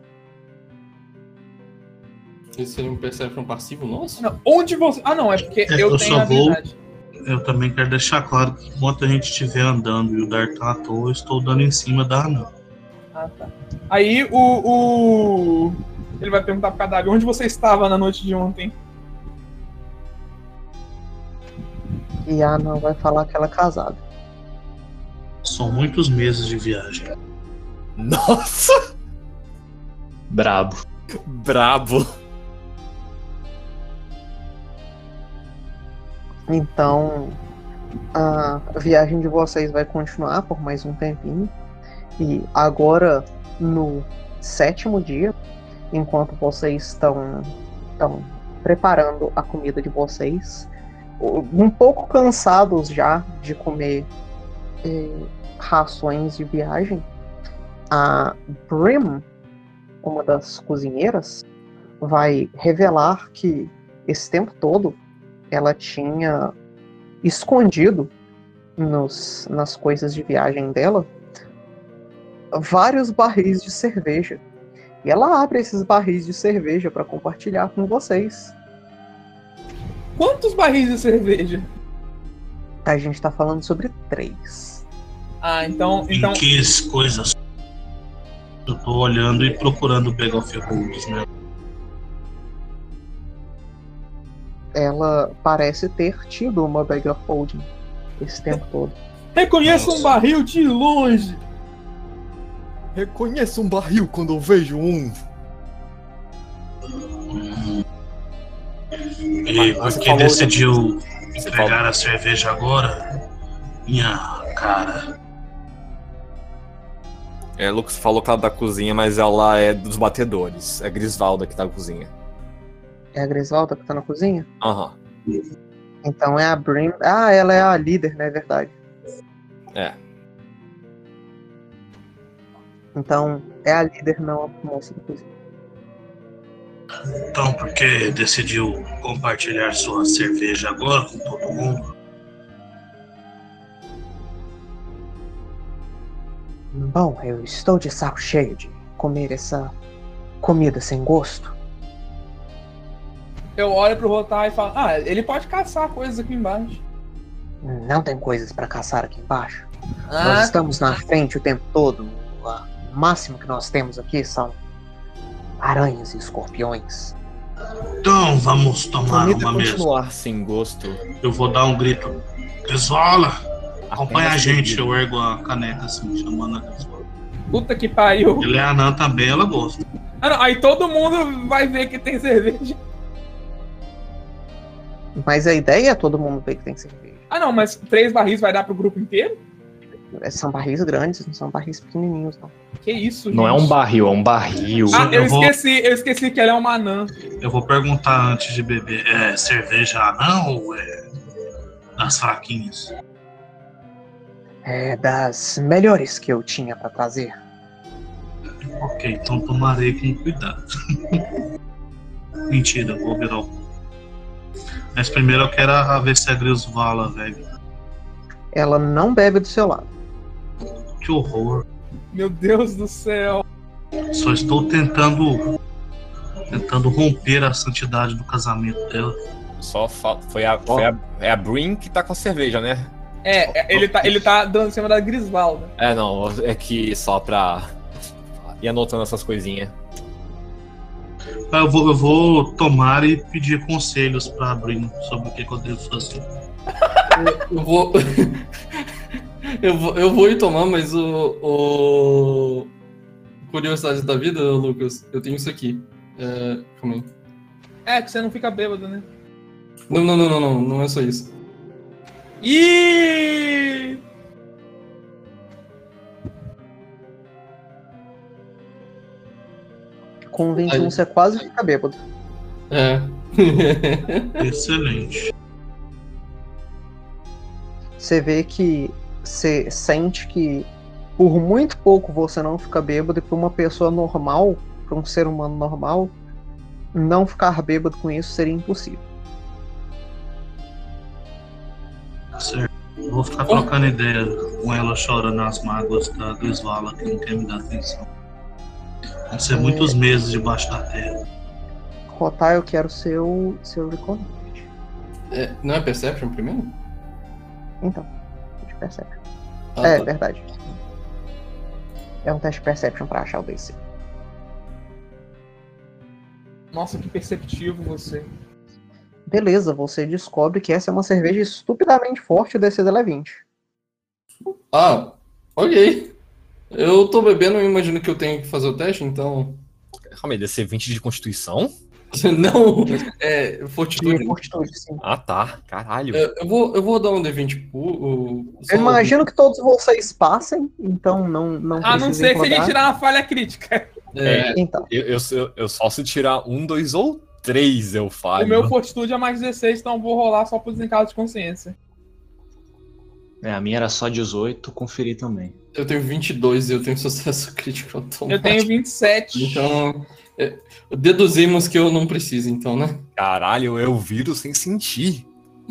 Isso seria um perception passivo nosso? Não, onde você... Ah, não, é porque É, eu, eu tenho só habilidade. Eu também quero deixar claro que enquanto a gente estiver andando e o Dart tá à toa, eu estou dando em cima da anã. Ah, tá. Aí o, o... Ele vai perguntar pro cadáver, onde você estava na noite de ontem? E a Ana vai falar que ela é casada. São muitos meses de viagem. Nossa! Brabo. Brabo. Então, a viagem de vocês vai continuar por mais um tempinho. E agora, no sétimo dia, enquanto vocês estão, estão preparando a comida de vocês, um pouco cansados já de comer eh, rações de viagem, a Brim, uma das cozinheiras, vai revelar que esse tempo todo ela tinha escondido nos, nas coisas de viagem dela vários barris de cerveja. E ela abre esses barris de cerveja para compartilhar com vocês. Quantos barris de cerveja? A gente tá falando sobre três. Ah, então... Em então... que coisas? Eu tô olhando e procurando o Bag of Holdings, né? Ela parece ter tido uma bag of holding esse tempo todo. Reconheço Nossa. um barril de longe. Reconheço um barril quando eu vejo um. Hum. E Mas por você que falou- decidiu Você entregar falou- a cerveja agora? Minha cara. É, Lucas falou que ela é da cozinha, mas ela é dos batedores. É Grisvalda que tá na cozinha. É a Grisvalda que tá na cozinha? Aham. Então é a Brim. Ah, ela é a líder, né? É verdade. É. Então é a líder, não a moça da cozinha. Então, por que decidiu compartilhar sua cerveja agora com todo mundo? Bom, eu estou de saco cheio de comer essa comida sem gosto. Eu olho pro Rotar e falo, ah, ele pode caçar coisas aqui embaixo. Não tem coisas pra caçar aqui embaixo. Ah, Nós estamos na frente o tempo todo. O máximo que nós temos aqui são aranhas e escorpiões. Então, vamos tomar Comida uma mesmo. continuar sem gosto. Eu vou dar um grito. Grisola, acompanha a apenas gente. bebido. Eu ergo a caneta assim, chamando a Grisola. puta que pariu. Ele é anã também, ela gosta. Ah, não, aí todo mundo vai ver que tem cerveja. Mas a ideia é todo mundo ver que tem cerveja. Ah, não, mas três barris vai dar pro grupo inteiro? São barris grandes, não são barris pequenininhos, não. Que isso, Não é um gente? barril, é um barril. Ah, eu, Eu vou- esqueci, eu esqueci que ela é uma anã. Eu vou perguntar antes de beber. É cerveja anã ou é das fraquinhas? É das melhores que eu tinha pra trazer. Ok, então tomarei com cuidado. Mentira, vou virar o. Mas primeiro eu quero a- ver se a Grisvala, velho. Ela não bebe do seu lado. Que horror. Meu Deus do céu. Só estou tentando. Tentando romper a santidade do casamento dela. Só fa- foi a, foi a, é a Brin que tá com a cerveja, né? É, é, ele tá, ele tá dando em cima da Grisvalda. É, não, é que só pra ir anotando essas coisinhas. Eu vou, eu vou tomar e pedir conselhos pra abrir sobre o que, que eu devo fazer. Eu vou. eu vou. Eu vou ir tomar, mas o. o... Curiosidade da vida, Lucas, eu tenho isso aqui. É, calma aí. É, que você não fica bêbado, né? Não, não, não, não, não, não é só isso. E Com vinte e um Aí. você quase fica bêbado. É. Excelente. Você vê que você sente que por muito pouco você não fica bêbado, e para uma pessoa normal, para um ser humano normal, não ficar bêbado com isso seria impossível. Certo. Eu vou ficar trocando ideia com ela chorando nas mágoas da Grisvala, que não quer me dar atenção. Vão ser muitos meses debaixo da terra. Rotar, eu quero seu, seu recall. É, não é Perception primeiro? Então, de Perception. Ah, é, tá. verdade. É um teste de Perception pra achar o D C. Nossa, que perceptivo você. Beleza, você descobre que essa é uma cerveja estupidamente forte, o D C dela é vinte. Ah, ok. Eu tô bebendo e imagino que eu tenho que fazer o teste, então. Calma aí, D C vinte de Constituição? Não, é fortitude. De fortitude, sim. Ah, tá. Caralho. Eu, eu vou, eu vou dar um D vinte puro. Eu imagino que todos vocês passem, então não não A não precisem ser se ele rodar. tirar uma falha crítica. É, Então, Eu, eu, eu, eu só se tirar um, dois ou três eu falho. O meu fortitude é mais dezesseis, então vou rolar só por desencargo de consciência. É, a minha era só dezoito, conferi também. eu tenho vinte e dois e eu tenho sucesso crítico automático. Eu tenho vinte e sete. Então, é, deduzimos que eu não preciso, então, né? Caralho, eu viro sem sentir.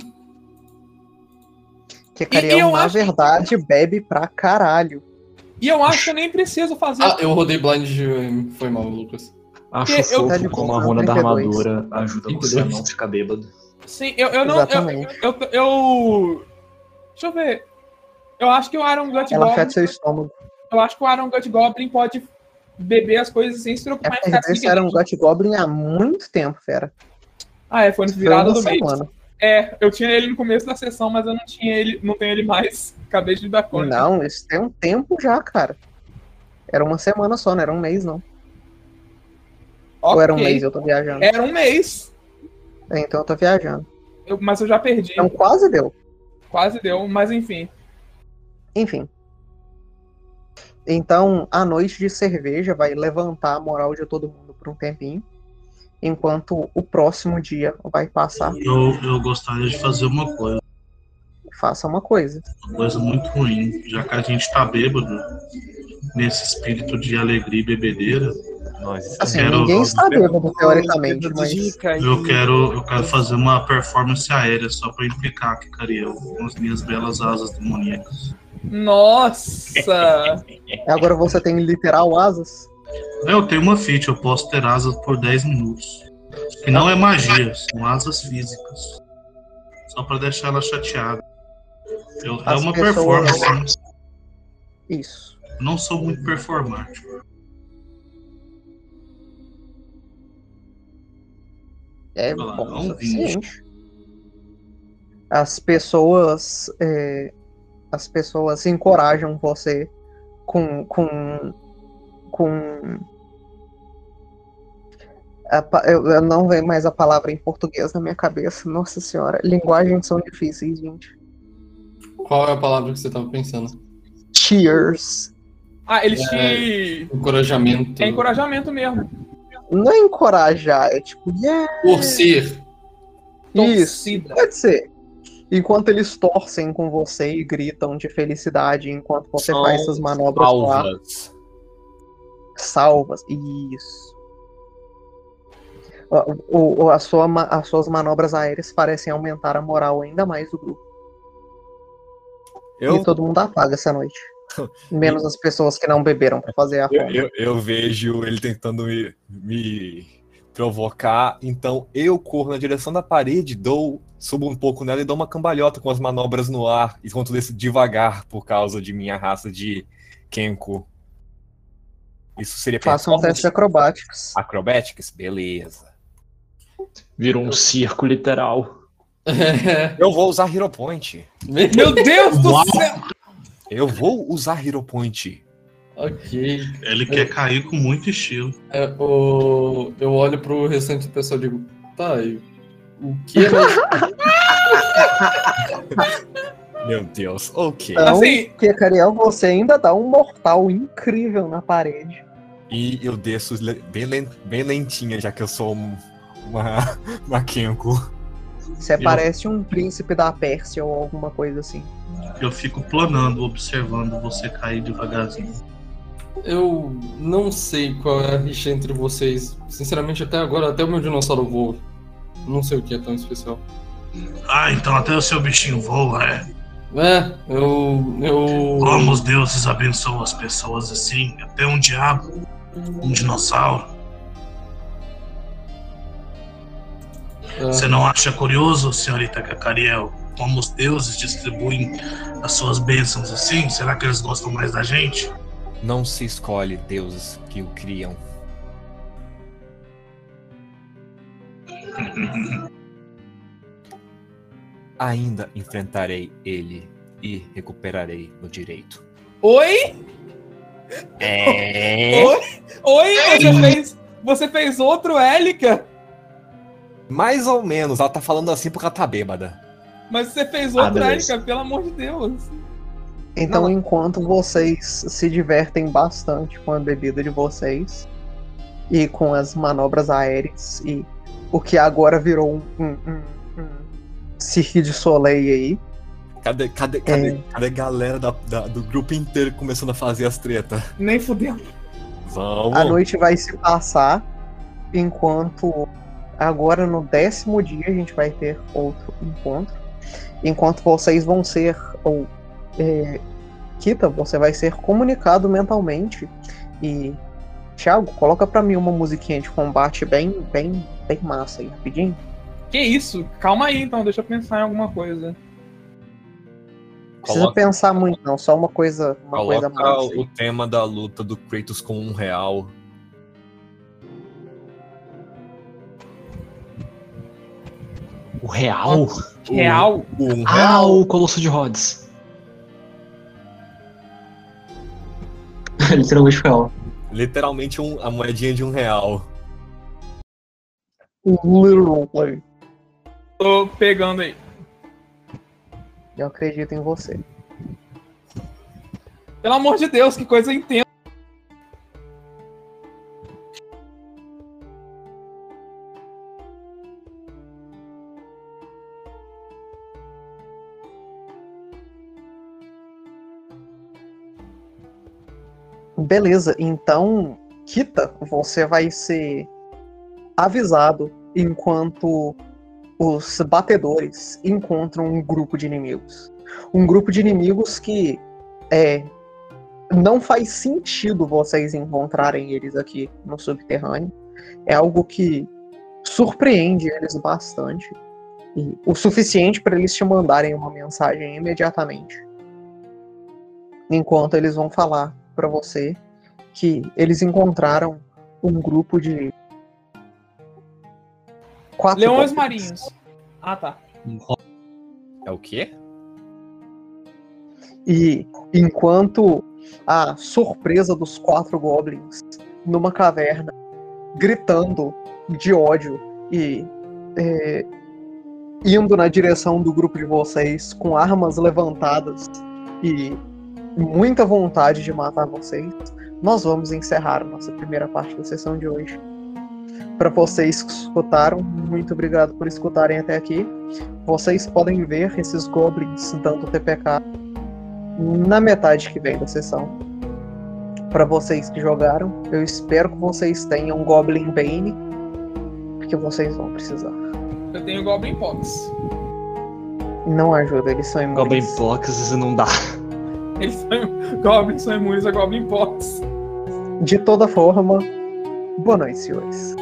que E- e Cariel, eu na acho- verdade, bebe pra caralho. E eu acho que eu nem preciso fazer. Ah, eu rodei blind, eh, foi mal, Lucas. Acho Eu- fofo Tá de como boa, a runa da trinta e dois. armadura ajuda você a trinta e dois. não ficar bêbado. Sim, eu, eu não. Eu, Exatamente. eu, eu, eu- Deixa eu ver. Eu acho que o Iron Gut Ela Goblin. afeta seu estômago. Eu acho que o Iron Gut Goblin pode beber as coisas sem se É preocupar em porque ficar esse sem era um Gut Goblin há muito tempo, fera. Ah, é, foi no Foi virada uma do mês. semana. É, eu tinha ele no começo da sessão, mas eu não tinha ele, não tenho ele mais. Acabei de dar conta. Não, isso tem um tempo já, cara. Era uma semana só, não era um mês, não. Ou era um Ok. mês, eu tô viajando. Era um mês. É, então eu tô viajando. Eu- mas eu já perdi. Então quase deu. Quase deu, mas enfim. Enfim. Então, a noite de cerveja vai levantar a moral de todo mundo por um tempinho. Enquanto o próximo dia vai passar. Eu, eu gostaria de fazer uma coisa, Faça uma coisa. uma coisa muito ruim. Já que a gente tá bêbado, nesse espírito de alegria e bebedeira, Nossa, Assim, quero- ninguém está bêbado, teoricamente, mas eu quero, eu quero fazer uma performance aérea só pra implicar que Cariel com as minhas belas asas demoníacas. Nossa! agora você tem literal asas. Eu tenho uma feat, eu posso ter asas por dez minutos. Que não é magia, são asas físicas. Só pra deixar ela chateada. Eu, é As uma pessoas- performance. Isso. Eu não sou muito performático. É Olha lá, bom o um suficiente. As pessoas. é, as pessoas encorajam você com. com. com. a pa- eu, eu não vejo mais a palavra em português na minha cabeça. Nossa senhora, linguagens são difíceis, gente. Qual é a palavra que você tava pensando? Cheers. Ah, eles te. Encorajamento. É encorajamento mesmo. Não é encorajar, é tipo, yeah, Torcer. isso, Torcida. pode ser. Enquanto eles torcem com você e gritam de felicidade enquanto você São faz essas manobras no ar. salvas. Salvas, isso. O, o- a sua, ma- as suas manobras aéreas parecem aumentar a moral ainda mais do grupo. Eu, E todo mundo apaga essa noite. Menos as pessoas que não beberam pra fazer a eu, ronda. eu, eu vejo ele tentando me, me provocar, então eu corro na direção da parede, dou, subo um pouco nela e dou uma cambalhota com as manobras no ar, enquanto desço devagar por causa de minha raça de Kenko. Isso seria Faça um teste de acrobáticos. Acrobatics? Beleza. Virou um circo literal. Eu vou usar Hero Point. Meu Deus do Uau. céu! Eu vou usar Hero Point. Ok. Ele quer cair com muito estilo. É, o... Eu olho pro restante do pessoal e digo, tá, e o que é Meu Deus, ok. Então, Assim- que, Cariel, você ainda dá um mortal incrível na parede. E eu desço le- bem, len- bem lentinha, já que eu sou um- uma, uma Kenko. Você Eu- parece um príncipe da Pérsia ou alguma coisa assim. Eu fico planando, observando você cair devagarzinho. Eu não sei qual é a rixa entre vocês. Sinceramente, até agora, até o meu dinossauro voa. Não sei o que é tão especial. Ah, então até o seu bichinho voa, é? É, eu. Eu. Como os deuses abençoam as pessoas assim? Até um diabo, um dinossauro. é, Você não acha curioso, senhorita Cacariel, como os deuses distribuem as suas bênçãos assim? Será que eles gostam mais da gente? Não se escolhe deuses que o criam. Ainda enfrentarei ele e recuperarei o direito. Oi? É. Oi? Oi? Você fez, você fez outro Élica? Mais ou menos, ela tá falando assim porque ela tá bêbada. Mas você fez Ah, outro beleza. Élica, pelo amor de Deus. Então, Não. enquanto vocês se divertem bastante com a bebida de vocês e com as manobras aéreas e o que agora virou um, um, um, um Cirque de Soleil aí, Cadê, cadê, cadê, cadê a galera da- da- do grupo inteiro começando a fazer as tretas? Nem fudeu. Vamos. a noite vai se passar, enquanto agora no décimo dia a gente vai ter outro encontro, enquanto vocês vão ser, ou é, Kita, você vai ser comunicado mentalmente. E Thiago, coloca pra mim uma musiquinha de combate bem, bem, bem massa aí, rapidinho. Que isso? Calma aí então, deixa eu pensar em alguma coisa. Não precisa Coloca- pensar muito não, só uma coisa, uma coisa Coloca massa. o tema da luta do Kratos com um real. O real? Real? O um Ah, real. o Colosso de Rhodes. Literalmente real. Literalmente um, a moedinha de um real. Literally. Tô pegando aí. Eu acredito em você. Pelo amor de Deus, que coisa intensa. Beleza, então, Kita, você vai ser avisado enquanto os batedores encontram um grupo de inimigos. Um grupo de inimigos que é, não faz sentido vocês encontrarem eles aqui no subterrâneo. É algo que surpreende eles bastante. E o suficiente para eles te mandarem uma mensagem imediatamente. Enquanto eles vão falar para você que eles encontraram um grupo de quatro Leões goblins. marinhos. Ah, tá. É o quê? E enquanto a surpresa dos quatro goblins numa caverna, gritando de ódio e é, indo na direção do grupo de vocês com armas levantadas e muita vontade de matar vocês, nós vamos encerrar a nossa primeira parte da sessão de hoje. Para vocês que escutaram, muito obrigado por escutarem até aqui. Vocês podem ver esses goblins dando T P K na metade que vem da sessão. Para vocês que jogaram, eu espero que vocês tenham Goblin Bane, porque vocês vão precisar. Eu tenho Goblin Pox. Não ajuda, eles são imunes. Goblin Blocks não dá. Eles são. Goblins são imunes a Goblin Pox. De toda forma, boa noite, senhores.